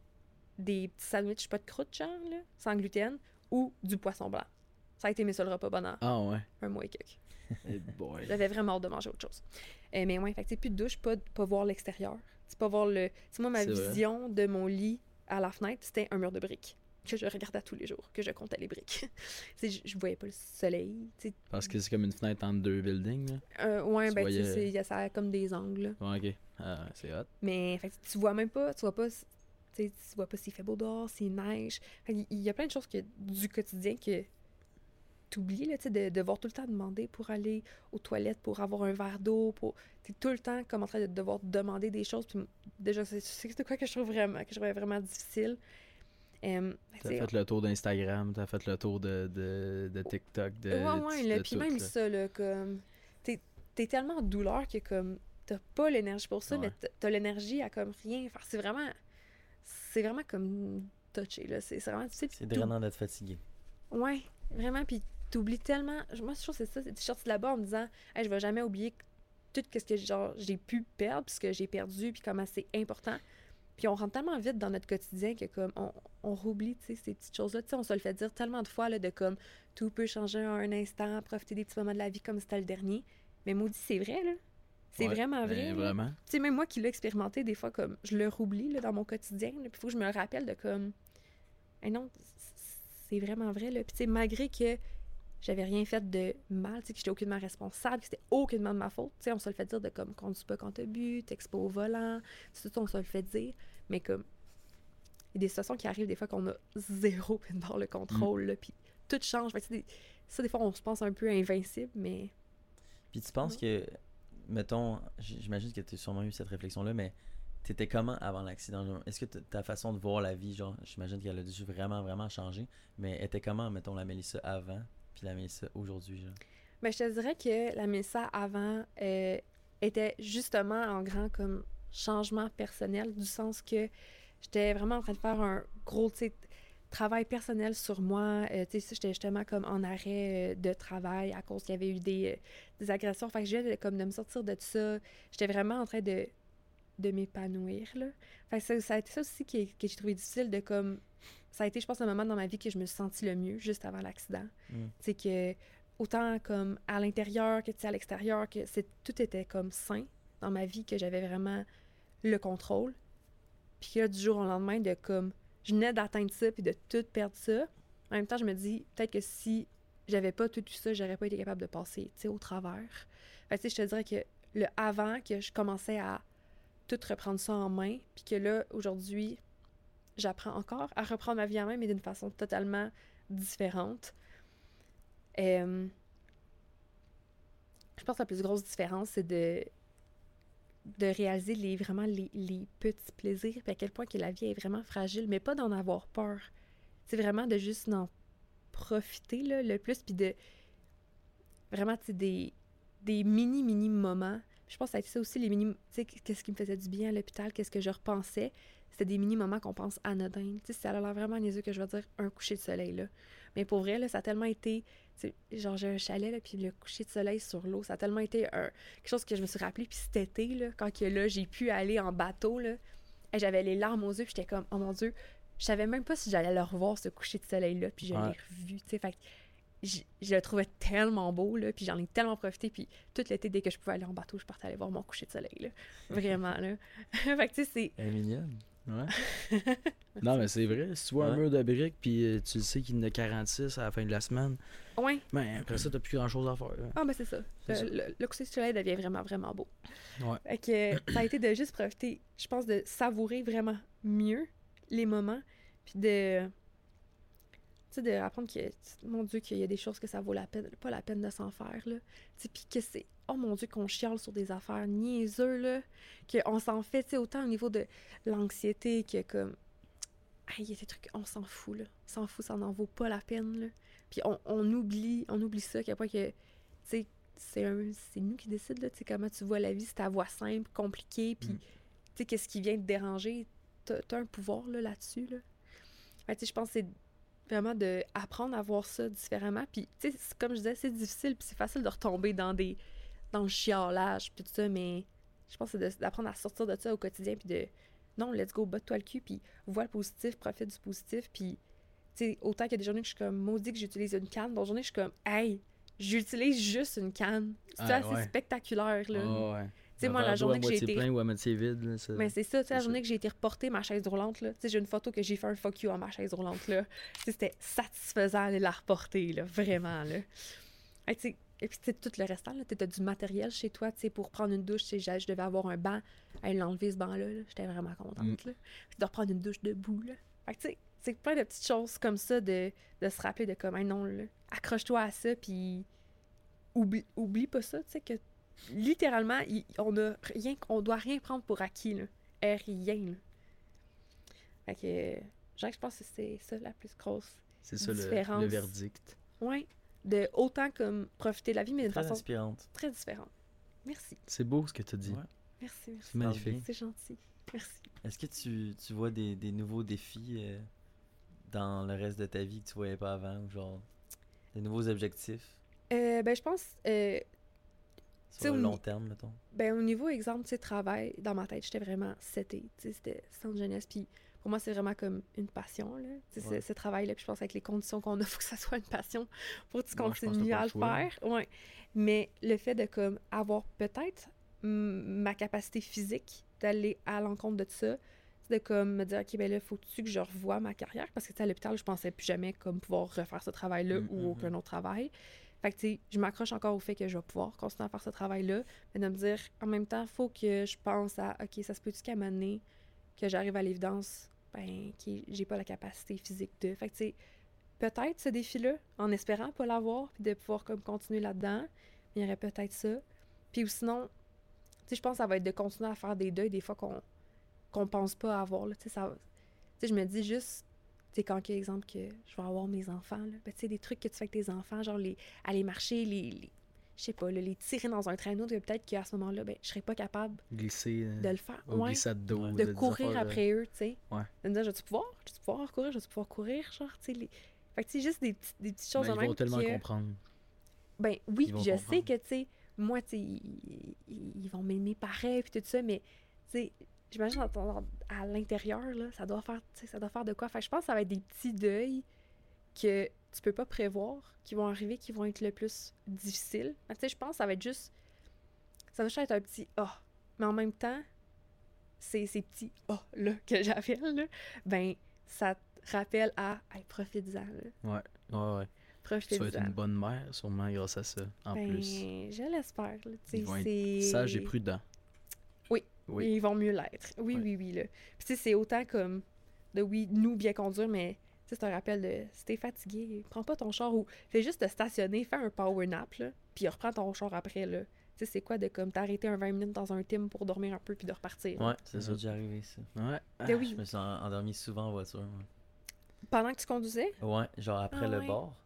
des petits sandwichs pas de croûte, genre, là, sans gluten, ou du poisson blanc. Ça a été mes seuls repas pendant Ah ouais. un mois et quelques. Eh boy. J'avais vraiment hâte de manger autre chose. Euh, mais ouais, fait que, tu sais, plus de douche, pas, pas voir l'extérieur. C'est pas voir le. Tu sais, moi, ma C'est vrai. vision de mon lit à la fenêtre, c'était un mur de briques que je regardais tous les jours, que je comptais les briques. Tu sais, je, je voyais pas le soleil. tu sais. Parce que c'est comme une fenêtre entre deux buildings, là. Euh, ouais, Tu ben, tu sais, voyais- c'est- y a- ça a comme des angles. là. Ouais, ok. Ah, c'est hot. Mais fait, que tu vois même pas, tu vois pas, tu sais, tu vois pas s'il fait beau dehors, s'il neige. Fait, il il y a plein de choses que, du quotidien que t'oublies, là, tu sais, de devoir tout le temps demander pour aller aux toilettes, pour avoir un verre d'eau, pour... T'es tout le temps comme en train de devoir demander des choses, puis déjà, c'est c'est de quoi que je trouve vraiment, que je trouvais vraiment difficile. Euh, T'as fait le tour d'Instagram, t'as fait le tour de, de, de TikTok, de, ouais, ouais, de là, puis tout, même là. ça, là, comme... T'es, t'es tellement en douleur que, comme, t'as pas l'énergie pour ça, Ouais. mais t'as- t'as l'énergie à, comme, rien faire. C'est vraiment... C'est vraiment, comme, touché, là. C'est c'est vraiment difficile. C'est puis drainant d'être fatigué. t'ou- Ouais, vraiment, puis t'oublies tellement... Moi, je trouve que c'est ça. Je suis sortie de là-bas en me disant, hey, je vais jamais oublier tout ce que, genre, j'ai pu perdre, puis ce que j'ai perdu, puis comment c'est important. Puis on rentre tellement vite dans notre quotidien que comme on, on oublie, tu sais, ces petites choses-là. Tu sais, on se le fait dire tellement de fois, là, de comme tout peut changer en un instant, profiter des petits moments de la vie comme si c'était le dernier. Mais maudit, c'est vrai, là. C'est Ouais, vraiment vrai. ben, là. vraiment. Tu sais, même moi qui l'ai expérimenté, des fois, comme je le roublie, là, dans mon quotidien. Puis il faut que je me le rappelle de comme, hey, non, c'est vraiment vrai, là. Puis tu sais, malgré que j'avais rien fait de mal, tu sais, que j'étais aucunement responsable, que c'était aucunement de ma faute. Tu sais, on se le fait dire de comme, conduis pas quand t'as bu, t'exposes pas au volant, tout ça, on se le fait dire. Mais comme, il y a des situations qui arrivent des fois qu'on a zéro dans le contrôle, là, puis tout change. Fait que, tu sais, des- ça, des fois, on se pense un peu invincible, mais... Puis tu penses Non. que, mettons, j- j'imagine que tu as sûrement eu cette réflexion-là, mais t'étais comment avant l'accident? Genre, est-ce que t- ta façon de voir la vie, genre, j'imagine qu'elle a dû vraiment, vraiment changer, mais était comment, mettons, la Mélissa avant, puis la Mélissa aujourd'hui, genre? Ben, je te dirais que la Mélissa avant euh, était justement en grand comme changement personnel, du sens que j'étais vraiment en train de faire un gros, tu sais, travail personnel sur moi. Euh, tu sais, j'étais justement comme en arrêt euh, de travail à cause qu'il y avait eu des, euh, des agressions. Fait que je viens de, comme de me sortir de ça. J'étais vraiment en train de, de m'épanouir, là. Fait que ça, ça a été ça aussi qui, que j'ai trouvé difficile de comme... Ça a été, je pense, un moment dans ma vie que je me suis sentie le mieux, juste avant l'accident. Mm. Tu sais, que autant comme à l'intérieur que tu sais, à l'extérieur, que c'est, tout était comme sain dans ma vie, que j'avais vraiment le contrôle. Puis que là, du jour au lendemain, de comme... Je venais d'atteindre ça, puis de tout perdre ça. En même temps, je me dis, peut-être que si j'avais pas tout eu ça, j'aurais pas été capable de passer, tu sais, au travers. Fait que, tu sais, je te dirais que le avant, que je commençais à tout reprendre ça en main, puis que là, aujourd'hui, j'apprends encore à reprendre ma vie en main, mais d'une façon totalement différente. Euh, je pense que la plus grosse différence, c'est de, de réaliser les, vraiment les, les petits plaisirs, puis à quel point que la vie est vraiment fragile, mais pas d'en avoir peur. C'est vraiment de juste en profiter là, le plus, puis de vraiment, tu sais, des, des mini-mini moments. Je pense que ça a été ça aussi, les mini... Tu sais, qu'est-ce qui me faisait du bien à l'hôpital, qu'est-ce que je repensais. C'était des mini-moments qu'on pense anodins. Tu sais, ça a l'air vraiment niaiseux que je vais dire un coucher de soleil, là. Mais pour vrai, là, ça a tellement été... Tu sais, genre, j'ai un chalet, là, puis le coucher de soleil sur l'eau, ça a tellement été un, quelque chose que je me suis rappelé. Puis cet été, là, quand que, là, j'ai pu aller en bateau, là, et j'avais les larmes aux yeux, puis j'étais comme, oh mon Dieu, je savais même pas si j'allais le revoir, ce coucher de soleil-là, puis je Ouais. l'ai revu, tu sais, fait que je, je le trouvais tellement beau, là, puis j'en ai tellement profité, puis tout l'été, dès que je pouvais aller en bateau, je partais aller voir mon coucher de soleil, là. Vraiment, là. Fait que, tu sais, c'est... Elle est mignonne. Ouais. Non, mais c'est vrai. Si tu vois un Ouais. mur de briques, puis euh, tu le sais qu'il y en a quarante-six à la fin de la semaine, Ouais. ben après ça, t'as plus grand-chose à faire. hein. Ah, ben c'est ça. C'est Euh, ça. le, le coucher de soleil devient vraiment, vraiment beau. Ouais. Fait que ça a été de juste profiter, je pense, de savourer vraiment mieux les moments, puis de... Tu sais, de apprendre que, mon Dieu, qu'il y a des choses que ça vaut la peine, pas la peine de s'en faire, là. Tu sais, puis que c'est... Oh mon Dieu, qu'on chiale sur des affaires niaiseux, là. Qu'on s'en fait, tu sais, autant au niveau de l'anxiété que comme... Ah, il y a des trucs, on s'en fout, là. On s'en fout, ça n'en vaut pas la peine, là. Puis on, on oublie, on oublie ça, qu'à point que, tu sais, c'est un- c'est nous qui décide, là, tu sais, comment tu vois la vie, c'est ta voix simple, compliquée, puis, Mm. tu sais, qu'est-ce qui vient te déranger, t'as, t'as un pouvoir, là, là-dessus, là. Fait que, tu sais, je pense que c'est vraiment d'apprendre à voir ça différemment, puis, tu sais, c'est- comme je disais, c'est difficile, puis c'est facile de retomber dans des, dans le chialage, puis tout ça, mais je pense que c'est de- d'apprendre à sortir de ça au quotidien, puis de, non, let's go, batte-toi le cul, puis vois le positif, profite du positif, puis, tu sais, autant qu'il y a des journées que je suis comme maudit que j'utilise une canne, d'autres journées, je suis comme, hey, j'utilise juste une canne. C'est Ah, assez ouais. spectaculaire, là. Ah, ouais. Tu sais, Un moi, la verre d'eau journée à que j'ai moitié été. plein ou à moitié vide, là, ça... Mais c'est ça, tu sais, la c'est journée ça. que j'ai été reportée ma chaise roulante, là. Tu sais, j'ai une photo que j'ai fait un fuck you à ma chaise roulante, là. Tu sais, c'était satisfaisant de la reporter, là, vraiment, là. Fait que, tu sais, Et puis, tu sais, tout le restant, là, tu as du matériel chez toi, tu sais, pour prendre une douche, tu sais, je devais avoir un banc, elle l'enlever ce banc-là, là, j'étais vraiment contente, Mm. là. Puis de reprendre une douche debout, là. Fait que, tu sais, c'est plein de petites choses comme ça de, de se rappeler de comme, hey, non, là, accroche-toi à ça, puis oublie, oublie pas ça, tu sais, que littéralement, il- on a rien, on doit rien prendre pour acquis, là. Eh, rien, là. Fait que, euh, genre, je pense que c'est ça la plus grosse. C'est ça le, Différence. le verdict. Ouais. De autant comme profiter de la vie, mais d'une Très façon inspirante. très différente. Merci. C'est beau ce que tu as dit. Ouais. Merci, merci. C'est magnifique. C'est gentil. Merci. Est-ce que tu, tu vois des, des nouveaux défis euh, dans le reste de ta vie que tu voyais pas avant, ou genre des nouveaux objectifs Euh, ben, je pense, euh, sur sais, le au long ni- terme, mettons? ben, au niveau exemple, tu sais, travail, dans ma tête, j'étais vraiment setée. Tu sais, c'était centre jeunesse. Puis pour moi, c'est vraiment comme une passion, là. Tu sais, Ouais. ce, ce travail-là. Puis je pense avec les conditions qu'on a, il faut que ça soit une passion pour que tu Ouais, je pense que continues t'as pas à le le choix, là. faire. Ouais. Mais le fait de comme avoir peut-être mm, ma capacité physique d'aller à l'encontre de ça, c'est de comme me dire, OK, ben là, faut-tu que je revoie ma carrière? Parce que, tu sais, à l'hôpital, je pensais plus jamais comme pouvoir refaire ce travail-là Mm, ou mm, aucun mm. autre travail. Fait que, tu sais, je m'accroche encore au fait que je vais pouvoir continuer à faire ce travail-là, mais de me dire, en même temps, faut que je pense à, OK, ça se peut-tu qu'à un moment donné, que j'arrive à l'évidence, ben, que j'ai pas la capacité physique de. Fait que, tu sais, peut-être ce défi-là, en espérant pas l'avoir, puis de pouvoir comme continuer là-dedans, mais il y aurait peut-être ça. Puis ou sinon, tu sais, je pense que ça va être de continuer à faire des deuils des fois qu'on qu'on pense pas avoir, là, tu sais, ça... Tu sais, je me dis juste, tu sais, quand, par exemple, que je vais avoir mes enfants, là, ben, tu sais, des trucs que tu fais avec tes enfants, genre les, aller marcher, les, les je sais pas, là, les tirer dans un traîneau, que peut-être qu'à ce moment-là, ben, je serais pas capable Glisser. euh, de le faire. au Ouais. glissade d'eau. Ouais. De des courir affaires, euh, après eux, tu sais. Ouais. De me dire, je vais pouvoir? Je vais pouvoir courir? Je vais pouvoir courir? Genre, tu sais, les... Fait que, tu sais, juste des, petits- des petites choses ben, de ils même vont tellement que- comprendre. Ben oui, Ils vont puis je sais comprendre. que, tu sais, moi, tu sais, ils, ils- ils vont m'aimer pareil, puis tout ça, mais, tu sais, j'imagine dans ton- à l'intérieur, là, ça doit faire, tu sais, ça doit faire de quoi. Fait que je pense que ça va être des petits deuils que tu peux pas prévoir, qui vont arriver, qui vont être le plus difficiles. Fait que, tu sais, je pense que ça va être juste, ça va juste être un petit « ah ». Mais en même temps, ces, ces petits « ah » là que j'appelle, là, ben, ça te rappelle à « hey, profite-en », là. Ouais, ouais, ouais. Tu vas être Profite-en. une bonne mère, sûrement, grâce à ça, en Ben, plus. je l'espère, là, tu sais, Ils vont être c'est... sages et prudents. Oui. Oui. Ils vont mieux l'être. Oui, Ouais. oui, oui, là. Puis, tu sais, c'est autant comme de, oui, nous, bien conduire, mais, tu sais, c'est un rappel de, si t'es fatigué, prends pas ton char ou fais juste te stationner, fais un power nap, là, puis reprends ton char après, là. Tu sais, c'est quoi de, comme, t'arrêter un vingt minutes dans un team pour dormir un peu puis de repartir. là. Ouais, c'est ça ça. m'est déjà arrivé, ça. Ouais. Ben oui. Je me suis en- endormi souvent en voiture. moi. Pendant que tu conduisais? Ouais, genre après Ah le ouais. bord.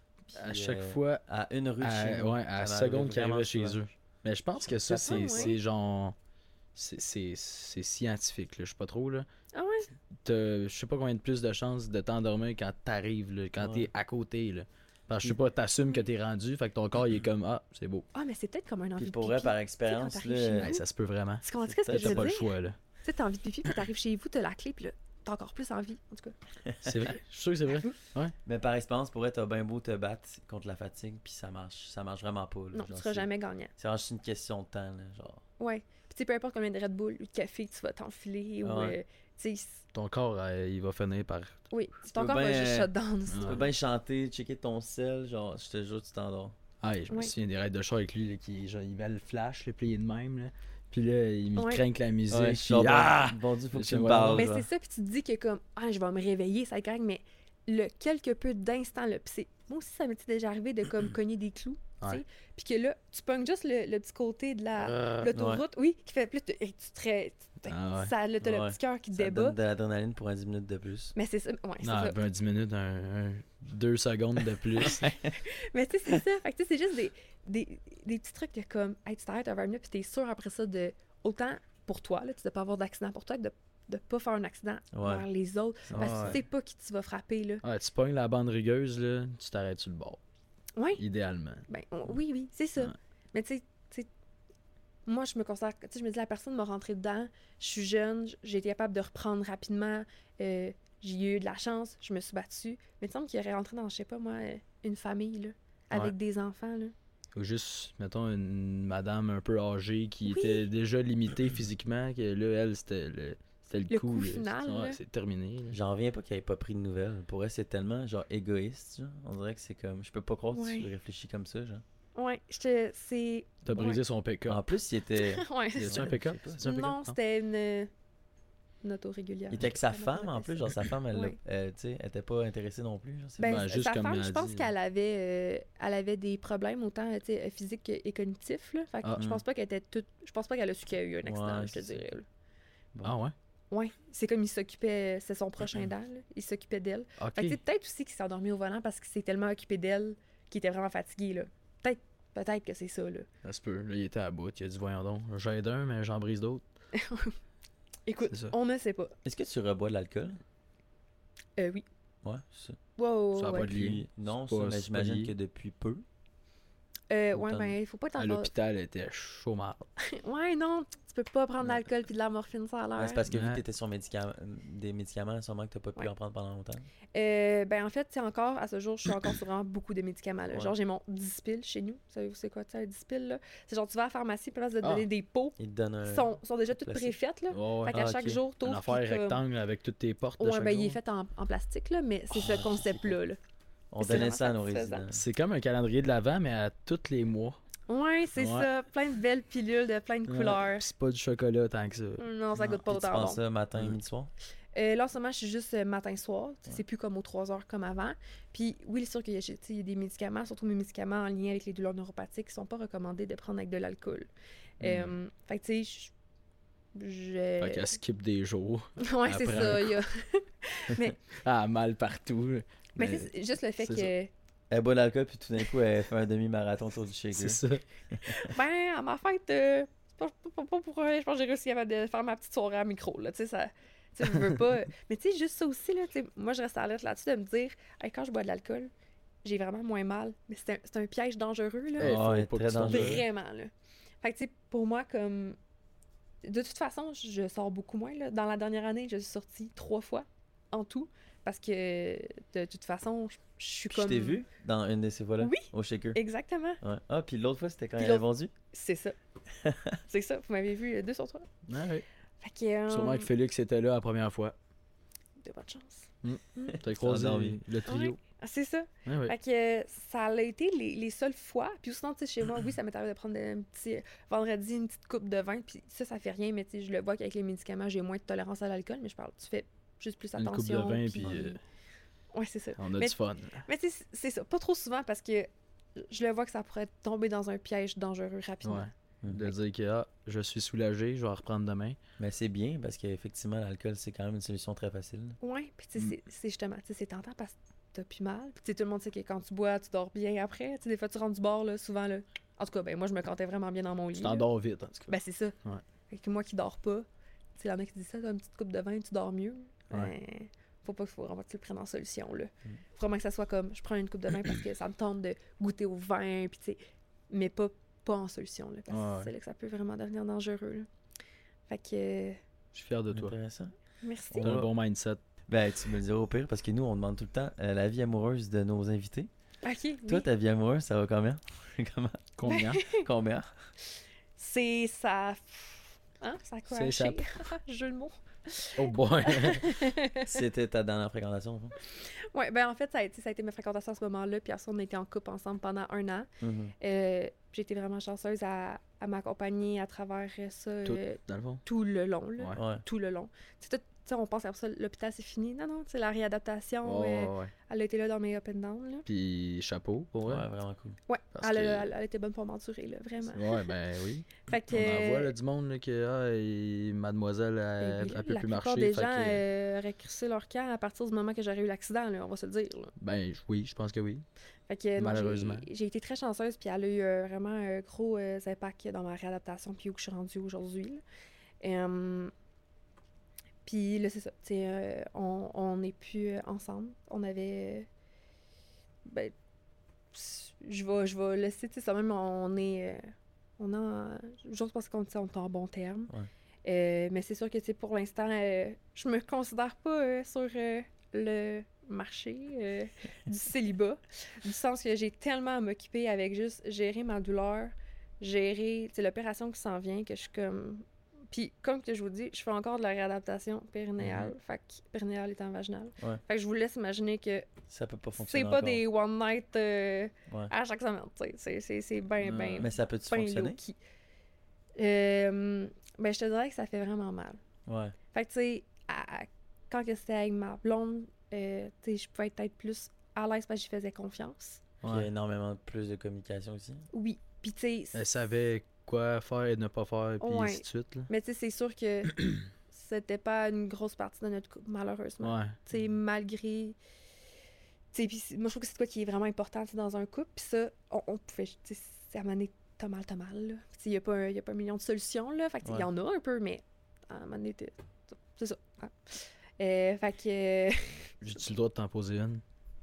À Puis, chaque euh, fois, À une rue de à, chez nous. ouais, à la Ça m'est seconde arrivé qu'ils vraiment arrivaient chez souvent. eux. Mais je pense que ça, Ça c'est ouais. c'est genre. C'est c'est- c'est scientifique, là. Je sais pas trop, là. Ah ouais? T'as- Je sais pas combien de plus de chances de t'endormir quand t'arrives, là, quand Ouais. t'es à côté, là. Parce que je sais Puis- pas, t'assumes que t'es rendu, fait que ton corps, il est comme, ah, c'est beau. Ah, mais c'est peut-être comme un envie Puis de pour pipi. vrai, par Tu sais, expérience, quand t'arrives chez là, vous, Ouais, ça se peut vraiment. Tu comprends ce que je peut-être veux T'as pas le dire? choix, là. Tu sais, t'as envie de pipi, puis t'arrives chez vous, t'as la clé, puis là, t'as encore plus envie. En tout cas, C'est vrai. Je suis sûr que c'est vrai. mais par expérience, pour vrai, t'as bien beau te battre contre la fatigue, puis ça marche, ça marche vraiment pas. là. non, tu Genre, seras c'est- jamais gagnant. C'est vraiment juste une question de temps, là, genre. Ouais. Puis tu sais, peu importe combien de Red Bull ou de café que tu vas t'enfiler ou... Ouais. euh, tu sais, Ton corps, euh, il va finir par. oui, Tu ton peux corps va ben, juste shut down. Ah. Tu ça. peux bien chanter, checker ton sel, genre, je te jure, tu t'endors. Ah, je me Ouais. souviens des raids de char avec lui, là, qui, genre, il met le flash, le plié de même, là. Puis là, il me Ouais. craint que la musique. Ouais, puis, je suis genre, ah! bon, bon Dieu, faut que Je tu sais me pas. parles. Mais genre. c'est ça, puis tu te dis que comme, ah, je vais me réveiller, ça gagne, mais le quelque peu d'instants, là, puis c'est... Moi aussi, ça m'était déjà arrivé de comme cogner des clous, tu sais. Ouais. Puis que là, tu pognes juste le, le petit côté de la... Euh, l'autoroute, oui, qui fait... Puis là, tu, hey, tu te ré- tu- Ah ouais. ça, là, t'as Ouais. le petit cœur qui Ça te débat. donne de l'adrénaline pour un dix minutes de plus. Mais c'est ça, ouais, c'est non, ça. ben, dix minutes, un, un- deux secondes de plus. Mais tu sais, c'est ça. Fait que tu sais, c'est juste des, des, des petits trucs de comme, hey, tu t'arrêtes un vingt minutes, puis t'es sûr après ça de, autant pour toi, là, tu de pas avoir d'accident pour toi, que de de pas faire un accident Ouais. vers les autres. Parce que Ouais. tu sais pas qui tu vas frapper, là. Ouais, tu pognes la bande rigueuse, là, tu t'arrêtes sur le bord. Oui, Idéalement. ben, on- oui, oui, c'est ça. Ouais. Mais tu sais, tu sais, moi, je me considère, tu sais, je me dis, la personne m'a rentré dedans, je suis jeune, j'ai été capable de reprendre rapidement, euh, j'ai eu de la chance, je me suis battue. Mais il me semble qu'il aurait rentré dans, je sais pas moi, euh, une famille, là, avec Ouais. des enfants, là. Ou juste, mettons, une madame un peu âgée qui Oui. était déjà limitée physiquement, que là, elle, c'était le, c'était le, Le coup. coup là. final, Ouais, là. c'est terminé. là. J'en reviens pas qu'il ait pas pris de nouvelles. Pour elle, c'est tellement genre égoïste, genre. On dirait que c'est comme. Je peux pas croire que Ouais. tu réfléchis comme ça, genre. Ouais, j'étais. C'est. T'as brisé Ouais. son pick-up. En plus, il était. Ouais, Y c'est a-tu ça. un pick-up? Je sais pas. C'est un pick-up? Non, c'était une. Une auto régulière. Il était avec sa Je sais pas femme comment on en plus, appelle genre ça. sa femme, elle, l'a- Ouais. elle, tu sais, elle était pas intéressée non plus. Genre, c'est Ben, Ben, sa- juste sa comme femme, il a je pense dit, qu'elle avait, euh, elle avait des problèmes autant tu sais, physiques et cognitifs. Là. Fait que Ah. je pense Mm. pas qu'elle était toute. Je pense pas qu'elle a su qu'il y a eu un accident, Ouais, je te c'est ça. dirais. là. bon. Ah ouais? Ouais, c'est comme il s'occupait, c'est son prochain dent, là. Il s'occupait d'elle. Ok. Fait que c'est peut-être aussi qu'il s'est endormi au volant parce qu'il s'est tellement occupé d'elle qu'il était vraiment fatigué, là. Peut-être, peut-être que c'est ça, là. Ça se peut. Là, il était à bout. Il a dit, voyons donc, j'aide un, mais j'en brise d'autres. Écoute, C'est ça. on ne sait pas. Est-ce que tu rebois de l'alcool? Euh, oui. Ouais, c'est ça. Wow, Ça a ouais. pas de lien. Puis- non, C'est ça, pas- mais c'est pas j'imagine lié. que depuis peu. Euh, ouais, Autant- ben, il faut pas t'en À l'hôpital, elle était chaud marde. Ouais, non, tu peux pas prendre de l'alcool puis de la morphine, ça a l'air. Ouais, c'est parce que vu Ouais. que t'étais sur médicaments, des médicaments, sûrement que t'as pas pu Ouais. en prendre pendant longtemps. Euh, ben, en fait, c'est encore, à ce jour, je suis encore sur vraiment beaucoup de médicaments, là. Ouais. Genre, j'ai mon Dispil chez nous. Savez-vous c'est quoi, ça, un Dispil, là? C'est genre, tu vas à la pharmacie, puis place de te Ah. donner des pots, Il te donne un. sont, sont déjà toutes plastique. préfaites, là. Ouais, ouais. Fait qu'à Ah, chaque ok. jour, Une t'ouvres, affaire puis comme- rectangle avec toutes tes portes de Ouais, chaque ben, il est jour. fait en, en plastique, là, mais c'est Oh, ce c'est concept-là, là. On c'est donnait vraiment ça à nos satisfaisant. résidents. C'est comme un calendrier de l'Avent, mais à tous les mois. Ouais, c'est Ouais. ça. Plein de belles pilules de plein de Ouais. couleurs. Puis c'est pas du chocolat tant que ça. Non, ça Non. goûte pas Puis tu autant prends bon. ça matin, Mm. midi, soir? Euh, là, en ce moment, je suis juste euh, matin-soir. Tu sais, Ouais. C'est plus comme aux trois heures comme avant. Puis oui, c'est sûr qu'il y a, tu sais, il y a des médicaments, surtout mes médicaments en lien avec les douleurs neuropathiques, qui sont pas recommandés de prendre avec de l'alcool. Euh, fait que tu sais, je... je- Fait qu'elle skip des jours. Ouais, c'est après ça. un il y a- Elle a mal partout. là. Mais Mais c'est juste le fait c'est que... Elle boit de l'alcool, puis tout d'un coup, elle fait un demi-marathon autour du shaker. c'est ça. Ben, à ma fête, euh, c'est pas, pas, pas pour rien. Je pense que j'ai réussi à de faire ma petite soirée à micro, là. Tu sais, ça... Tu sais, je veux pas... Mais tu sais, juste ça aussi, là, tu sais, moi, je reste alerte là-dessus de me dire, hey, quand je bois de l'alcool, j'ai vraiment moins mal. Mais c'est un, c'est un piège dangereux, là. Eh, faut Ah, ouais, pas très que tu tombes dangereux. là. Vraiment, là. Fait que, tu sais, pour moi, comme... De toute façon, je sors beaucoup moins, là. Dans la dernière année, je suis sortie trois fois en tout. Parce que, de toute façon, je je suis Puis je comme... t'ai vu dans une de ces fois-là, Oui. au shaker. Exactement. Ouais. Ah, puis l'autre fois, c'était quand Puis il avait l'autre- vendu? C'est ça. C'est ça. Vous m'avez vu euh, deux sur trois. Ouais, ouais. Fait que... euh, Sûrement que Félix était là la première fois. De bonne chance. T'as croisé endormi. le trio. Ah, c'est ça. Ouais, ouais. Fait que euh, ça a été les, les seules fois. Puis sinon, tu sais, chez moi, oui, ça m'est arrivé de prendre un petit... euh, vendredi, une petite coupe de vin. Puis ça, ça fait rien. Mais tu sais, je le vois qu'avec les médicaments, j'ai moins de tolérance à l'alcool. Mais je parle, tu fais juste plus Une attention. coupe de vin, puis euh, Ouais, c'est ça. on a Mais- du fun. Mais tu sais, c'est ça. Pas trop souvent parce que je le vois que ça pourrait tomber dans un piège dangereux rapidement. Ouais. Mhm. De dire que ah, je suis soulagé, je vais en reprendre demain. Mais c'est bien, parce qu'effectivement, l'alcool, c'est quand même une solution très facile. Ouais, puis tu sais, Mm. c'est- c'est justement, tu sais, c'est tentant parce que t'as plus mal. Puis tu sais, tout le monde sait que quand tu bois, tu dors bien après. Tu sais, des fois, tu rentres du bord, là, souvent, là. En tout cas, ben moi, je me comptais vraiment bien dans mon lit. Tu là. t'endors vite, en tout cas. Ben c'est ça. Ouais. Fait que moi qui dors pas, tu sais, il y en a qui disent ça, t'as une petite coupe de vin, tu dors mieux. Ben, faut pas qu'il faut vraiment que tu le prennes en solution, là. Mm. Faut vraiment que ça soit comme, je prends une coupe de vin parce que ça me tente de goûter au vin, puis tu sais, mais pas, pas en solution, là. Parce que Ouais, ouais. c'est là que ça peut vraiment devenir dangereux, là. Fait que, euh, Je suis fier de toi. Intéressant. merci. T'as un bon mindset. Ben, tu me le diras au pire, parce que nous, on demande tout le temps euh, la vie amoureuse de nos invités. Ok, oui. Toi, ta vie amoureuse, ça va combien? Comment? Combien? Combien? C'est ça. Hein? Ça a quoi C'est ça. Jeu de mots. Oh boy! C'était ta dernière fréquentation, ça? Ouais, ben en fait, ça a été, ça a été ma fréquentation à ce moment-là. Puis après, on a été en couple ensemble pendant un an. Mhm. Euh, j'ai été vraiment chanceuse à, à m'accompagner à travers ça Tout. euh, Dans le fond. tout le long. Là. Ouais. Ouais. Tout le long. Tu sais, tout- tu sais, on pense après ça, l'hôpital, c'est fini. Non, non, c'est la réadaptation. Oh, euh, ouais, ouais. elle a été là dans mes up and down. Là. Puis chapeau, pour Ouais, vrai. vraiment cool. Ouais, Parce elle, a- que- elle, elle était bonne pour m'endurer, là, vraiment. Ouais, ben oui. Fait que, On en voit là, du monde là, que ah, et mademoiselle, ben elle, oui, là, elle peut la plus plupart marcher. des fait gens que- euh, auraient crissé leur camp à partir du moment que j'aurais eu l'accident, là, on va se le dire. Là. Ben oui, je pense que oui. Fait que, non, j'ai- Malheureusement. J'ai été très chanceuse, puis elle a eu euh, vraiment un gros euh, impact dans ma réadaptation, puis où je suis rendue aujourd'hui. là. Euh, puis là, c'est ça. tu sais, euh, on on n'est plus euh, ensemble. On avait. euh, ben, je vais, je vais laisser, tu sais, ça même, on est. euh, on a. J'ose penser qu'on tu sais, on est en bon terme. Ouais. Euh, mais c'est sûr que, tu sais, pour l'instant, euh, je me considère pas euh, sur euh, le marché euh, du célibat. Du sens que j'ai tellement à m'occuper avec juste gérer ma douleur, gérer, tu sais, l'opération qui s'en vient, que je suis comme Puis, comme que je vous dis, je fais encore de la réadaptation périnéale. Mhm. Fait que périnéale étant vaginale. Ouais. Fait que je vous laisse imaginer que Ça peut pas fonctionner c'est pas encore. des one night euh, Ouais. à chaque semaine. tu sais. C'est, c'est, c'est bien, Ouais. bien, Mais ça peut-tu bien fonctionner? low-key. Euh, ben, je te dirais que ça fait vraiment mal. Ouais. Fait que, tu sais, à- à- quand que c'était avec ma blonde, euh, tu sais, je pouvais être peut-être plus à l'aise parce que j'y faisais confiance. Puis il y a Ouais. énormément plus de communication aussi. Oui. Puis, tu sais, Elle savait quoi faire et ne pas faire, puis Ouais. ainsi de suite. Là. mais tu sais, c'est sûr que c'était pas une grosse partie de notre couple, malheureusement. Ouais. Tu sais, malgré. Tu sais, puis c'est- moi, je trouve que c'est quoi qui est vraiment important tu sais, dans un couple. Puis ça, on, on pouvait. Tu sais, c'est à un moment donné, t'as mal, t'as mal. Là. Puis il n'y a, pas un- y a pas un million de solutions. Là. Fait que, tu sais, il y Ouais. en a un peu, mais à un moment donné, t'es- c'est ça. hein. Euh, fait que. J'ai-tu le droit de t'en poser une?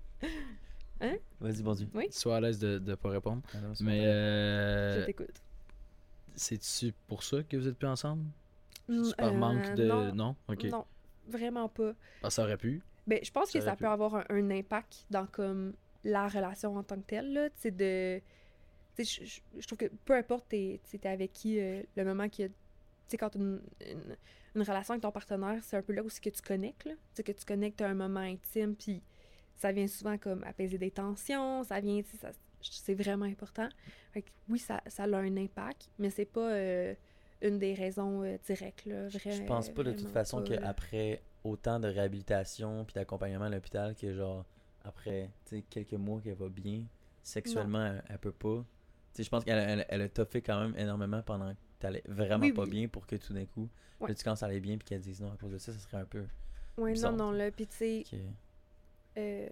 Vas-y, bon Dieu. Oui. Sois à l'aise de ne pas répondre. Ah non, c'est Mais pas euh, je t'écoute. c'est-tu pour ça que vous êtes plus ensemble? Mm, C'est par euh, manque de. Non, Non? Ok. non, vraiment pas. Ah, ça aurait pu. Ben, je pense Ça que aurait ça pu. peut avoir un, un impact dans comme la relation en tant que telle, là, tu sais, de... Tu sais, je- je je trouve que peu importe t'es tu sais, t'es avec qui, euh, le moment que... Tu sais, quand t'as une, une, une relation avec ton partenaire, c'est un peu là aussi que tu connectes, là. Tu sais, que tu connectes à un moment intime, puis ça vient souvent comme apaiser des tensions, ça vient, tu sais, ça- c'est vraiment important. Fait que oui, ça, ça a un impact, mais c'est pas euh, une des raisons euh, directes, là. Je Vrai- pense pas de toute vraiment façon pas, là. qu'après autant de réhabilitation puis d'accompagnement à l'hôpital que genre après tu sais quelques mois qu'elle va bien sexuellement elle, elle peut pas. Tu sais je pense qu'elle elle, elle a toffé quand même énormément pendant que t'allais vraiment Oui, pas oui. bien pour que tout d'un coup Ouais. là, tu commences à aller bien puis qu'elle dise non à cause de ça ça serait un peu Ouais, bizarre, non, non, tu sais. là, puis tu sais... que- Euh,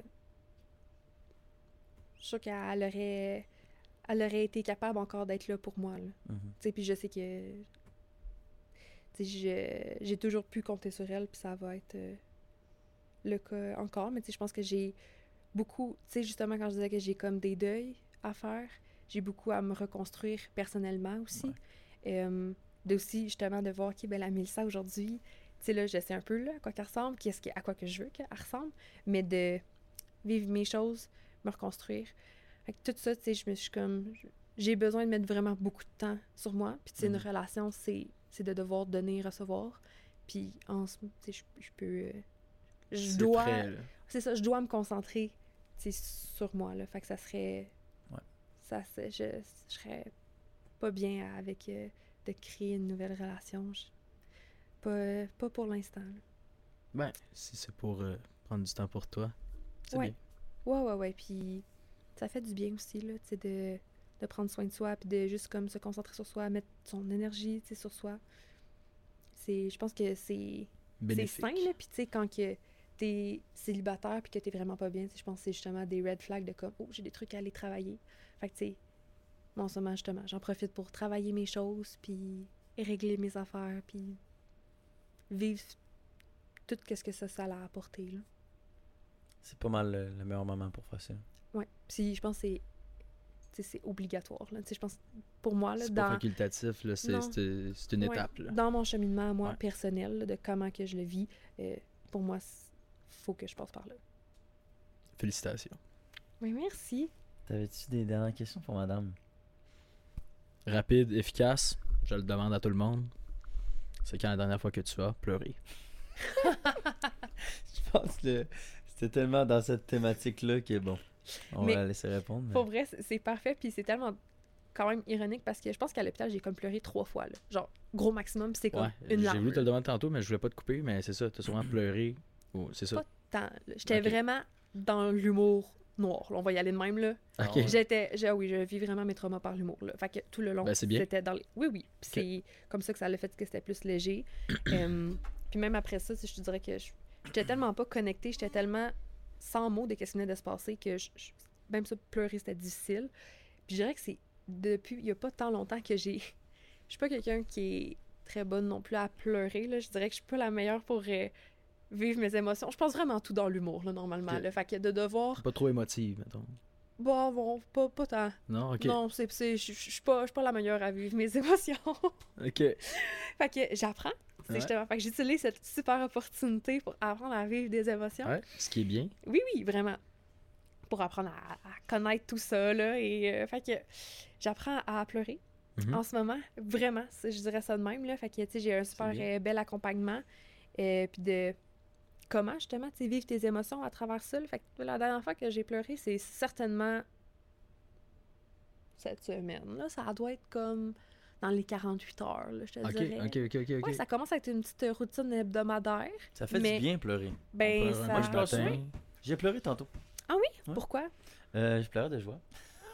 je suis sûre qu'elle aurait, elle aurait été capable encore d'être là pour moi. Là. Mhm. Tu sais, puis je sais que tu sais, je- j'ai toujours pu compter sur elle, puis ça va être euh, le cas encore. Mais tu sais, je pense que j'ai beaucoup, tu sais, justement, quand je disais que j'ai comme des deuils à faire, j'ai beaucoup à me reconstruire personnellement aussi. Ouais. Euh, de aussi, justement, de voir, OK, ben la Mélissa aujourd'hui, tu sais, là, je sais un peu, là, à quoi qu'elle ressemble, qu'est-ce que, à quoi que je veux qu'elle ressemble, mais de vivre mes choses, me reconstruire. Fait que tout ça, tu sais, je me suis comme... J'ai besoin de mettre vraiment beaucoup de temps sur moi. Puis, tu sais, Mhm. une relation, c'est, c'est de devoir donner et recevoir. Puis, en ce tu sais, je, je peux... euh, je C'est dois... prêt, là. C'est ça, je dois me concentrer, tu sais, sur moi, là. Fait que ça serait... Ouais. Ça, c'est- je, je serais pas bien avec... euh, de créer une nouvelle relation. Je- pas, pas pour l'instant, là. Ben, si c'est pour euh, prendre du temps pour toi, c'est Ouais. bien. Ouais, ouais, ouais. Puis ça fait du bien aussi, là, tu sais, de, de prendre soin de soi, puis de juste comme se concentrer sur soi, mettre son énergie, tu sais, sur soi. C'est, je pense que c'est, c'est Bénéfique. sain, là. Puis tu sais, quand que t'es célibataire, puis que t'es vraiment pas bien, tu sais, je pense que c'est justement des red flags de comme, oh, j'ai des trucs à aller travailler. Fait que tu sais, bon, en ce moment, justement, j'en profite pour travailler mes choses, puis régler mes affaires, puis vivre tout ce que ça, ça a apporté, là. C'est pas mal le, le meilleur moment pour faire ça. Ouais. Puis je pense que c'est, tu sais, c'est obligatoire. Là. Tu sais, je pense, pour moi, là, C'est pas dans, facultatif, là, c'est, Non. c'est, c'est une ouais, étape. Là. dans mon cheminement, moi, Ouais. personnel, là, de comment que je le vis, euh, pour moi, il faut que je passe par là. Félicitations. Oui, merci. T'avais-tu des dernières questions pour madame? Rapide, efficace, je le demande à tout le monde. C'est quand la dernière fois que tu as pleuré? Je pense que c'était tellement dans cette thématique-là que bon, on Mais va la laisser répondre. mais- Pour vrai, c'est c'est parfait, puis c'est tellement quand même ironique parce que je pense qu'à l'hôpital, j'ai comme pleuré trois fois. Là. Genre, gros maximum, puis c'est comme Ouais, une j'ai larme. voulu te le demander tantôt, mais je voulais pas te couper, mais c'est ça, t'as souvent pleuré. Oh, c'est ça. Pas tant, là. J'étais Ok. vraiment dans l'humour noir. Là. On va y aller de même, là. Ah Ok. ouais. J'étais, j'ai- ah oui, je vis vraiment mes traumas par l'humour. Là. Fait que tout le long, Ben, c'est bien. c'était dans les... Oui, oui. Puis c'est comme ça que ça l'a fait que c'était plus léger. Euh, puis même après ça, je te dirais que je- j'étais tellement pas connectée, j'étais tellement sans mots de ce qui venait de se passer que je- je- même ça, pleurer, c'était difficile. Puis je dirais que c'est depuis, il y a pas tant longtemps que j'ai... Je suis pas quelqu'un qui est très bonne non plus à pleurer, là. Je dirais que je suis pas la meilleure pour euh, vivre mes émotions. Je pense vraiment tout dans l'humour, là, normalement. Ok. Là. Fait que de devoir... Pas trop émotive, mettons. Bon, bon, pas, pas tant. Non, ok. Non, c'est, c'est, je je suis pas, je suis pas la meilleure à vivre mes émotions. Ok. Fait que j'apprends. C'est Ouais. justement. Fait que j'utilise cette super opportunité pour apprendre à vivre des émotions. Ouais, ce qui est bien. Oui, oui, vraiment. Pour apprendre à, à connaître tout ça, là. Et euh, fait que j'apprends à pleurer. Mhm. en ce moment. Vraiment, c'est- je dirais ça de même. Là. Fait que, tu sais, j'ai un super bien. euh, bel accompagnement. Euh, puis de comment, justement, tu sais, vivre tes émotions à travers ça. Là. Fait que la dernière fois que j'ai pleuré, c'est certainement cette semaine. Là. Ça doit être comme dans les quarante-huit heures, là, je te Ok, dirais. ok, ok, ok. ok. Ouais, ça commence à être une petite routine hebdomadaire. Ça fait Mais- du bien pleurer. Ben, On pleure un ça... Moi, je pleure matin. souvent. J'ai pleuré tantôt. Ouais. Pourquoi? Euh, je pleurais de joie.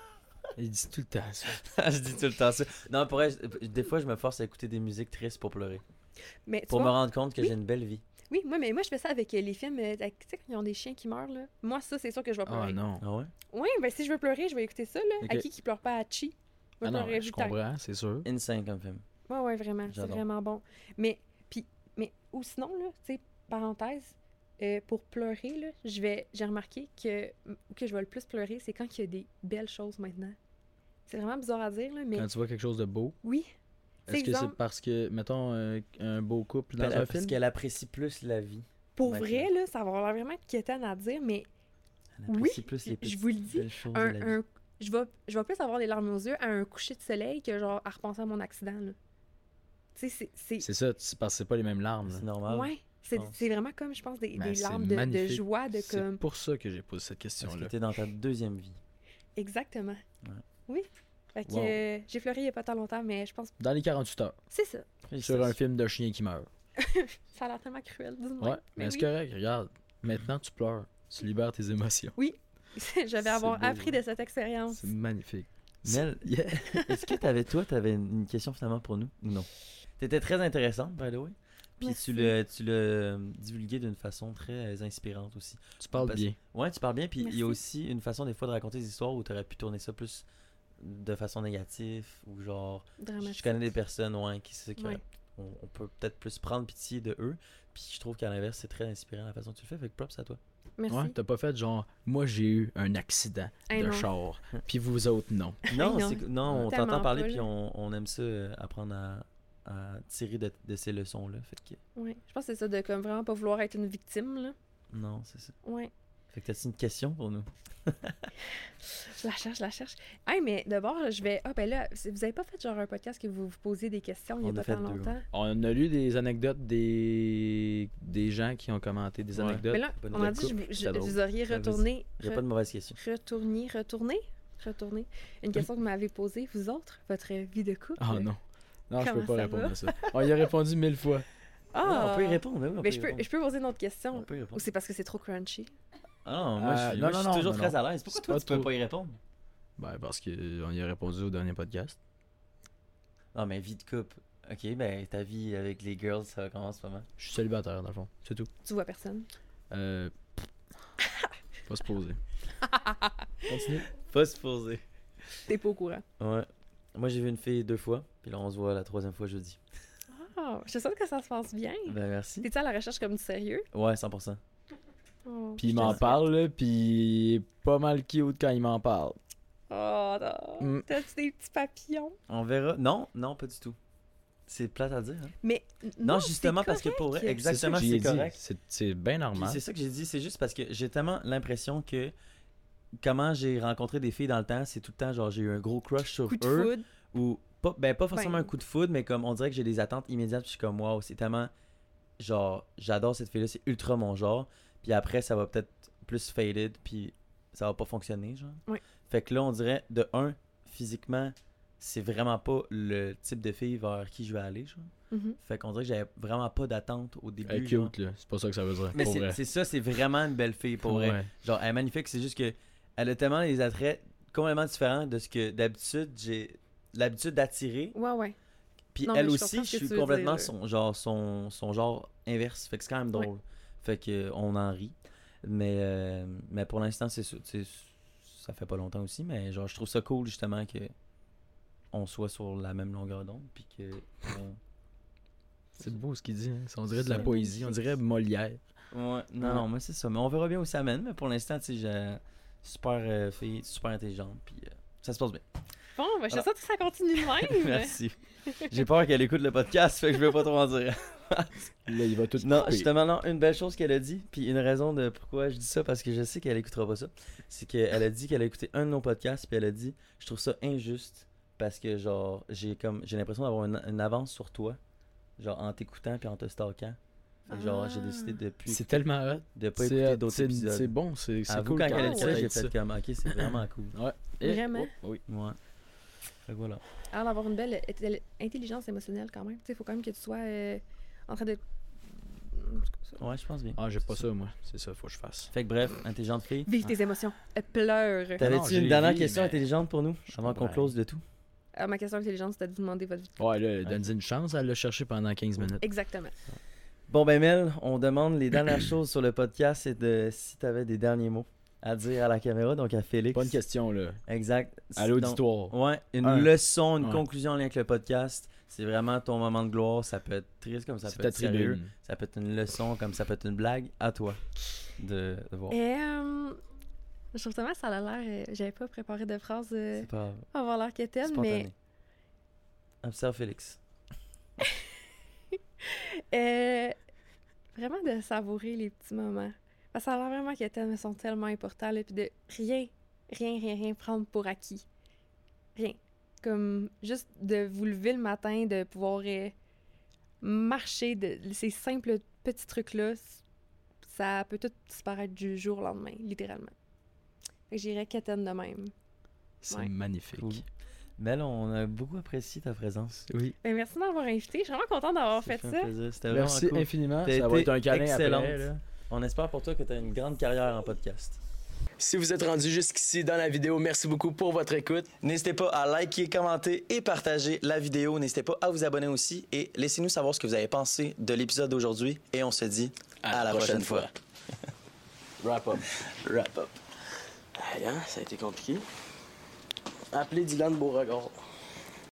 Il dit tout le temps ça. Je dis tout le temps ça. Non, pour vrai, je- des fois, je me force à écouter des musiques tristes pour pleurer. Mais tu Pour me vois, rendre compte que oui. j'ai une belle vie. oui, moi, mais moi, je fais ça avec euh, les films, euh, avec- tu sais, quand ils ont des chiens qui meurent, là. Moi, ça, c'est sûr que je vais pleurer. Ah non. Ah ouais? Oui, ben si je veux pleurer, je vais écouter ça, là. À Ok. qui qui pleure pas à Chi? Moi, Ah non, pleurerais je du temps. comprends, c'est sûr. Insane comme film. Ouais, ouais, vraiment. C'est J'adore. vraiment bon. Mais, puis, mais, ou sinon, là, tu sais, parenthèse, euh, pour pleurer, là, je vais, j'ai remarqué que, que je vais le plus pleurer, c'est quand il y a des belles choses maintenant. C'est vraiment bizarre à dire, là, mais Quand tu vois quelque chose de beau, oui. est-ce que c'est exemple, parce que, mettons, un, un beau couple dans Elle- un parce film? qu'elle apprécie plus la vie. pour maintenant. vrai, là, ça va avoir l'air vraiment quétaine à dire, mais Elle Oui, apprécie plus les je petites vous le dis, belles choses de un, la vie. un- je, vais, je vais plus avoir les larmes aux yeux à un coucher de soleil que genre à repenser à mon accident, là. Tu sais, c'est... c'est- C'est ça, tu- parce que c'est pas les mêmes larmes. là. C'est normal. Ouais, c'est pense. c'est vraiment comme, je pense, des, Ben, des c'est larmes de, de magnifique. joie, de C'est comme... pour ça que j'ai posé cette Parce que question-là. t'es dans ta deuxième vie. Exactement. Ouais. Oui. Fait que Wow. euh, j'ai fleuré il y a pas tant longtemps, mais je pense... Dans les quarante-huit heures, C'est ça. sur un film de chien qui meurt. Ça a l'air tellement cruel, dis-moi. Ouais, mais Mais c'est oui. correct, regarde. Maintenant, tu pleures. Tu libères tes émotions. Je vais C'est avoir beau, appris hein. de cette expérience. C'est magnifique. Mel, Yeah. est-ce que t'avais, toi, t'avais une question finalement pour nous ou non? T'étais très intéressante, by the way. Puis Merci. tu l'as, tu l'as euh, divulgué d'une façon très inspirante aussi. Tu parles Parce- bien. Ouais, tu parles bien. Puis il y Merci. a aussi une façon des fois de raconter des histoires où t'aurais pu tourner ça plus de façon négative ou genre. Dramatique. Je connais des personnes, ouais, qui c'est que Ouais. on, on peut peut-être plus prendre pitié de eux. Puis je trouve qu'à l'inverse, c'est très inspirant la façon que tu le fais. Fait que props à toi. Merci. Ouais, t'as pas fait genre, moi j'ai eu un accident Hey, de non. char, puis vous autres non. Non, non. c'est que- non, on Tellement t'entend parler pas, puis là. on, on aime ça, euh, apprendre à, à tirer de, de ces leçons-là. Fait que Ouais. Je pense que c'est ça, de comme vraiment pas vouloir être une victime, là. non, c'est ça. Ouais. Fait que t'as-tu une question pour nous? Je la cherche, je la cherche. Hey, mais d'abord, je vais... Ah, ben là, c'est- vous avez pas fait genre un podcast que vous vous posiez des questions il y a On a pas fait tant deux, longtemps? On a lu des anecdotes des, des gens qui ont commenté des Ouais. anecdotes. Mais là, bonne on a idée. dit, je, vous- je- C'était drôle. vous auriez vas-y. retourné... Y a re- pas de mauvaise question. Retourner, retourner, retourner. Une question que vous m'avez posée, vous autres, votre vie de couple. Ah non. Non, je peux Comment pas ça répondre va? à ça. On y a répondu mille fois. Ah! Ouais, on peut y répondre, oui, on Mais peut je y peux, répondre. je peux poser une autre question. On peut y Ou répondre. c'est parce que c'est trop crunchy? Ah non, moi, je Euh, suis, non, moi, je non, suis non, toujours non, très non. à l'aise. Pourquoi C'est toi, pas tu peux trop. pas y répondre? Ben, parce qu'on y a répondu au dernier podcast. Non, mais vie de couple. Ok, ben ta vie avec les girls, ça commence comment? Je suis célibataire, dans le fond. C'est tout. Tu vois personne. Euh. Pas se poser. Continue. Pas se poser. T'es pas au courant. Ouais. Moi, j'ai vu une fille deux fois, puis là, on se voit la troisième fois jeudi. Ah, je suis sûre que ça se passe bien. Ben, merci. T'es-tu à la recherche comme du sérieux? Ouais, cent pour cent. Oh, Puis il je m'en te parle, là, puis il est pas mal cute quand il m'en parle. Oh, non. Mm. T'as-tu des petits papillons? On verra. Non, non, pas du tout. C'est plate à dire, hein? Mais Non, c'est justement, parce que pour vrai, correct. exactement, C'est ça que c'est j'ai dit. correct. C'est- C'est bien Puis normal. c'est ça que j'ai dit, c'est juste parce que j'ai tellement l'impression que comment j'ai rencontré des filles dans le temps, c'est tout le temps genre j'ai eu un gros crush sur Coup de eux foudre. ou pas ben pas forcément Ben. un coup de foudre mais comme on dirait que j'ai des attentes immédiates, puis je suis comme wow, c'est tellement genre j'adore cette fille là, c'est ultra mon genre, puis après ça va peut-être plus faded puis ça va pas fonctionner genre. Oui. Fait que là on dirait de un physiquement, c'est vraiment pas le type de fille vers qui je vais aller genre. Mhm. Fait qu'on dirait que j'avais vraiment pas d'attente au début. Elle est genre. cute, là. C'est pas ça que ça veut dire. Mais pour c'est vrai. c'est ça, c'est vraiment une belle fille pour vrai. Ouais. Genre, elle est magnifique, c'est juste que elle a tellement des attraits complètement différents de ce que d'habitude j'ai l'habitude d'attirer. Ouais, ouais. Puis Non, mais elle je aussi, comprends je ce que suis tu veux complètement dire, son genre son, son genre inverse. Fait que c'est quand même Ouais. drôle. Fait que euh, on en rit. Mais euh, mais pour l'instant, c'est ça. tu sais, ça fait pas longtemps aussi, mais genre je trouve ça cool justement que on soit sur la même longueur d'onde puis que on- C'est beau ce qu'il dit. Hein. On dirait de la C'est poésie. On magnifique. dirait Molière. Ouais, non, Ouais. non, mais c'est ça. Mais on verra bien où ça mène. Mais pour l'instant, tu sais, j'ai super euh, fille, super intelligente. Puis euh, ça se passe bien. Bon, ben, je Voilà. sais que ça continue de même. Merci. J'ai peur qu'elle écoute le podcast, fait que je vais pas trop en dire. Là, il va tout Non, couper. justement, non, une belle chose qu'elle a dit, puis une raison de pourquoi je dis ça, parce que je sais qu'elle écoutera pas ça, c'est qu'elle a dit qu'elle a écouté un de nos podcasts, puis elle a dit « Je trouve ça injuste parce que genre j'ai comme j'ai l'impression d'avoir une, une avance sur toi, genre en t'écoutant puis en te stalkant. Fait que genre j'ai décidé de plus C'est tellement hot. de pas C'est écouter hot, d'autres c'est- épisodes. C'est bon, c'est c'est Avoue, cool. quand elle a Oh, dit ça, ouais. j'ai fait comme ok, c'est vraiment cool. Ouais. Et- Vraiment? oh, oui. Ouais. Fait que voilà. Alors, d'avoir une belle intelli- intelligence émotionnelle quand même. Tu sais, il faut quand même que tu sois euh, en train de. Ouais, je pense bien. Ah, j'ai pas C'est ça, moi. C'est ça, faut que je fasse. Fait que bref, intelligente fille. Vive tes émotions. Euh, pleure. Non, T'avais-tu j'ai une dernière vie, question mais- intelligente pour nous avant qu'on comprends. close de tout? Euh, ma question intelligente, c'était de vous demander votre vie. Ouais, là, donne-y une chance, elle l'a cherché pendant quinze minutes. Exactement. Bon ben Mel, on demande les dernières choses sur le podcast, c'est de si t'avais des derniers mots à dire à la caméra, donc à Félix. Pas une question, là. Exact. À Donc, l'auditoire. ouais, une Un. leçon, une Ouais. conclusion en lien avec le podcast. C'est vraiment ton moment de gloire. Ça peut être triste comme ça C'est peut ta être sérieux. tribune. Ça peut être une leçon comme ça peut être une blague. À toi de, de voir. Et, euh, je trouve tellement que ça a l'air. euh, J'avais pas préparé de phrase euh, C'est pas pour avoir l'air quétaine, spontané. mais. Observe Félix. Euh, vraiment de savourer les petits moments. Parce que ça a l'air vraiment quétaine, mais sont tellement importants. Là, puis de rien, rien, rien, rien prendre pour acquis. Rien. Comme juste de vous lever le matin, de pouvoir euh, marcher, de ces simples petits trucs-là, c- ça peut tout disparaître du jour au lendemain, littéralement. Fait que j'irais quétaine de même. C'est Ouais. magnifique. Cool. Mel, on a beaucoup apprécié ta présence. Oui. Ben, merci de m'avoir invité. Je suis vraiment contente d'avoir Ça fait un ça. plaisir. C'était Merci vraiment cool. infiniment. T'as Ça va été être un câlin excellente. après, là. On espère pour toi que tu as une grande carrière en podcast. Si vous êtes rendu jusqu'ici dans la vidéo, merci beaucoup pour votre écoute. N'hésitez pas à liker, commenter et partager la vidéo. N'hésitez pas à vous abonner aussi et laissez-nous savoir ce que vous avez pensé de l'épisode d'aujourd'hui. Et on se dit à, la prochaine, fois. Wrap up. Wrap up. Aïe, hein, ça a été compliqué. Appelez Dylan Beauregard.